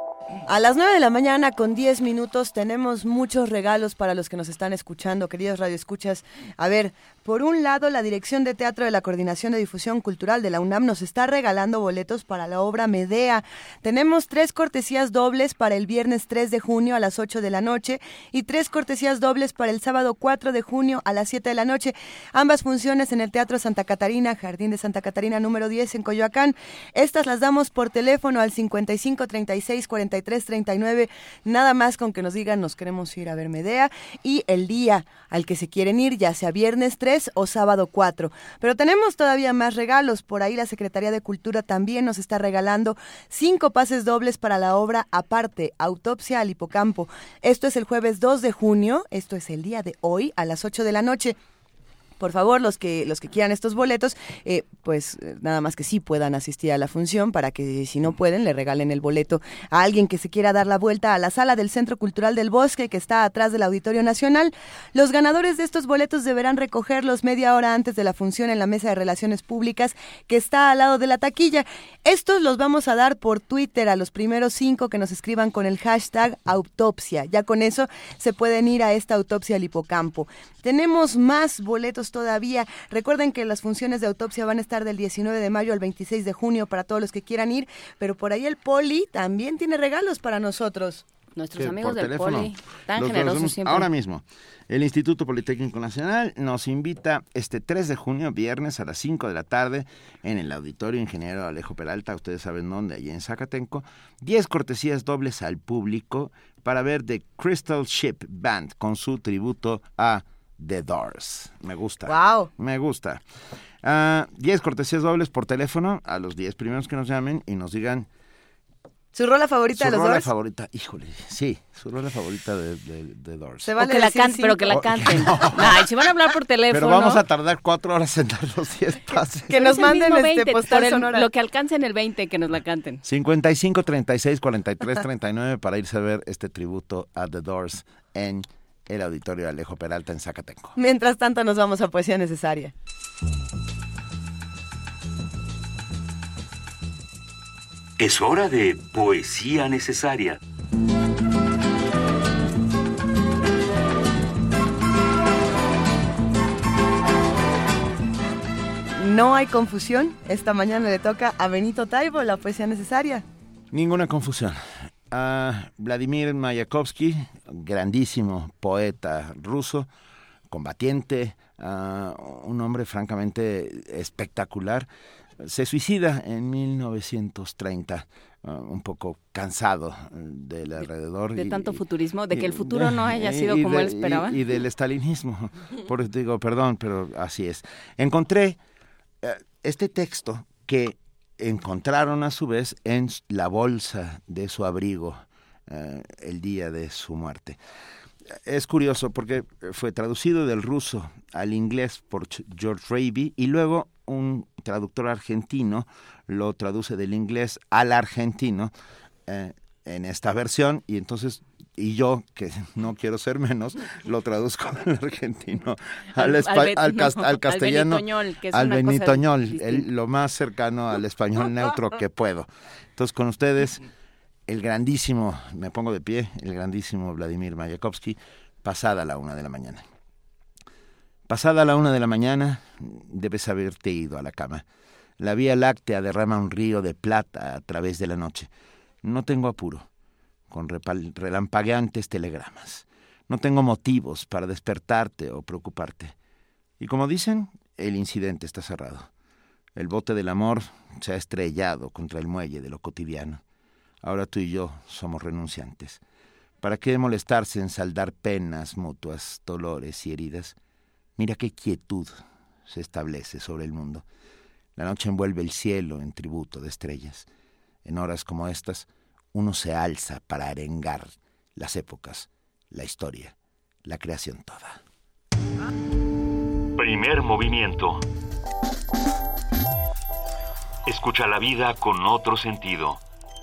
A las nueve de la mañana con diez minutos tenemos muchos regalos para los que nos están escuchando, queridos radioescuchas. A ver, por un lado, la Dirección de Teatro de la Coordinación de Difusión Cultural de la UNAM nos está regalando boletos para la obra Medea. Tenemos tres cortesías dobles para el viernes tres de junio a las ocho de la noche y tres cortesías dobles para el sábado cuatro de junio a las siete de la noche. Ambas funciones en el Teatro Santa Catarina, Jardín de Santa Catarina número diez en Coyoacán. Estas las damos por teléfono al cincuenta y cinco, treinta y seis, cuarenta y tres, treinta y nueve. Nada más con que nos digan nos queremos ir a ver Medea y el día al que se quieren ir, ya sea viernes tres o sábado cuatro. Pero tenemos todavía más regalos. Por ahí la Secretaría de Cultura también nos está regalando cinco pases dobles para la obra Aparte, Autopsia al Hipocampo. Esto es el jueves dos de junio, esto es el día de hoy a las ocho de la noche. Por favor, los que los que quieran estos boletos, eh, pues nada más que sí puedan asistir a la función para que si no pueden le regalen el boleto a alguien que se quiera dar la vuelta a la sala del Centro Cultural del Bosque que está atrás del Auditorio Nacional. Los ganadores de estos boletos deberán recogerlos media hora antes de la función en la mesa de Relaciones Públicas que está al lado de la taquilla. Estos los vamos a dar por Twitter a los primeros cinco que nos escriban con el hashtag autopsia. Ya con eso se pueden ir a esta autopsia al hipocampo. Tenemos más boletos todavía. Recuerden que las funciones de autopsia van a estar del diecinueve de mayo al veintiséis de junio para todos los que quieran ir, pero por ahí el Poli también tiene regalos para nosotros. Nuestros amigos del teléfono, Poli, tan los generosos siempre. Ahora mismo, el Instituto Politécnico Nacional nos invita este tres de junio, viernes a las cinco de la tarde, en el Auditorio Ingeniero Alejo Peralta, ustedes saben dónde, allí en Zacatenco, diez cortesías dobles al público para ver The Crystal Ship Band con su tributo a The Doors. Me gusta. Wow. Me gusta. Uh, diez cortesías dobles por teléfono a los diez primeros que nos llamen y nos digan ¿su rola favorita su de los rola Doors? favorita, híjole, sí, su rola favorita de, de, de Doors. Se vale o que la decir can- sí. pero que la canten. No. Ay, si van a hablar por teléfono. Pero vamos a tardar cuatro horas en dar los diez pases. Que nos manden este veinte, postal por el, sonora. lo que alcancen el veinte, que nos la canten. cincuenta y cinco, treinta y seis, cuarenta y tres, treinta y nueve para irse a ver este tributo a The Doors en el Auditorio Alejo Peralta en Zacatenco. Mientras tanto nos vamos a Poesía Necesaria. Es hora de Poesía Necesaria. No hay confusión. Esta mañana le toca a Benito Taibo la Poesía Necesaria. Ninguna confusión. Uh, Vladimir Mayakovsky, grandísimo poeta ruso, combatiente, uh, un hombre francamente espectacular, se suicida en mil novecientos treinta, uh, un poco cansado del alrededor. De, de y, tanto futurismo, de y, que el futuro no haya sido como de, él esperaba. Y, y del estalinismo, por eso digo, perdón, pero así es. Encontré uh, este texto que encontraron a su vez en la bolsa de su abrigo eh, el día de su muerte. Es curioso porque fue traducido del ruso al inglés por George Raby y luego un traductor argentino lo traduce del inglés al argentino eh, en esta versión y entonces y yo, que no quiero ser menos, lo traduzco del argentino al, al, espa- al, al, cas- no, al castellano, al benitoñol, que es al una cosa benitoñol, el, lo más cercano al español neutro que puedo. Entonces, con ustedes, el grandísimo, me pongo de pie, el grandísimo Vladimir Mayakovsky, pasada la una de la mañana. Pasada la una de la mañana, debes haberte ido a la cama. La Vía Láctea derrama un río de plata a través de la noche. No tengo apuro, con repal- relampagueantes telegramas. No tengo motivos para despertarte o preocuparte. Y como dicen, el incidente está cerrado. El bote del amor se ha estrellado contra el muelle de lo cotidiano. Ahora tú y yo somos renunciantes. ¿Para qué molestarse en saldar penas mutuas, dolores y heridas? Mira qué quietud se establece sobre el mundo. La noche envuelve el cielo en tributo de estrellas. En horas como estas, uno se alza para arengar las épocas, la historia, la creación toda. Primer movimiento. Escucha la vida con otro sentido.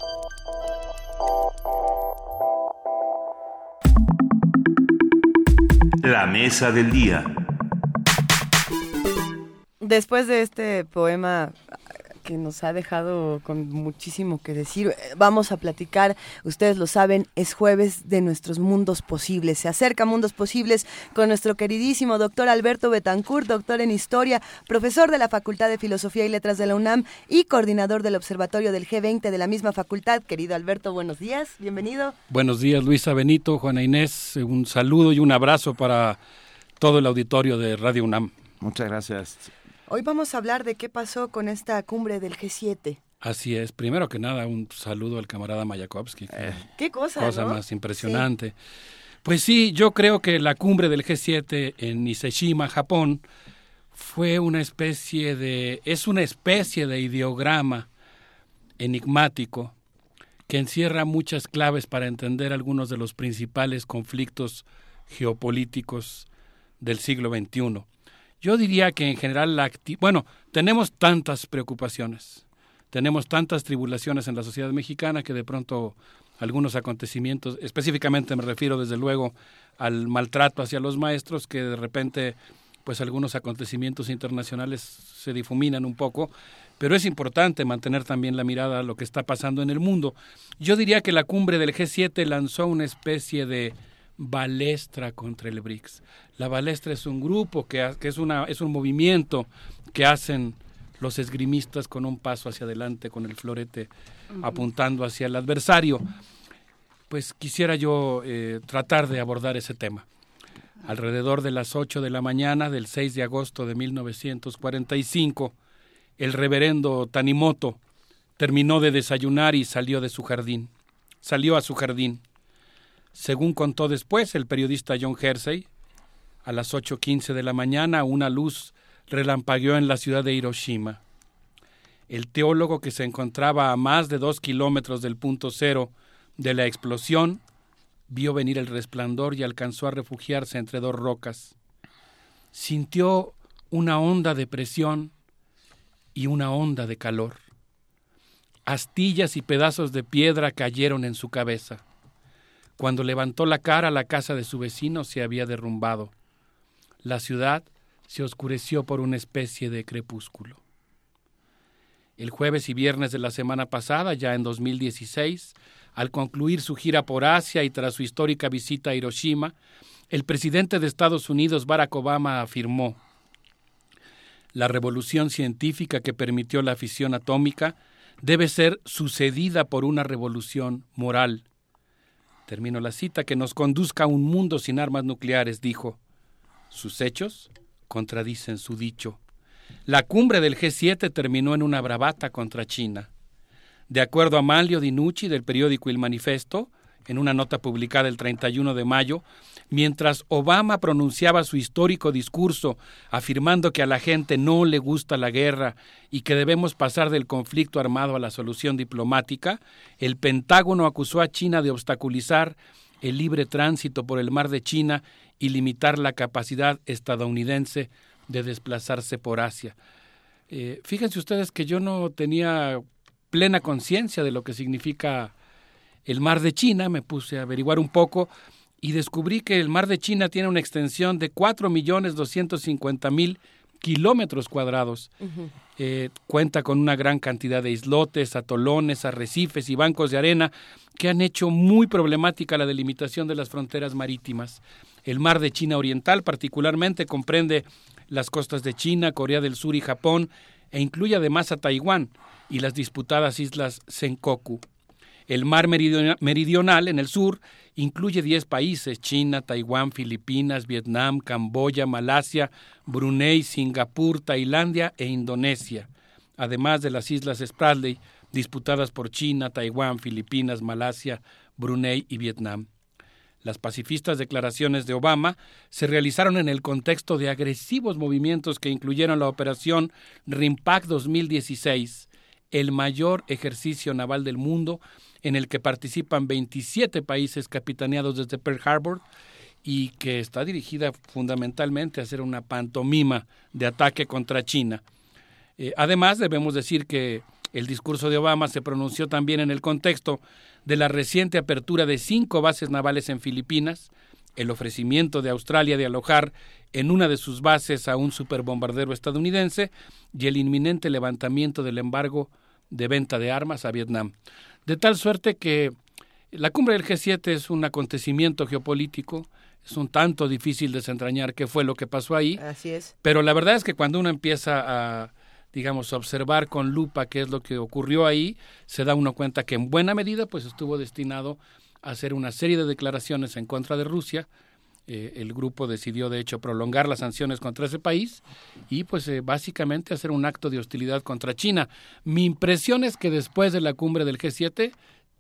La mesa del día. Después de este poema que nos ha dejado con muchísimo que decir. Vamos a platicar, ustedes lo saben, es jueves de nuestros mundos posibles. Se acerca Mundos Posibles con nuestro queridísimo doctor Alberto Betancourt, doctor en Historia, profesor de la Facultad de Filosofía y Letras de la UNAM y coordinador del Observatorio del G veinte de la misma facultad. Querido Alberto, buenos días, bienvenido. Buenos días, Luisa, Benito, Juana Inés, un saludo y un abrazo para todo el auditorio de Radio UNAM. Muchas gracias. Hoy vamos a hablar de qué pasó con esta cumbre del G siete. Así es. Primero que nada, un saludo al camarada Mayakovsky. Eh, qué cosa, Cosa ¿no? más impresionante. Sí. Pues sí, yo creo que la cumbre del G siete en Niseshima, Japón, fue una especie de, es una especie de ideograma enigmático que encierra muchas claves para entender algunos de los principales conflictos geopolíticos del siglo veintiuno. Yo diría que en general, la acti- bueno, tenemos tantas preocupaciones, tenemos tantas tribulaciones en la sociedad mexicana que de pronto algunos acontecimientos, específicamente me refiero desde luego al maltrato hacia los maestros, que de repente pues algunos acontecimientos internacionales se difuminan un poco, pero es importante mantener también la mirada a lo que está pasando en el mundo. Yo diría que la cumbre del G siete lanzó una especie de balestra contra el B R I C S. La balestra es un grupo, que, que es, una, es un movimiento que hacen los esgrimistas con un paso hacia adelante, con el florete uh-huh. apuntando hacia el adversario. Pues quisiera yo eh, tratar de abordar ese tema. Alrededor de las ocho de la mañana del seis de agosto de mil novecientos cuarenta y cinco, el reverendo Tanimoto terminó de desayunar y salió de su jardín. Salió a su jardín. Según contó después el periodista John Hersey, a las ocho quince de la mañana una luz relampagueó en la ciudad de Hiroshima. El teólogo, que se encontraba a más de dos kilómetros del punto cero de la explosión, vio venir el resplandor y alcanzó a refugiarse entre dos rocas. Sintió una onda de presión y una onda de calor. Astillas y pedazos de piedra cayeron en su cabeza. Cuando levantó la cara, la casa de su vecino se había derrumbado. La ciudad se oscureció por una especie de crepúsculo. El jueves y viernes de la semana pasada, ya en dos mil dieciséis, al concluir su gira por Asia y tras su histórica visita a Hiroshima, el presidente de Estados Unidos, Barack Obama, afirmó: la revolución científica que permitió la fisión atómica debe ser sucedida por una revolución moral. Termino la cita: que nos conduzca a un mundo sin armas nucleares, dijo. Sus hechos contradicen su dicho. La cumbre del G siete terminó en una bravata contra China. De acuerdo a Manlio Dinucci del periódico Il Manifesto, en una nota publicada el treinta y uno de mayo, mientras Obama pronunciaba su histórico discurso afirmando que a la gente no le gusta la guerra y que debemos pasar del conflicto armado a la solución diplomática, el Pentágono acusó a China de obstaculizar el libre tránsito por el mar de China y limitar la capacidad estadounidense de desplazarse por Asia. Eh, fíjense ustedes que yo no tenía plena conciencia de lo que significa el mar de China. Me puse a averiguar un poco y descubrí que el mar de China tiene una extensión de cuatro millones doscientos cincuenta mil kilómetros cuadrados. Uh-huh. Eh, cuenta con una gran cantidad de islotes, atolones, arrecifes y bancos de arena que han hecho muy problemática la delimitación de las fronteras marítimas. El mar de China Oriental particularmente comprende las costas de China, Corea del Sur y Japón, e incluye además a Taiwán y las disputadas islas Senkaku. El mar meridional, en el sur, incluye diez países: China, Taiwán, Filipinas, Vietnam, Camboya, Malasia, Brunei, Singapur, Tailandia e Indonesia, además de las islas Spratly, disputadas por China, Taiwán, Filipinas, Malasia, Brunei y Vietnam. Las pacifistas declaraciones de Obama se realizaron en el contexto de agresivos movimientos que incluyeron la operación RIMPAC dos mil dieciséis, el mayor ejercicio naval del mundo, en el que participan veintisiete países capitaneados desde Pearl Harbor y que está dirigida fundamentalmente a hacer una pantomima de ataque contra China. Eh, además, debemos decir que el discurso de Obama se pronunció también en el contexto de la reciente apertura de cinco bases navales en Filipinas el ofrecimiento de Australia de alojar en una de sus bases a un superbombardero estadounidense y el inminente levantamiento del embargo de venta de armas a Vietnam. De tal suerte que la cumbre del G siete es un acontecimiento geopolítico, es un tanto difícil desentrañar qué fue lo que pasó ahí. Así es. Pero la verdad es que cuando uno empieza a, digamos, a observar con lupa qué es lo que ocurrió ahí, se da uno cuenta que en buena medida pues estuvo destinado a hacer una serie de declaraciones en contra de Rusia. Eh, el grupo decidió de hecho prolongar las sanciones contra ese país y pues eh, básicamente hacer un acto de hostilidad contra China. Mi impresión es que después de la cumbre del G siete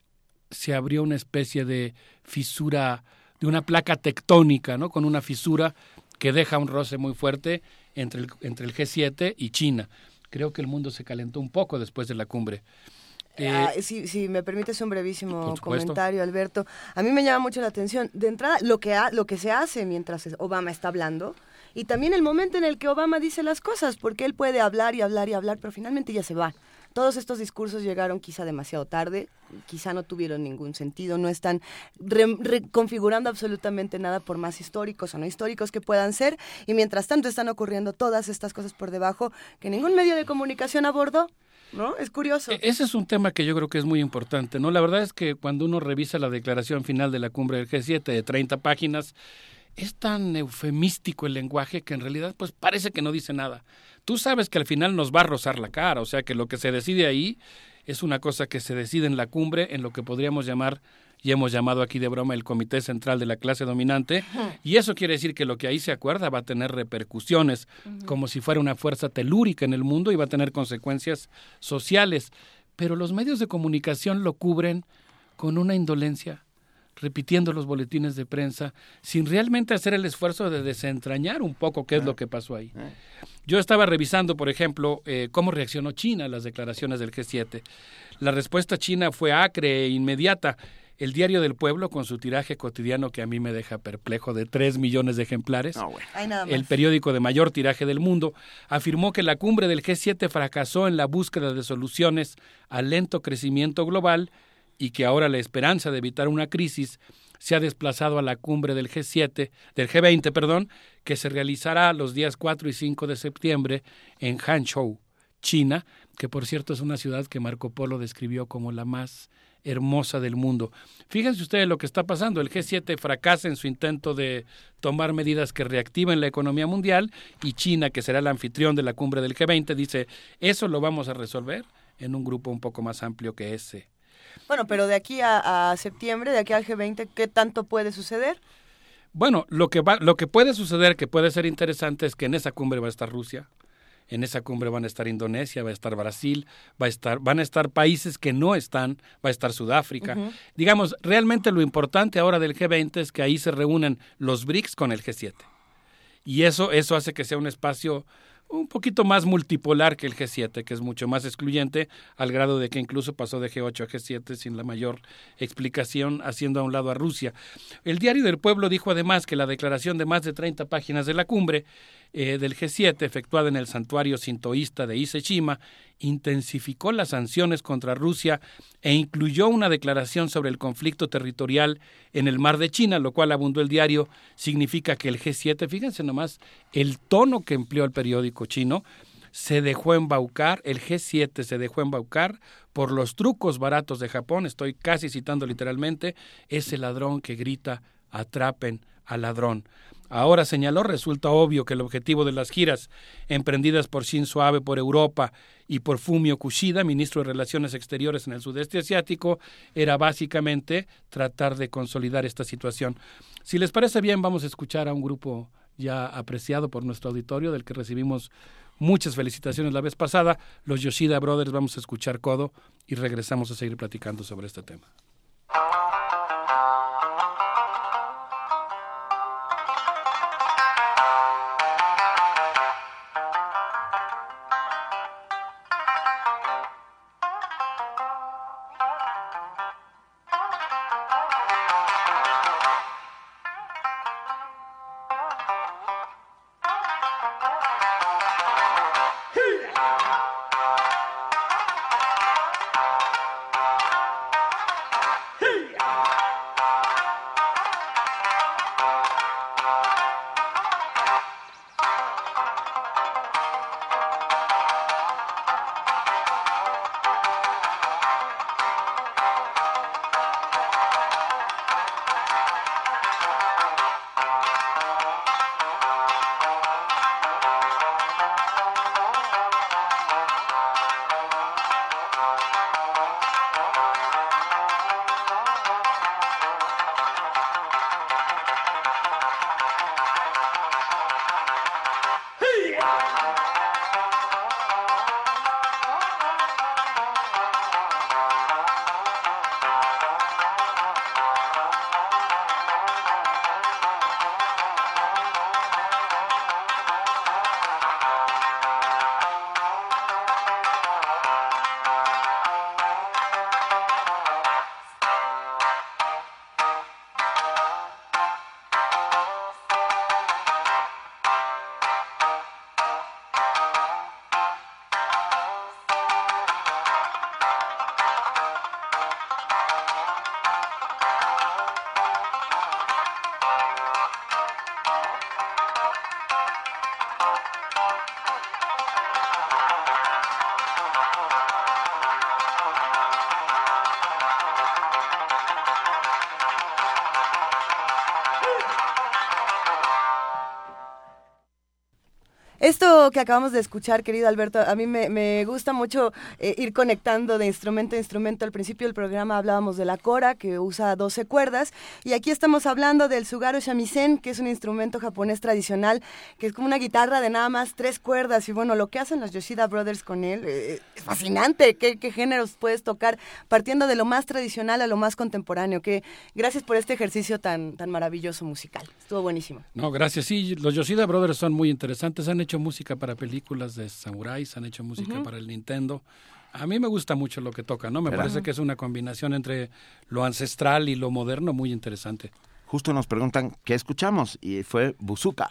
se abrió una especie de fisura, de una placa tectónica, ¿no? Con una fisura que deja un roce muy fuerte entre el, entre el G siete y China. Creo que el mundo se calentó un poco después de la cumbre. Eh, ah, si, si me permites un brevísimo comentario, Alberto. A mí me llama mucho la atención, de entrada, lo que, ha, lo que se hace mientras Obama está hablando y también el momento en el que Obama dice las cosas, porque él puede hablar y hablar y hablar, pero finalmente ya se va. Todos estos discursos llegaron quizá demasiado tarde, quizá no tuvieron ningún sentido, no están re- reconfigurando absolutamente nada por más históricos o no históricos que puedan ser, y mientras tanto están ocurriendo todas estas cosas por debajo que ningún medio de comunicación abordó, ¿no? Es curioso. Ese es un tema que yo creo que es muy importante, ¿no? La verdad es que cuando uno revisa la declaración final de la cumbre del G siete de treinta páginas, es tan eufemístico el lenguaje que en realidad pues parece que no dice nada. Tú sabes que al final nos va a rozar la cara, o sea que lo que se decide ahí es una cosa que se decide en la cumbre, en lo que podríamos llamar, y hemos llamado aquí de broma, el comité central de la clase dominante, uh-huh. Y eso quiere decir que lo que ahí se acuerda va a tener repercusiones, uh-huh. Como si fuera una fuerza telúrica en el mundo y va a tener consecuencias sociales. Pero los medios de comunicación lo cubren con una indolencia, repitiendo los boletines de prensa, sin realmente hacer el esfuerzo de desentrañar un poco qué es lo que pasó ahí. Yo estaba revisando, por ejemplo, eh, cómo reaccionó China a las declaraciones del G siete. La respuesta china fue acre e inmediata. El Diario del Pueblo, con su tiraje cotidiano que a mí me deja perplejo de tres millones de ejemplares, no, bueno. Ay, nada más. El periódico de mayor tiraje del mundo, afirmó que la cumbre del G siete fracasó en la búsqueda de soluciones al lento crecimiento global y que ahora la esperanza de evitar una crisis se ha desplazado a la cumbre del G siete, del G veinte, perdón, que se realizará los días cuatro y cinco de septiembre en Hangzhou, China, que por cierto es una ciudad que Marco Polo describió como la más hermosa del mundo. Fíjense ustedes lo que está pasando. El G siete fracasa en su intento de tomar medidas que reactiven la economía mundial y China, que será el anfitrión de la cumbre del G veinte, dice, eso lo vamos a resolver en un grupo un poco más amplio que ese. Bueno, pero de aquí a, a septiembre, de aquí al G veinte, ¿qué tanto puede suceder? Bueno, lo que va, lo que puede suceder, que puede ser interesante, es que en esa cumbre va a estar Rusia, en esa cumbre van a estar Indonesia, va a estar Brasil, va a estar, van a estar países que no están, va a estar Sudáfrica. Uh-huh. Digamos, realmente lo importante ahora del G veinte es que ahí se reúnen los B R I C S con el G siete. Y eso, eso hace que sea un espacio un poquito más multipolar que el G siete, que es mucho más excluyente, al grado de que incluso pasó de G ocho a G siete sin la mayor explicación, haciendo a un lado a Rusia. El Diario del Pueblo dijo además que la declaración de más de treinta páginas de la cumbre eh, del G siete, efectuada en el santuario sintoísta de Ise Shima, intensificó las sanciones contra Rusia e incluyó una declaración sobre el conflicto territorial en el mar de China, lo cual, abundó el diario, significa que el G siete, fíjense nomás el tono que empleó el periódico chino, se dejó embaucar, el G siete se dejó embaucar por los trucos baratos de Japón, estoy casi citando literalmente, ese ladrón que grita, atrapen al ladrón. Ahora, señaló, resulta obvio que el objetivo de las giras emprendidas por Shinzo Abe por Europa y por Fumio Kishida, ministro de Relaciones Exteriores en el sudeste asiático, era básicamente tratar de consolidar esta situación. Si les parece bien, vamos a escuchar a un grupo ya apreciado por nuestro auditorio, del que recibimos muchas felicitaciones la vez pasada, los Yoshida Brothers. Vamos a escuchar Codo y regresamos a seguir platicando sobre este tema. esto que acabamos de escuchar, querido Alberto, a mí me, me gusta mucho eh, ir conectando de instrumento a instrumento. Al principio del programa hablábamos de la kora, que usa doce cuerdas, y aquí estamos hablando del tsugaru shamisen, que es un instrumento japonés tradicional, que es como una guitarra de nada más tres cuerdas, y bueno, lo que hacen los Yoshida Brothers con él eh, es fascinante. ¿Qué, qué géneros puedes tocar partiendo de lo más tradicional a lo más contemporáneo? Que gracias por este ejercicio tan, tan maravilloso musical. Estuvo buenísimo. No, gracias. Sí, los Yoshida Brothers son muy interesantes. Han hecho música para películas de samuráis, han hecho música uh-huh. para el Nintendo. A mí me gusta mucho lo que tocan, ¿no? Me Pero, parece uh-huh. que es una combinación entre lo ancestral y lo moderno muy interesante. Justo nos preguntan qué escuchamos y fue Buzuka.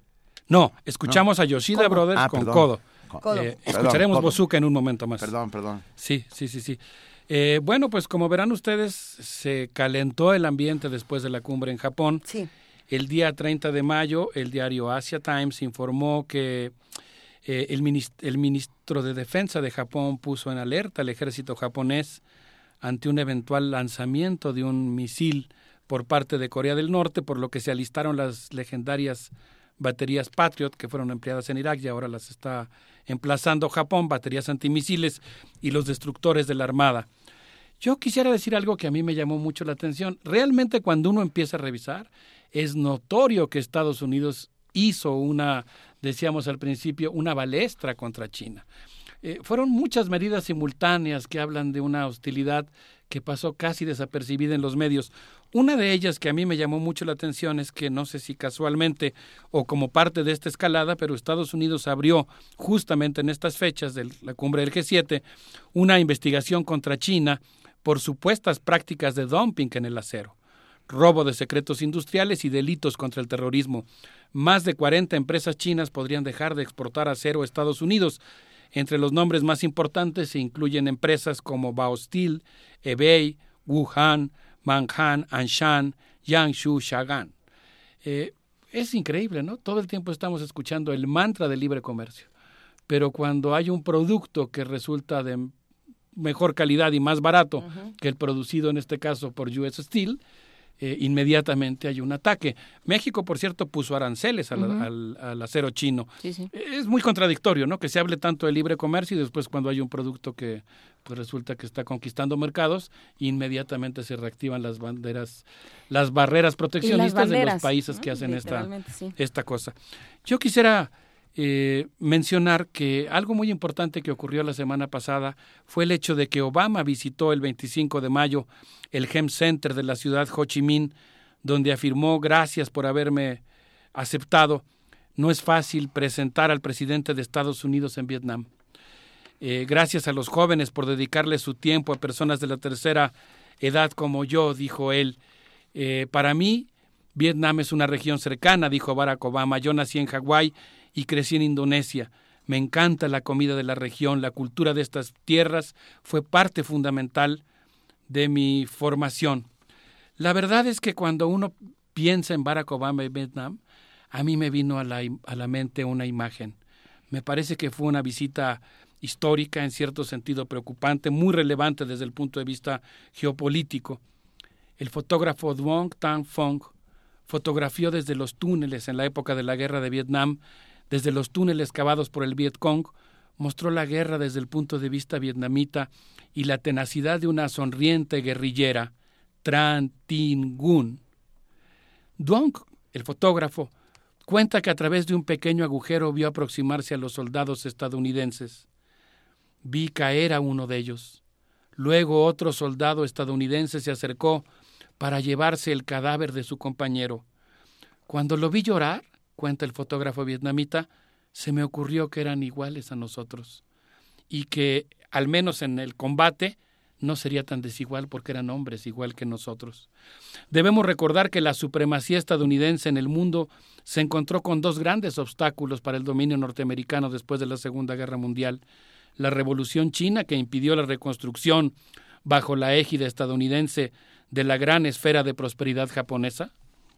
No, escuchamos no. a Yoshida ¿Cómo? Brothers ah, con perdón. Codo. Codo. Eh, escucharemos Codo. Buzuka en un momento más. Perdón, perdón. Sí, sí, sí, sí. Eh, bueno, pues como verán ustedes, se calentó el ambiente después de la cumbre en Japón. Sí. El día treinta de mayo, el diario Asia Times informó que eh, el, minist- el ministro de Defensa de Japón puso en alerta al ejército japonés ante un eventual lanzamiento de un misil por parte de Corea del Norte, por lo que se alistaron las legendarias baterías Patriot que fueron empleadas en Irak y ahora las está emplazando Japón, baterías antimisiles y los destructores de la Armada. Yo quisiera decir algo que a mí me llamó mucho la atención. Realmente cuando uno empieza a revisar, es notorio que Estados Unidos hizo una, decíamos al principio, una balestra contra China. Eh, fueron muchas medidas simultáneas que hablan de una hostilidad que pasó casi desapercibida en los medios. Una de ellas que a mí me llamó mucho la atención es que no sé si casualmente o como parte de esta escalada, pero Estados Unidos abrió justamente en estas fechas de la cumbre del G siete una investigación contra China por supuestas prácticas de dumping en el acero, robo de secretos industriales y delitos contra el terrorismo. Más de cuarenta empresas chinas podrían dejar de exportar acero a Estados Unidos. Entre los nombres más importantes se incluyen empresas como Baosteel, Hebei, Wuhan, Manghan, Anshan, Yangshu, Shagan. Eh, es increíble, ¿no? Todo el tiempo estamos escuchando el mantra del libre comercio, pero cuando hay un producto que resulta de mejor calidad y más barato uh-huh. que el producido en este caso por U S Steel, eh, inmediatamente hay un ataque. México, por cierto, puso aranceles al, uh-huh. al, al acero chino. Sí, sí. Es muy contradictorio, ¿no? Que se hable tanto de libre comercio y después cuando hay un producto que pues resulta que está conquistando mercados, inmediatamente se reactivan las banderas, las barreras proteccionistas las banderas, de los países ¿no? que hacen esta, sí. esta cosa. Yo quisiera eh, mencionar que algo muy importante que ocurrió la semana pasada fue el hecho de que Obama visitó el veinticinco de mayo el Hem Center de la ciudad Ho Chi Minh, donde afirmó: gracias por haberme aceptado. No es fácil presentar al presidente de Estados Unidos en Vietnam. Eh, gracias a los jóvenes por dedicarle su tiempo a personas de la tercera edad como yo, dijo él. Eh, para mí, Vietnam es una región cercana, dijo Barack Obama. Yo nací en Hawái y crecí en Indonesia. Me encanta la comida de la región, la cultura de estas tierras fue parte fundamental de mi formación. La verdad es que cuando uno piensa en Barack Obama y Vietnam, a mí me vino a la, a la mente una imagen. Me parece que fue una visita histórica, en cierto sentido preocupante, muy relevante desde el punto de vista geopolítico. El fotógrafo Duong Thanh Phong fotografió desde los túneles en la época de la guerra de Vietnam, desde los túneles cavados por el Vietcong, mostró la guerra desde el punto de vista vietnamita y la tenacidad de una sonriente guerrillera, Tran Tin Gun. Duong, el fotógrafo, cuenta que a través de un pequeño agujero vio aproximarse a los soldados estadounidenses. Vi caer a uno de ellos. Luego otro soldado estadounidense se acercó para llevarse el cadáver de su compañero. Cuando lo vi llorar, cuenta el fotógrafo vietnamita, se me ocurrió que eran iguales a nosotros y que, al menos en el combate, no sería tan desigual porque eran hombres igual que nosotros. Debemos recordar que la supremacía estadounidense en el mundo se encontró con dos grandes obstáculos para el dominio norteamericano después de la Segunda Guerra Mundial: la Revolución China, que impidió la reconstrucción bajo la égida estadounidense de la gran esfera de prosperidad japonesa,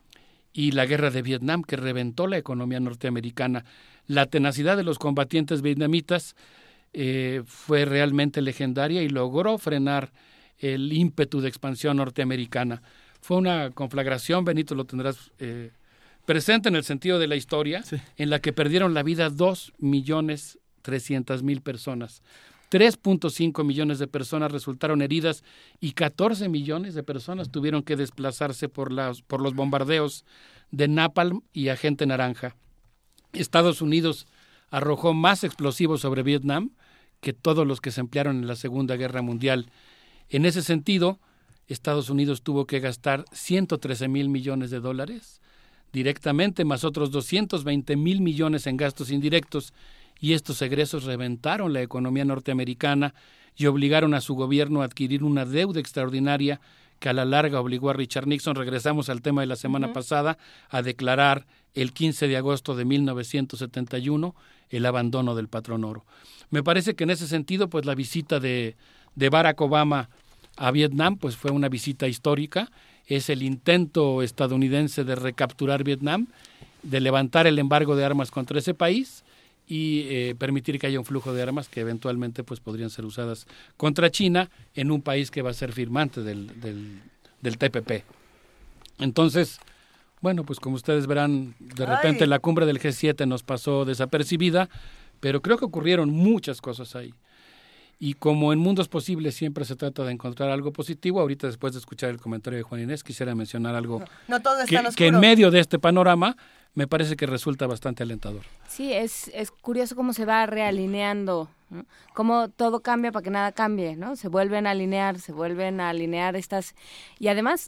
y la Guerra de Vietnam, que reventó la economía norteamericana. La tenacidad de los combatientes vietnamitas eh, fue realmente legendaria y logró frenar el ímpetu de expansión norteamericana. Fue una conflagración, Benito, lo tendrás eh, presente en el sentido de la historia, sí. en la que perdieron la vida dos millones trescientas mil personas. tres punto cinco millones de personas resultaron heridas y catorce millones de personas tuvieron que desplazarse por, las, por los bombardeos de Napalm y Agente Naranja. Estados Unidos arrojó más explosivos sobre Vietnam que todos los que se emplearon en la Segunda Guerra Mundial. En ese sentido, Estados Unidos tuvo que gastar ciento trece mil millones de dólares directamente, más otros doscientos veinte mil millones en gastos indirectos, y estos egresos reventaron la economía norteamericana y obligaron a su gobierno a adquirir una deuda extraordinaria que a la larga obligó a Richard Nixon, regresamos al tema de la semana uh-huh. pasada, a declarar el quince de agosto de mil novecientos setenta y uno el abandono del patrón oro. Me parece que en ese sentido, pues la visita de, de Barack Obama a Vietnam pues fue una visita histórica, es el intento estadounidense de recapturar Vietnam, de levantar el embargo de armas contra ese país y eh, permitir que haya un flujo de armas que eventualmente pues podrían ser usadas contra China en un país que va a ser firmante del, del, del T P P. Entonces, bueno, pues como ustedes verán, de repente Ay. la cumbre del G siete nos pasó desapercibida, pero creo que ocurrieron muchas cosas ahí. Y como en Mundos Posibles siempre se trata de encontrar algo positivo, ahorita después de escuchar el comentario de Juan Inés, quisiera mencionar algo no, no todo está que, en oscuro. que en medio de este panorama me parece que resulta bastante alentador. Sí, es, es curioso cómo se va realineando, ¿no? Cómo todo cambia para que nada cambie, ¿no? Se vuelven a alinear, se vuelven a alinear estas... Y además,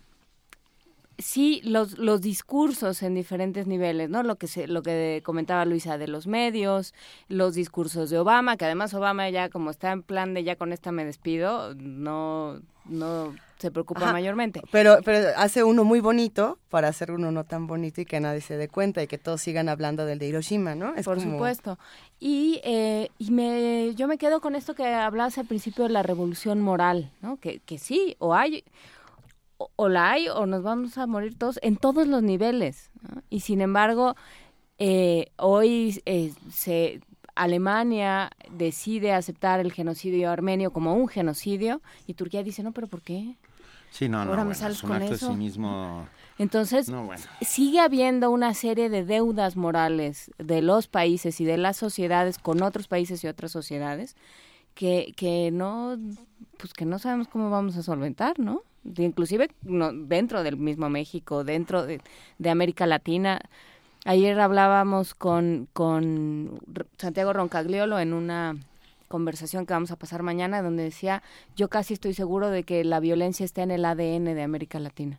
sí, los, los discursos en diferentes niveles, ¿no? Lo que se, lo que comentaba Luisa de los medios, los discursos de Obama, que además Obama ya como está en plan de ya con esta me despido, no... no se preocupa Ajá, mayormente. Pero, pero hace uno muy bonito para hacer uno no tan bonito y que nadie se dé cuenta y que todos sigan hablando del de Hiroshima, ¿no? Es Por como... supuesto. Y, eh, y me, yo me quedo con esto que hablabas al principio de la revolución moral, ¿no? Que, que sí, o hay, o, o la hay, o nos vamos a morir todos en todos los niveles, ¿no? Y sin embargo, eh, hoy eh, se... Alemania decide aceptar el genocidio armenio como un genocidio y Turquía dice, no, pero ¿por qué? Sí, no, no, Ahora bueno, me sales es un con acto eso. de sí mismo... Entonces, no, bueno. sigue habiendo una serie de deudas morales de los países y de las sociedades con otros países y otras sociedades que, que no, pues que no sabemos cómo vamos a solventar, ¿no? Inclusive no, dentro del mismo México, dentro de, de América Latina. Ayer hablábamos con, con Santiago Roncagliolo en una conversación que vamos a pasar mañana, donde decía, yo casi estoy seguro de que la violencia está en el A D N de América Latina.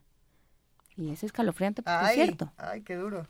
Y es escalofriante, porque ay, es cierto. Ay, qué duro.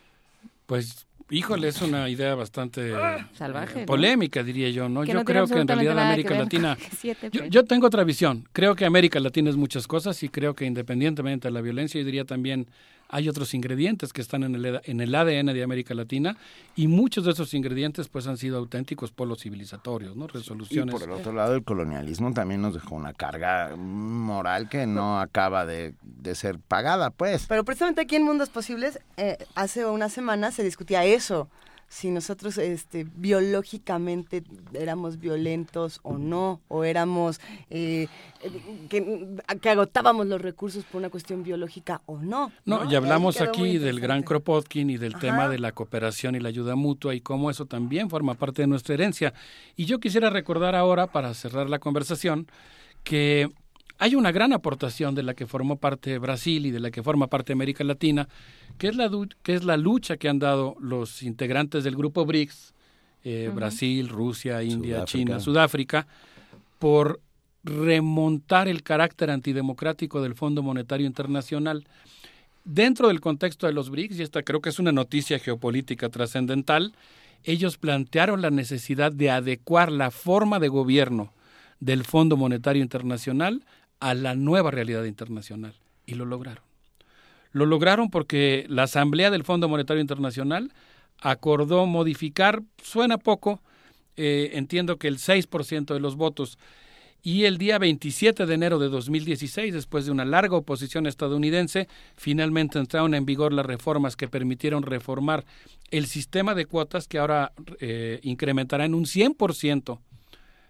Pues, híjole, es una idea bastante salvaje, eh, polémica, ¿no? Diría yo, ¿no? Que yo no creo que en realidad América Latina... siete, yo, yo tengo otra visión. Creo que América Latina es muchas cosas y creo que independientemente de la violencia, yo diría también hay otros ingredientes que están en el, en el A D N de América Latina y muchos de esos ingredientes pues han sido auténticos polos civilizatorios, ¿no? Resoluciones. Y por el otro lado, el colonialismo también nos dejó una carga moral que no acaba de, de ser pagada, pues. Pero precisamente aquí en Mundos Posibles, eh, hace una semana se discutía eso. Si nosotros este, biológicamente éramos violentos o no, o éramos eh, que, que agotábamos los recursos por una cuestión biológica o no. No, ¿no? y hablamos aquí del gran Kropotkin y del Ajá. tema de la cooperación y la ayuda mutua y cómo eso también forma parte de nuestra herencia. Y yo quisiera recordar ahora, para cerrar la conversación, que hay una gran aportación de la que formó parte Brasil y de la que forma parte América Latina, que es la, que es la lucha que han dado los integrantes del grupo B R I C S, eh, uh-huh. Brasil, Rusia, India, Sudáfrica. China, Sudáfrica, por remontar el carácter antidemocrático del Fondo Monetario Internacional. Dentro del contexto de los B R I C S, y esta creo que es una noticia geopolítica trascendental, ellos plantearon la necesidad de adecuar la forma de gobierno del Fondo Monetario Internacional a la nueva realidad internacional, y lo lograron. Lo lograron porque la Asamblea del Fondo Monetario Internacional acordó modificar, suena poco, eh, entiendo que el seis por ciento de los votos, y el día veintisiete de enero de dos mil dieciséis, después de una larga oposición estadounidense, finalmente entraron en vigor las reformas que permitieron reformar el sistema de cuotas que ahora eh, incrementará en un cien por ciento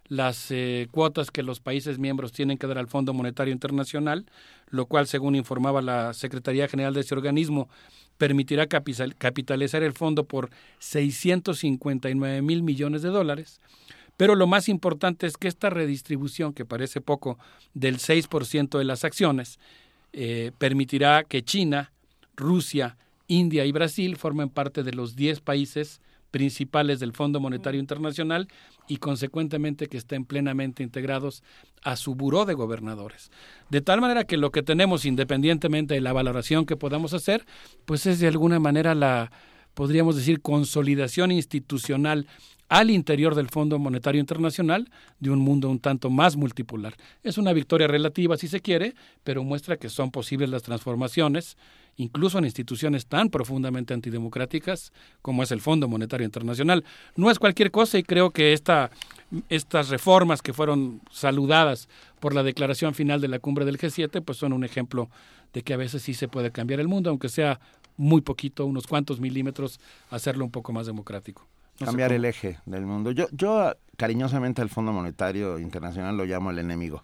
las eh, cuotas que los países miembros tienen que dar al Fondo Monetario Internacional, lo cual, según informaba la Secretaría General de ese organismo, permitirá capital, capitalizar el fondo por seiscientos cincuenta y nueve mil millones de dólares. Pero lo más importante es que esta redistribución, que parece poco, del seis por ciento de las acciones, eh, permitirá que China, Rusia, India y Brasil formen parte de los diez países principales del Fondo Monetario Internacional y consecuentemente que estén plenamente integrados a su buró de gobernadores. De tal manera que lo que tenemos, independientemente de la valoración que podamos hacer, pues es de alguna manera la, podríamos decir, consolidación institucional al interior del Fondo Monetario Internacional de un mundo un tanto más multipolar. Es una victoria relativa, si se quiere, pero muestra que son posibles las transformaciones, incluso en instituciones tan profundamente antidemocráticas como es el Fondo Monetario Internacional. No es cualquier cosa y creo que esta, estas reformas que fueron saludadas por la declaración final de la cumbre del G siete, pues son un ejemplo de que a veces sí se puede cambiar el mundo, aunque sea muy poquito, unos cuantos milímetros, hacerlo un poco más democrático. No Cambiar el eje del mundo. Yo, yo cariñosamente al Fondo Monetario Internacional lo llamo el enemigo.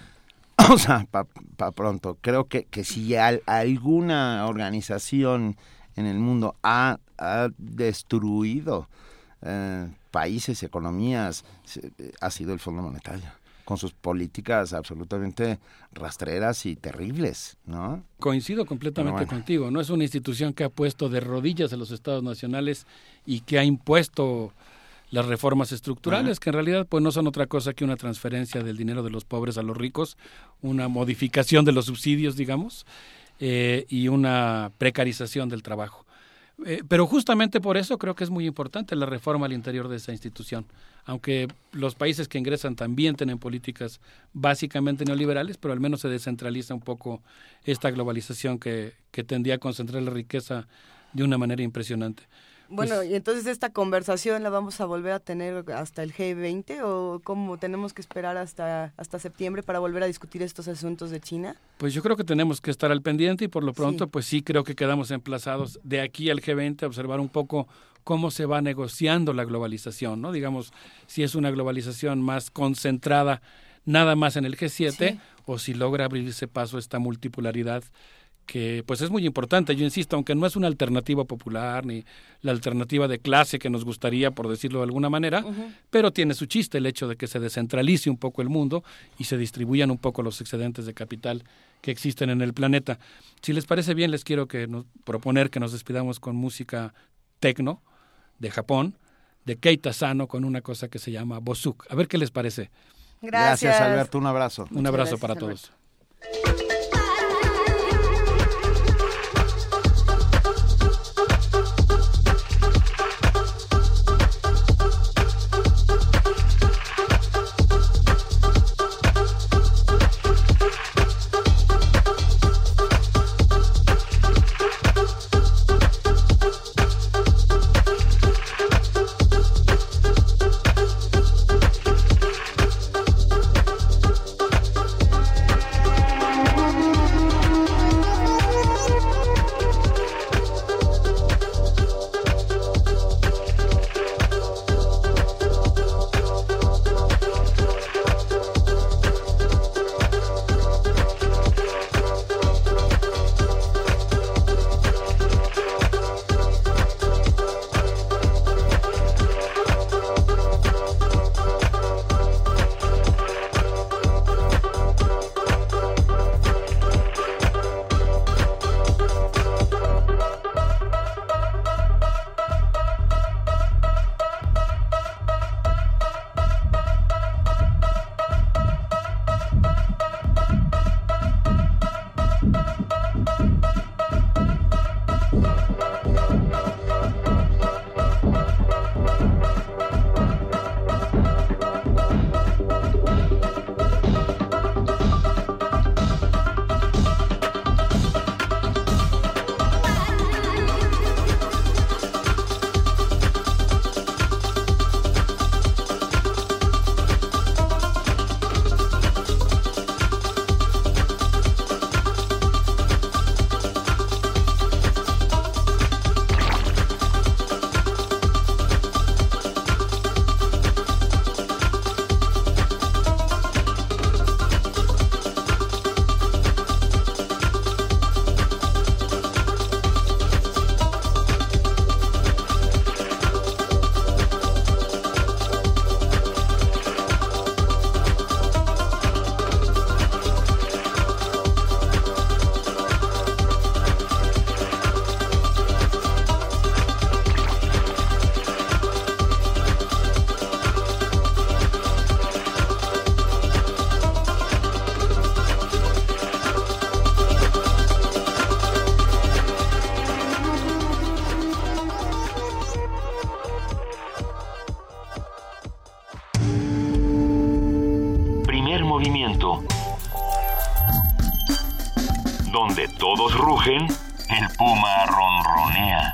O sea, para pa pronto, creo que, que si al, alguna organización en el mundo ha, ha destruido eh, países, economías, ha sido el Fondo Monetario, con sus políticas absolutamente rastreras y terribles, ¿no? Coincido completamente bueno. contigo. No es una institución que ha puesto de rodillas a los estados nacionales y que ha impuesto las reformas estructurales, uh-huh. que en realidad pues no son otra cosa que una transferencia del dinero de los pobres a los ricos, una modificación de los subsidios, digamos, eh, y una precarización del trabajo. Eh, pero justamente por eso creo que es muy importante la reforma al interior de esa institución, aunque los países que ingresan también tienen políticas básicamente neoliberales, pero al menos se descentraliza un poco esta globalización que, que tendía a concentrar la riqueza de una manera impresionante. Bueno, Pues, y entonces esta conversación la vamos a volver a tener hasta el G veinte o cómo tenemos que esperar hasta hasta septiembre para volver a discutir estos asuntos de China. Pues yo creo que tenemos que estar al pendiente y por lo pronto Sí. pues sí creo que quedamos emplazados de aquí al G veinte a observar un poco cómo se va negociando la globalización, ¿no? Digamos, si es una globalización más concentrada nada más en el G siete Sí. o si logra abrirse paso a esta multipolaridad que pues es muy importante. Yo insisto, aunque no es una alternativa popular ni la alternativa de clase que nos gustaría, por decirlo de alguna manera, Uh-huh. pero tiene su chiste el hecho de que se descentralice un poco el mundo y se distribuyan un poco los excedentes de capital que existen en el planeta. Si les parece bien, les quiero que nos, proponer que nos despidamos con música techno de Japón, de Keita Sano, con una cosa que se llama Bozuk. A ver qué les parece. Gracias, Gracias Alberto, un abrazo. Un abrazo gracias, para Alberto. todos. movimiento. Donde todos rugen, el puma ronronea.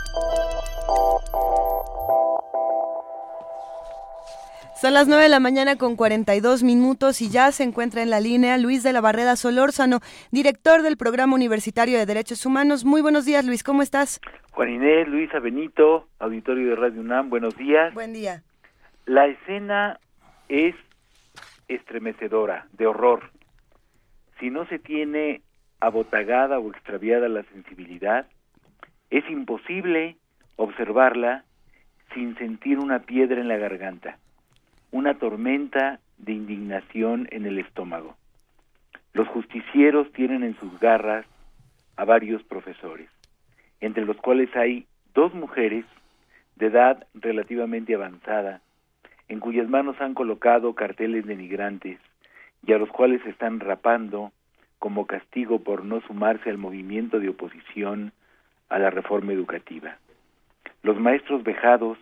Son las nueve de la mañana con cuarenta y dos minutos y ya se encuentra en la línea Luis de la Barrera Solórzano, director del Programa Universitario de Derechos Humanos. Muy buenos días, Luis, ¿cómo estás? Juan Inés, Luisa Benito, auditorio de Radio UNAM, buenos días. Buen día. La escena es estremecedora, de horror. Si no se tiene abotagada o extraviada la sensibilidad, es imposible observarla sin sentir una piedra en la garganta, una tormenta de indignación en el estómago. Los justicieros tienen en sus garras a varios profesores, entre los cuales hay dos mujeres de edad relativamente avanzada, en cuyas manos han colocado carteles denigrantes y a los cuales están rapando como castigo por no sumarse al movimiento de oposición a la reforma educativa. Los maestros vejados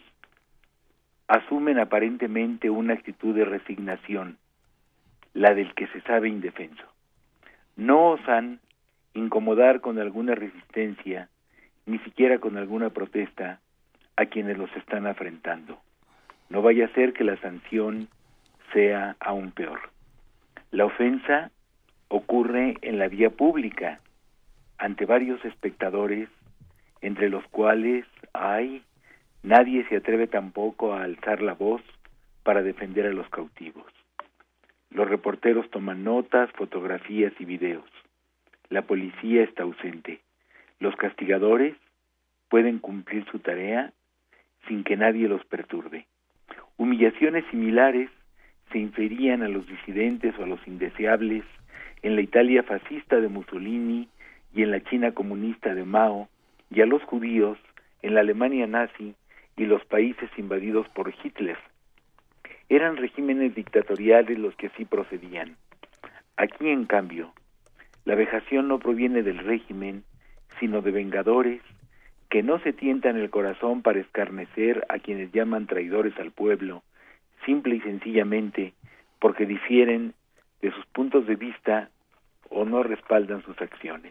asumen aparentemente una actitud de resignación, la del que se sabe indefenso. No osan incomodar con alguna resistencia, ni siquiera con alguna protesta, a quienes los están afrentando. No vaya a ser que la sanción sea aún peor. La ofensa ocurre en la vía pública, ante varios espectadores, entre los cuales hay nadie se atreve tampoco a alzar la voz para defender a los cautivos. Los reporteros toman notas, fotografías y videos. La policía está ausente. Los castigadores pueden cumplir su tarea sin que nadie los perturbe. Humillaciones similares se inferían a los disidentes o a los indeseables en la Italia fascista de Mussolini y en la China comunista de Mao, y a los judíos en la Alemania nazi y los países invadidos por Hitler. Eran regímenes dictatoriales los que así procedían. Aquí, en cambio, la vejación no proviene del régimen, sino de vengadores que no se tientan el corazón para escarnecer a quienes llaman traidores al pueblo, simple y sencillamente porque difieren de sus puntos de vista o no respaldan sus acciones.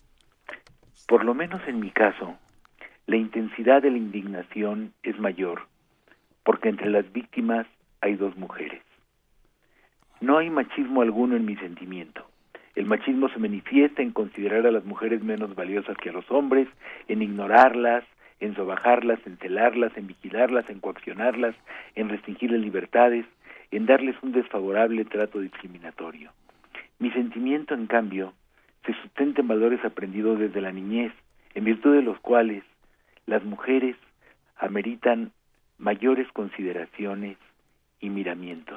Por lo menos en mi caso, la intensidad de la indignación es mayor, porque entre las víctimas hay dos mujeres. No hay machismo alguno en mi sentimiento. El machismo se manifiesta en considerar a las mujeres menos valiosas que a los hombres, en ignorarlas, en sobajarlas, en celarlas, en vigilarlas, en coaccionarlas, en restringirles libertades, en darles un desfavorable trato discriminatorio. Mi sentimiento, en cambio, se sustenta en valores aprendidos desde la niñez, en virtud de los cuales las mujeres ameritan mayores consideraciones y miramientos.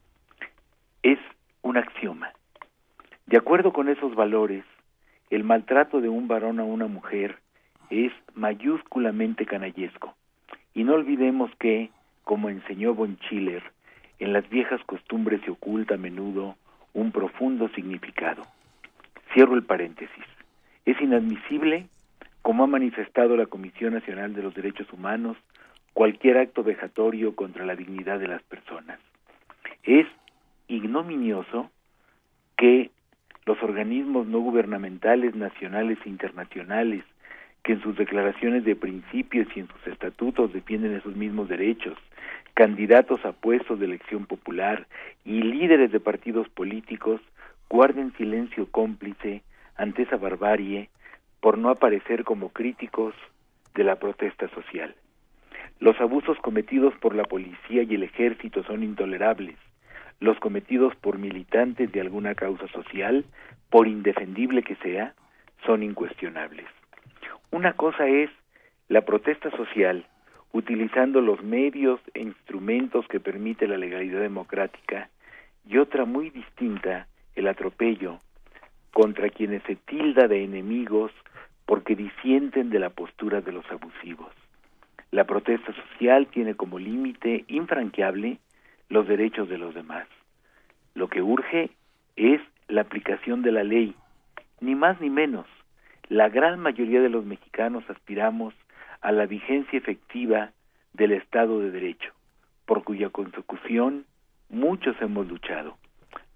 Es un axioma. De acuerdo con esos valores, el maltrato de un varón a una mujer es mayúsculamente canallesco. Y no olvidemos que, como enseñó von Schiller, en las viejas costumbres se oculta a menudo un profundo significado. Cierro el paréntesis. Es inadmisible, como ha manifestado la Comisión Nacional de los Derechos Humanos, cualquier acto vejatorio contra la dignidad de las personas. Es ignominioso que los organismos no gubernamentales nacionales e internacionales, que en sus declaraciones de principios y en sus estatutos defienden esos mismos derechos, candidatos a puestos de elección popular y líderes de partidos políticos, guarden silencio cómplice ante esa barbarie por no aparecer como críticos de la protesta social. Los abusos cometidos por la policía y el ejército son intolerables. Los cometidos por militantes de alguna causa social, por indefendible que sea, son incuestionables. Una cosa es la protesta social, utilizando los medios e instrumentos que permite la legalidad democrática, y otra muy distinta, el atropello, contra quienes se tilda de enemigos porque disienten de la postura de los abusivos. La protesta social tiene como límite infranqueable los derechos de los demás. Lo que urge es la aplicación de la ley, ni más ni menos. La gran mayoría de los mexicanos aspiramos a la vigencia efectiva del Estado de Derecho, por cuya consecución muchos hemos luchado.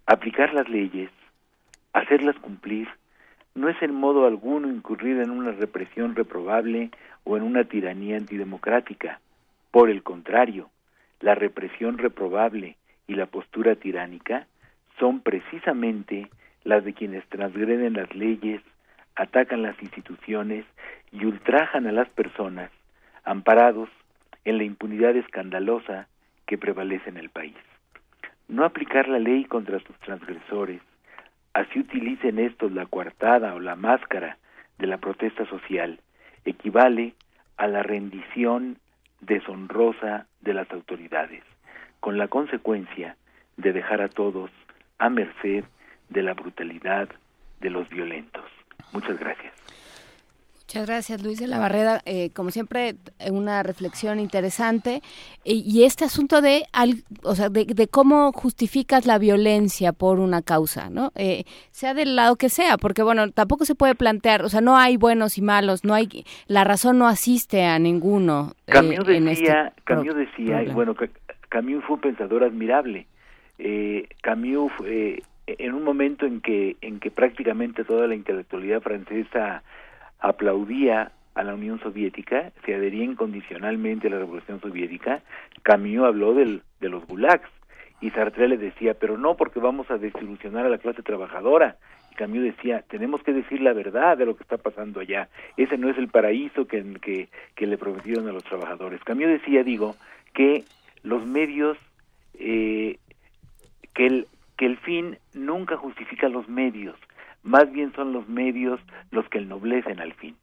Aplicar las leyes, hacerlas cumplir, no es en modo alguno incurrir en una represión reprobable o en una tiranía antidemocrática. Por el contrario, la represión reprobable y la postura tiránica son precisamente las de quienes transgreden las leyes, atacan las instituciones y ultrajan a las personas, amparados en la impunidad escandalosa que prevalece en el país. No aplicar la ley contra sus transgresores, así utilicen estos la coartada o la máscara de la protesta social, equivale a la rendición deshonrosa de las autoridades, con la consecuencia de dejar a todos a merced de la brutalidad de los violentos. Muchas gracias. Muchas gracias, Luis de la Barreda. Eh, como siempre, una reflexión interesante. Y, y este asunto de, al, o sea, de, de cómo justificas la violencia por una causa, ¿no? Eh, sea del lado que sea, porque, bueno, tampoco se puede plantear, o sea, no hay buenos y malos, no hay, la razón no asiste a ninguno. Eh, Camus decía, en este Camus decía, y bueno, Camus fue un pensador admirable. Eh, Camus, eh, en un momento en que, en que prácticamente toda la intelectualidad francesa aplaudía a la Unión Soviética, se adhería incondicionalmente a la Revolución Soviética, Camus habló del, de los gulags, y Sartre le decía, pero no porque vamos a desilusionar a la clase trabajadora, y Camus decía, tenemos que decir la verdad de lo que está pasando allá, ese no es el paraíso que, que, que le prometieron a los trabajadores. Camus decía, digo, que los medios, eh, que el, que el fin nunca justifica los medios, más bien son los medios los que ennoblecen al fin.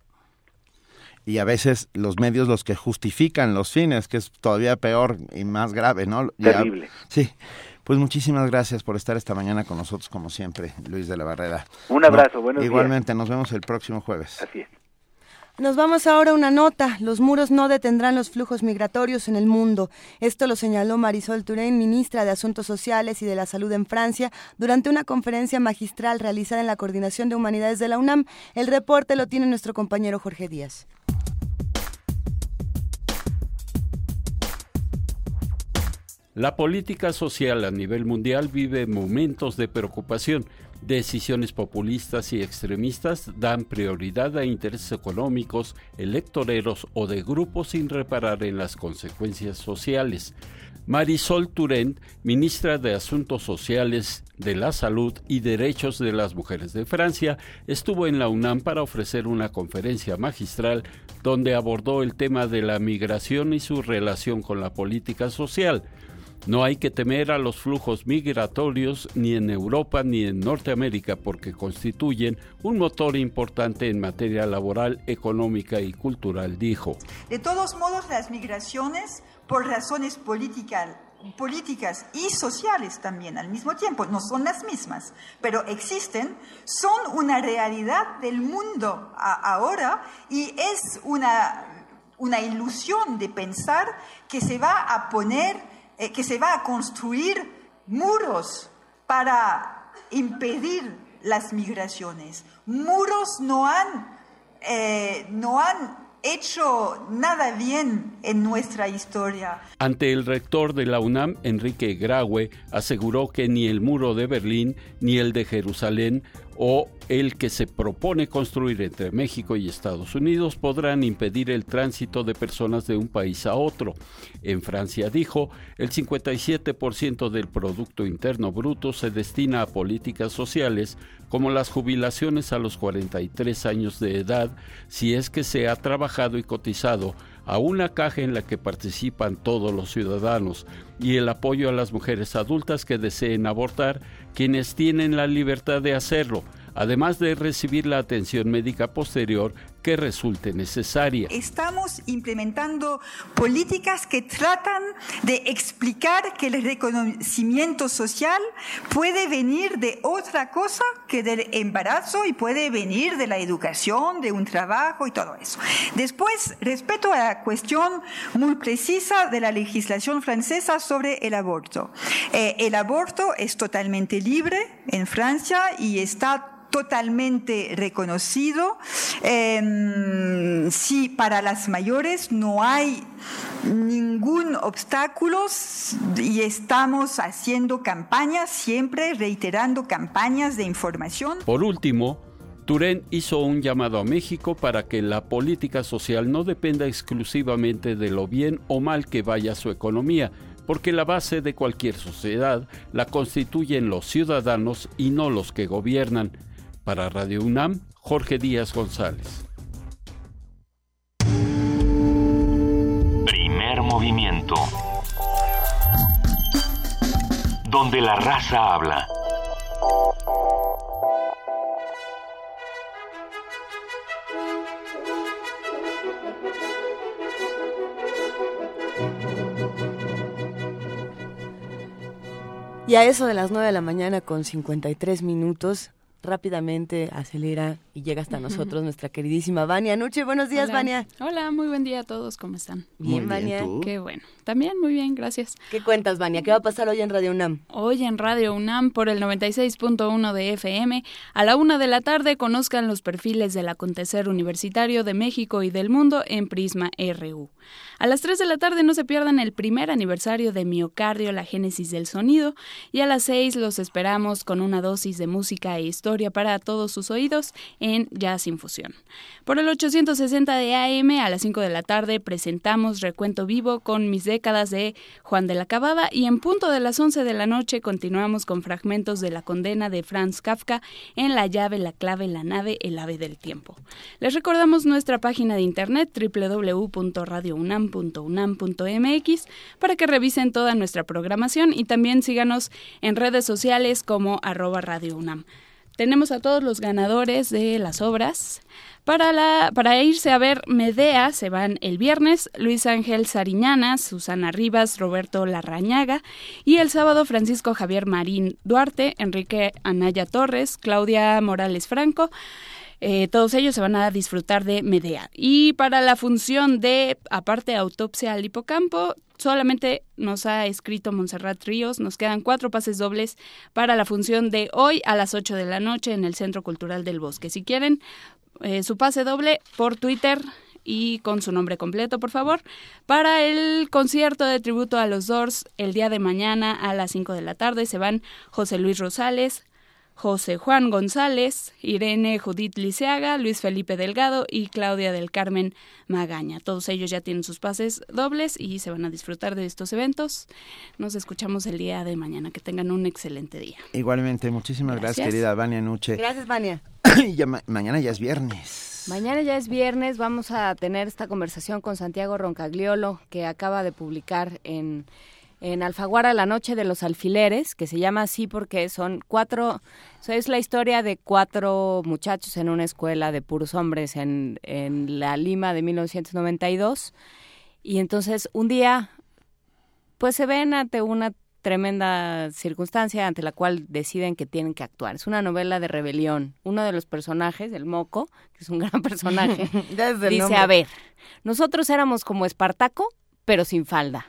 Y a veces los medios los que justifican los fines, que es todavía peor y más grave, ¿no? Terrible. Ya, sí. Pues muchísimas gracias por estar esta mañana con nosotros, como siempre, Luis de la Barreda. Un abrazo, no, buenos igualmente, días. Nos vemos el próximo jueves. Así es. Nos vamos ahora a una nota. Los muros no detendrán los flujos migratorios en el mundo. Esto lo señaló Marisol Touraine, ministra de Asuntos Sociales y de la Salud en Francia, durante una conferencia magistral realizada en la Coordinación de Humanidades de la UNAM. El reporte lo tiene nuestro compañero Jorge Díaz. La política social a nivel mundial vive momentos de preocupación. Decisiones populistas y extremistas dan prioridad a intereses económicos, electoreros o de grupos sin reparar en las consecuencias sociales. Marisol Touraine, ministra de Asuntos Sociales, de la Salud y Derechos de las Mujeres de Francia, estuvo en la UNAM para ofrecer una conferencia magistral donde abordó el tema de la migración y su relación con la política social. No hay que temer a los flujos migratorios ni en Europa ni en Norteamérica porque constituyen un motor importante en materia laboral, económica y cultural, dijo. De todos modos, las migraciones, por razones políticas, políticas y sociales también al mismo tiempo, no son las mismas, pero existen, son una realidad del mundo a- ahora y es una, una ilusión de pensar que se va a poner Eh, que se va a construir muros para impedir las migraciones. Muros no han, eh, no han hecho nada bien en nuestra historia. Ante el rector de la UNAM, Enrique Graue, aseguró que ni el muro de Berlín, ni el de Jerusalén o el que se propone construir entre México y Estados Unidos podrán impedir el tránsito de personas de un país a otro. En Francia, dijo, el cincuenta y siete por ciento del Producto Interno Bruto se destina a políticas sociales como las jubilaciones a los cuarenta y tres años de edad, si es que se ha trabajado y cotizado a una caja en la que participan todos los ciudadanos, y el apoyo a las mujeres adultas que deseen abortar, quienes tienen la libertad de hacerlo, además de recibir la atención médica posterior que resulte necesaria. Estamos implementando políticas que tratan de explicar que el reconocimiento social puede venir de otra cosa que del embarazo y puede venir de la educación, de un trabajo y todo eso. Después, respecto a la cuestión muy precisa de la legislación francesa sobre el aborto. Eh, el aborto es totalmente libre en Francia y está totalmente reconocido. Eh, sí, para las mayores no hay ningún obstáculo y estamos haciendo campañas, siempre reiterando campañas de información. Por último, Turén hizo un llamado a México para que la política social no dependa exclusivamente de lo bien o mal que vaya su economía, porque la base de cualquier sociedad la constituyen los ciudadanos y no los que gobiernan. Para Radio UNAM, Jorge Díaz González. Primer movimiento. Donde la raza habla. Y a eso de las nueve de la mañana con cincuenta y tres minutos, rápidamente acelera y llega hasta nosotros nuestra queridísima Vania Nuche. Buenos días, Hola. Vania. Hola, muy buen día a todos, ¿cómo están? Bien, Vania. Qué bueno. También muy bien, gracias. ¿Qué cuentas, Vania? ¿Qué va a pasar hoy en Radio UNAM? Hoy en Radio UNAM por el noventa y seis punto uno de F M, a la una de la tarde conozcan los perfiles del acontecer universitario de México y del mundo en Prisma R U. A las tres de la tarde no se pierdan el primer aniversario de Miocardio, la génesis del sonido, y a las seis los esperamos con una dosis de música e historia para todos sus oídos en Jazz Infusión. Por el ochocientos sesenta de A M, a las cinco de la tarde presentamos Recuento Vivo con Mis décadas de Juan de la Cabada, y en punto de las once de la noche continuamos con fragmentos de La condena de Franz Kafka en La llave, la clave, la nave, el ave del tiempo. Les recordamos nuestra página de internet doble u doble u doble u punto radio unam punto unam punto m x para que revisen toda nuestra programación y también síganos en redes sociales como arroba Radio UNAM. Tenemos a todos los ganadores de las obras. Para, la, para irse a ver Medea se van el viernes Luis Ángel Sariñana, Susana Rivas, Roberto Larrañaga, y el sábado Francisco Javier Marín Duarte, Enrique Anaya Torres, Claudia Morales Franco. Eh, todos ellos se van a disfrutar de Medea. Y para la función de, aparte, Autopsia al Hipocampo, solamente nos ha escrito Montserrat Ríos. Nos quedan cuatro pases dobles para la función de hoy a las ocho de la noche en el Centro Cultural del Bosque. Si quieren eh, su pase doble por Twitter y con su nombre completo, por favor. Para el concierto de tributo a los Doors, el día de mañana a las cinco de la tarde se van José Luis Rosales, José Juan González, Irene Judith Liceaga, Luis Felipe Delgado y Claudia del Carmen Magaña. Todos ellos ya tienen sus pases dobles y se van a disfrutar de estos eventos. Nos escuchamos el día de mañana. Que tengan un excelente día. Igualmente, muchísimas gracias, gracias querida Vania Nuche. Gracias, Vania. ya ma- mañana ya es viernes. Mañana ya es viernes, vamos a tener esta conversación con Santiago Roncagliolo, que acaba de publicar en... en Alfaguara, La noche de los alfileres, que se llama así porque son cuatro, o sea, es la historia de cuatro muchachos en una escuela de puros hombres en, en la Lima de mil novecientos noventa y dos, y entonces un día, pues se ven ante una tremenda circunstancia ante la cual deciden que tienen que actuar. Es una novela de rebelión. Uno de los personajes, el Moco, que es un gran personaje, dice, nombre. a ver, nosotros éramos como Espartaco, pero sin falda.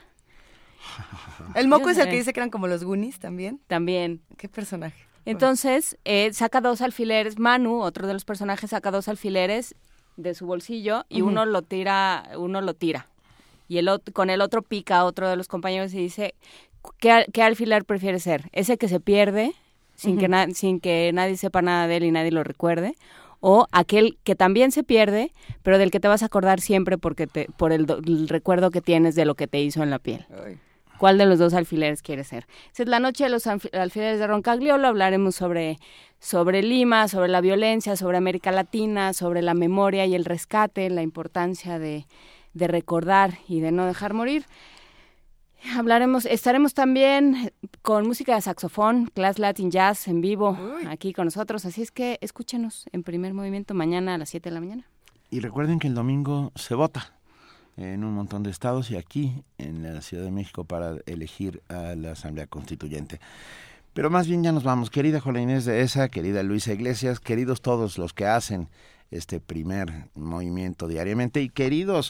El Moco es el que dice que eran como los Goonies también. También. ¿Qué personaje? Entonces, eh, saca dos alfileres, Manu, otro de los personajes, saca dos alfileres de su bolsillo y uh-huh. uno lo tira, uno lo tira. Y el otro, con el otro pica a otro de los compañeros y dice, ¿qué, qué alfiler prefiere ser? ¿Ese que se pierde sin, uh-huh. que na- sin que nadie sepa nada de él y nadie lo recuerde? ¿O aquel que también se pierde, pero del que te vas a acordar siempre porque te, por el, do- el recuerdo que tienes de lo que te hizo en la piel? Ay. ¿Cuál de los dos alfileres quieres ser? Esa es la noche de los alfileres de Roncagliolo. Hablaremos sobre, sobre Lima, sobre la violencia, sobre América Latina, sobre la memoria y el rescate, la importancia de, de recordar y de no dejar morir. Hablaremos, estaremos también con música de saxofón, Class Latin Jazz en vivo, Uy. aquí con nosotros. Así es que escúchenos en Primer Movimiento mañana a las siete de la mañana. Y recuerden que el domingo se vota en un montón de estados y aquí en la Ciudad de México para elegir a la Asamblea Constituyente. Pero más bien ya nos vamos. Querida Juana Inés de Esa, querida Luisa Iglesias, queridos todos los que hacen este primer movimiento diariamente y queridos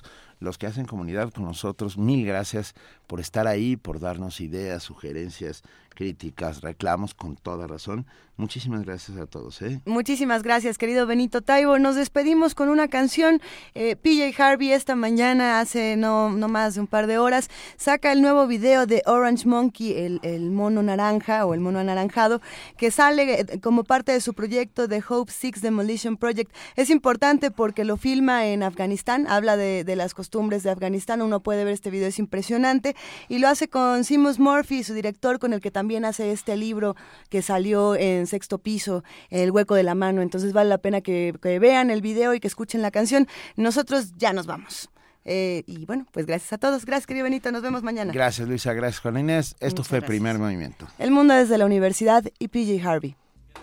los que hacen comunidad con nosotros, mil gracias por estar ahí, por darnos ideas, sugerencias, críticas, reclamos, con toda razón. Muchísimas gracias a todos. ¿eh? Muchísimas gracias, querido Benito Taibo. Nos despedimos con una canción. Eh, P J Harvey esta mañana, hace no, no más de un par de horas, saca el nuevo video de Orange Monkey, el, el mono naranja o el mono anaranjado, que sale como parte de su proyecto de Hope Six Demolition Project. Es importante porque lo filma en Afganistán, habla de, de las costumbres de Afganistán. Uno puede ver este video, es impresionante, y lo hace con Seamus Murphy, su director, con el que también hace este libro que salió en Sexto Piso, El hueco de la mano. Entonces vale la pena que, que vean el video y que escuchen la canción. Nosotros ya nos vamos. Eh, y bueno, pues gracias a todos. Gracias, querido Benito. Nos vemos mañana. Gracias, Luisa. Gracias, Juana Inés. Esto Muchas fue gracias. Primer Movimiento. El mundo desde la universidad y P J Harvey.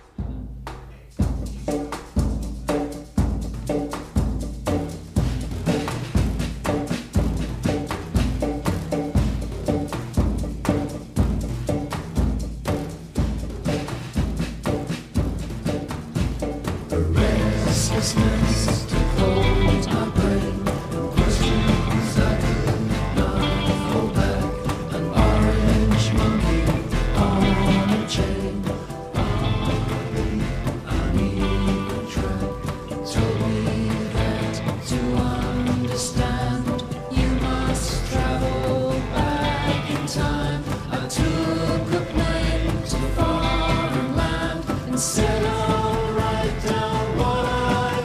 Restlessness holds my brain. Questions I cannot hold back. An orange monkey on a chain. I need a track. Told me that to understand you must travel back in time. I took a plane to foreign land and set I'll write down what I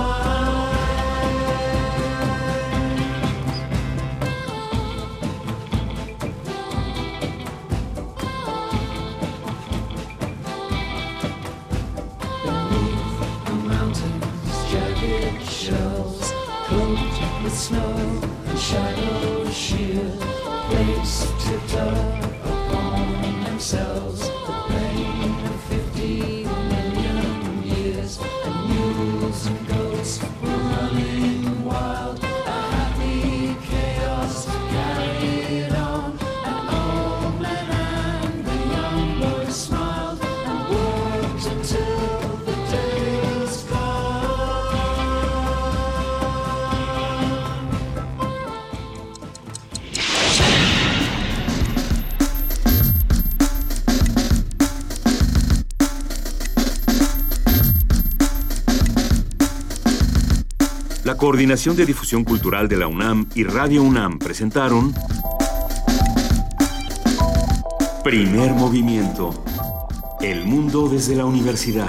beneath the mountains, jagged shells, cloaked with snow and shadow sheer, place tipped up upon themselves, the pain of fifty million years, and mules and goats were running wild, a happy chaos carried on, and old men and the young boys smiled and worked until the day was gone. La Coordinación de Difusión Cultural de la UNAM y Radio UNAM presentaron Primer Movimiento. El mundo desde la universidad.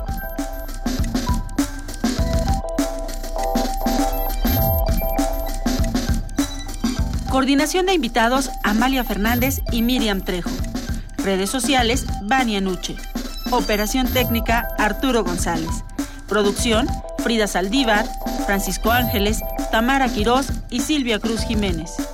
Coordinación de invitados, Amalia Fernández y Miriam Trejo. Redes sociales, Vania Nuche. Operación técnica, Arturo González. Producción, Frida Saldívar, Francisco Ángeles, Tamara Quirós y Silvia Cruz Jiménez.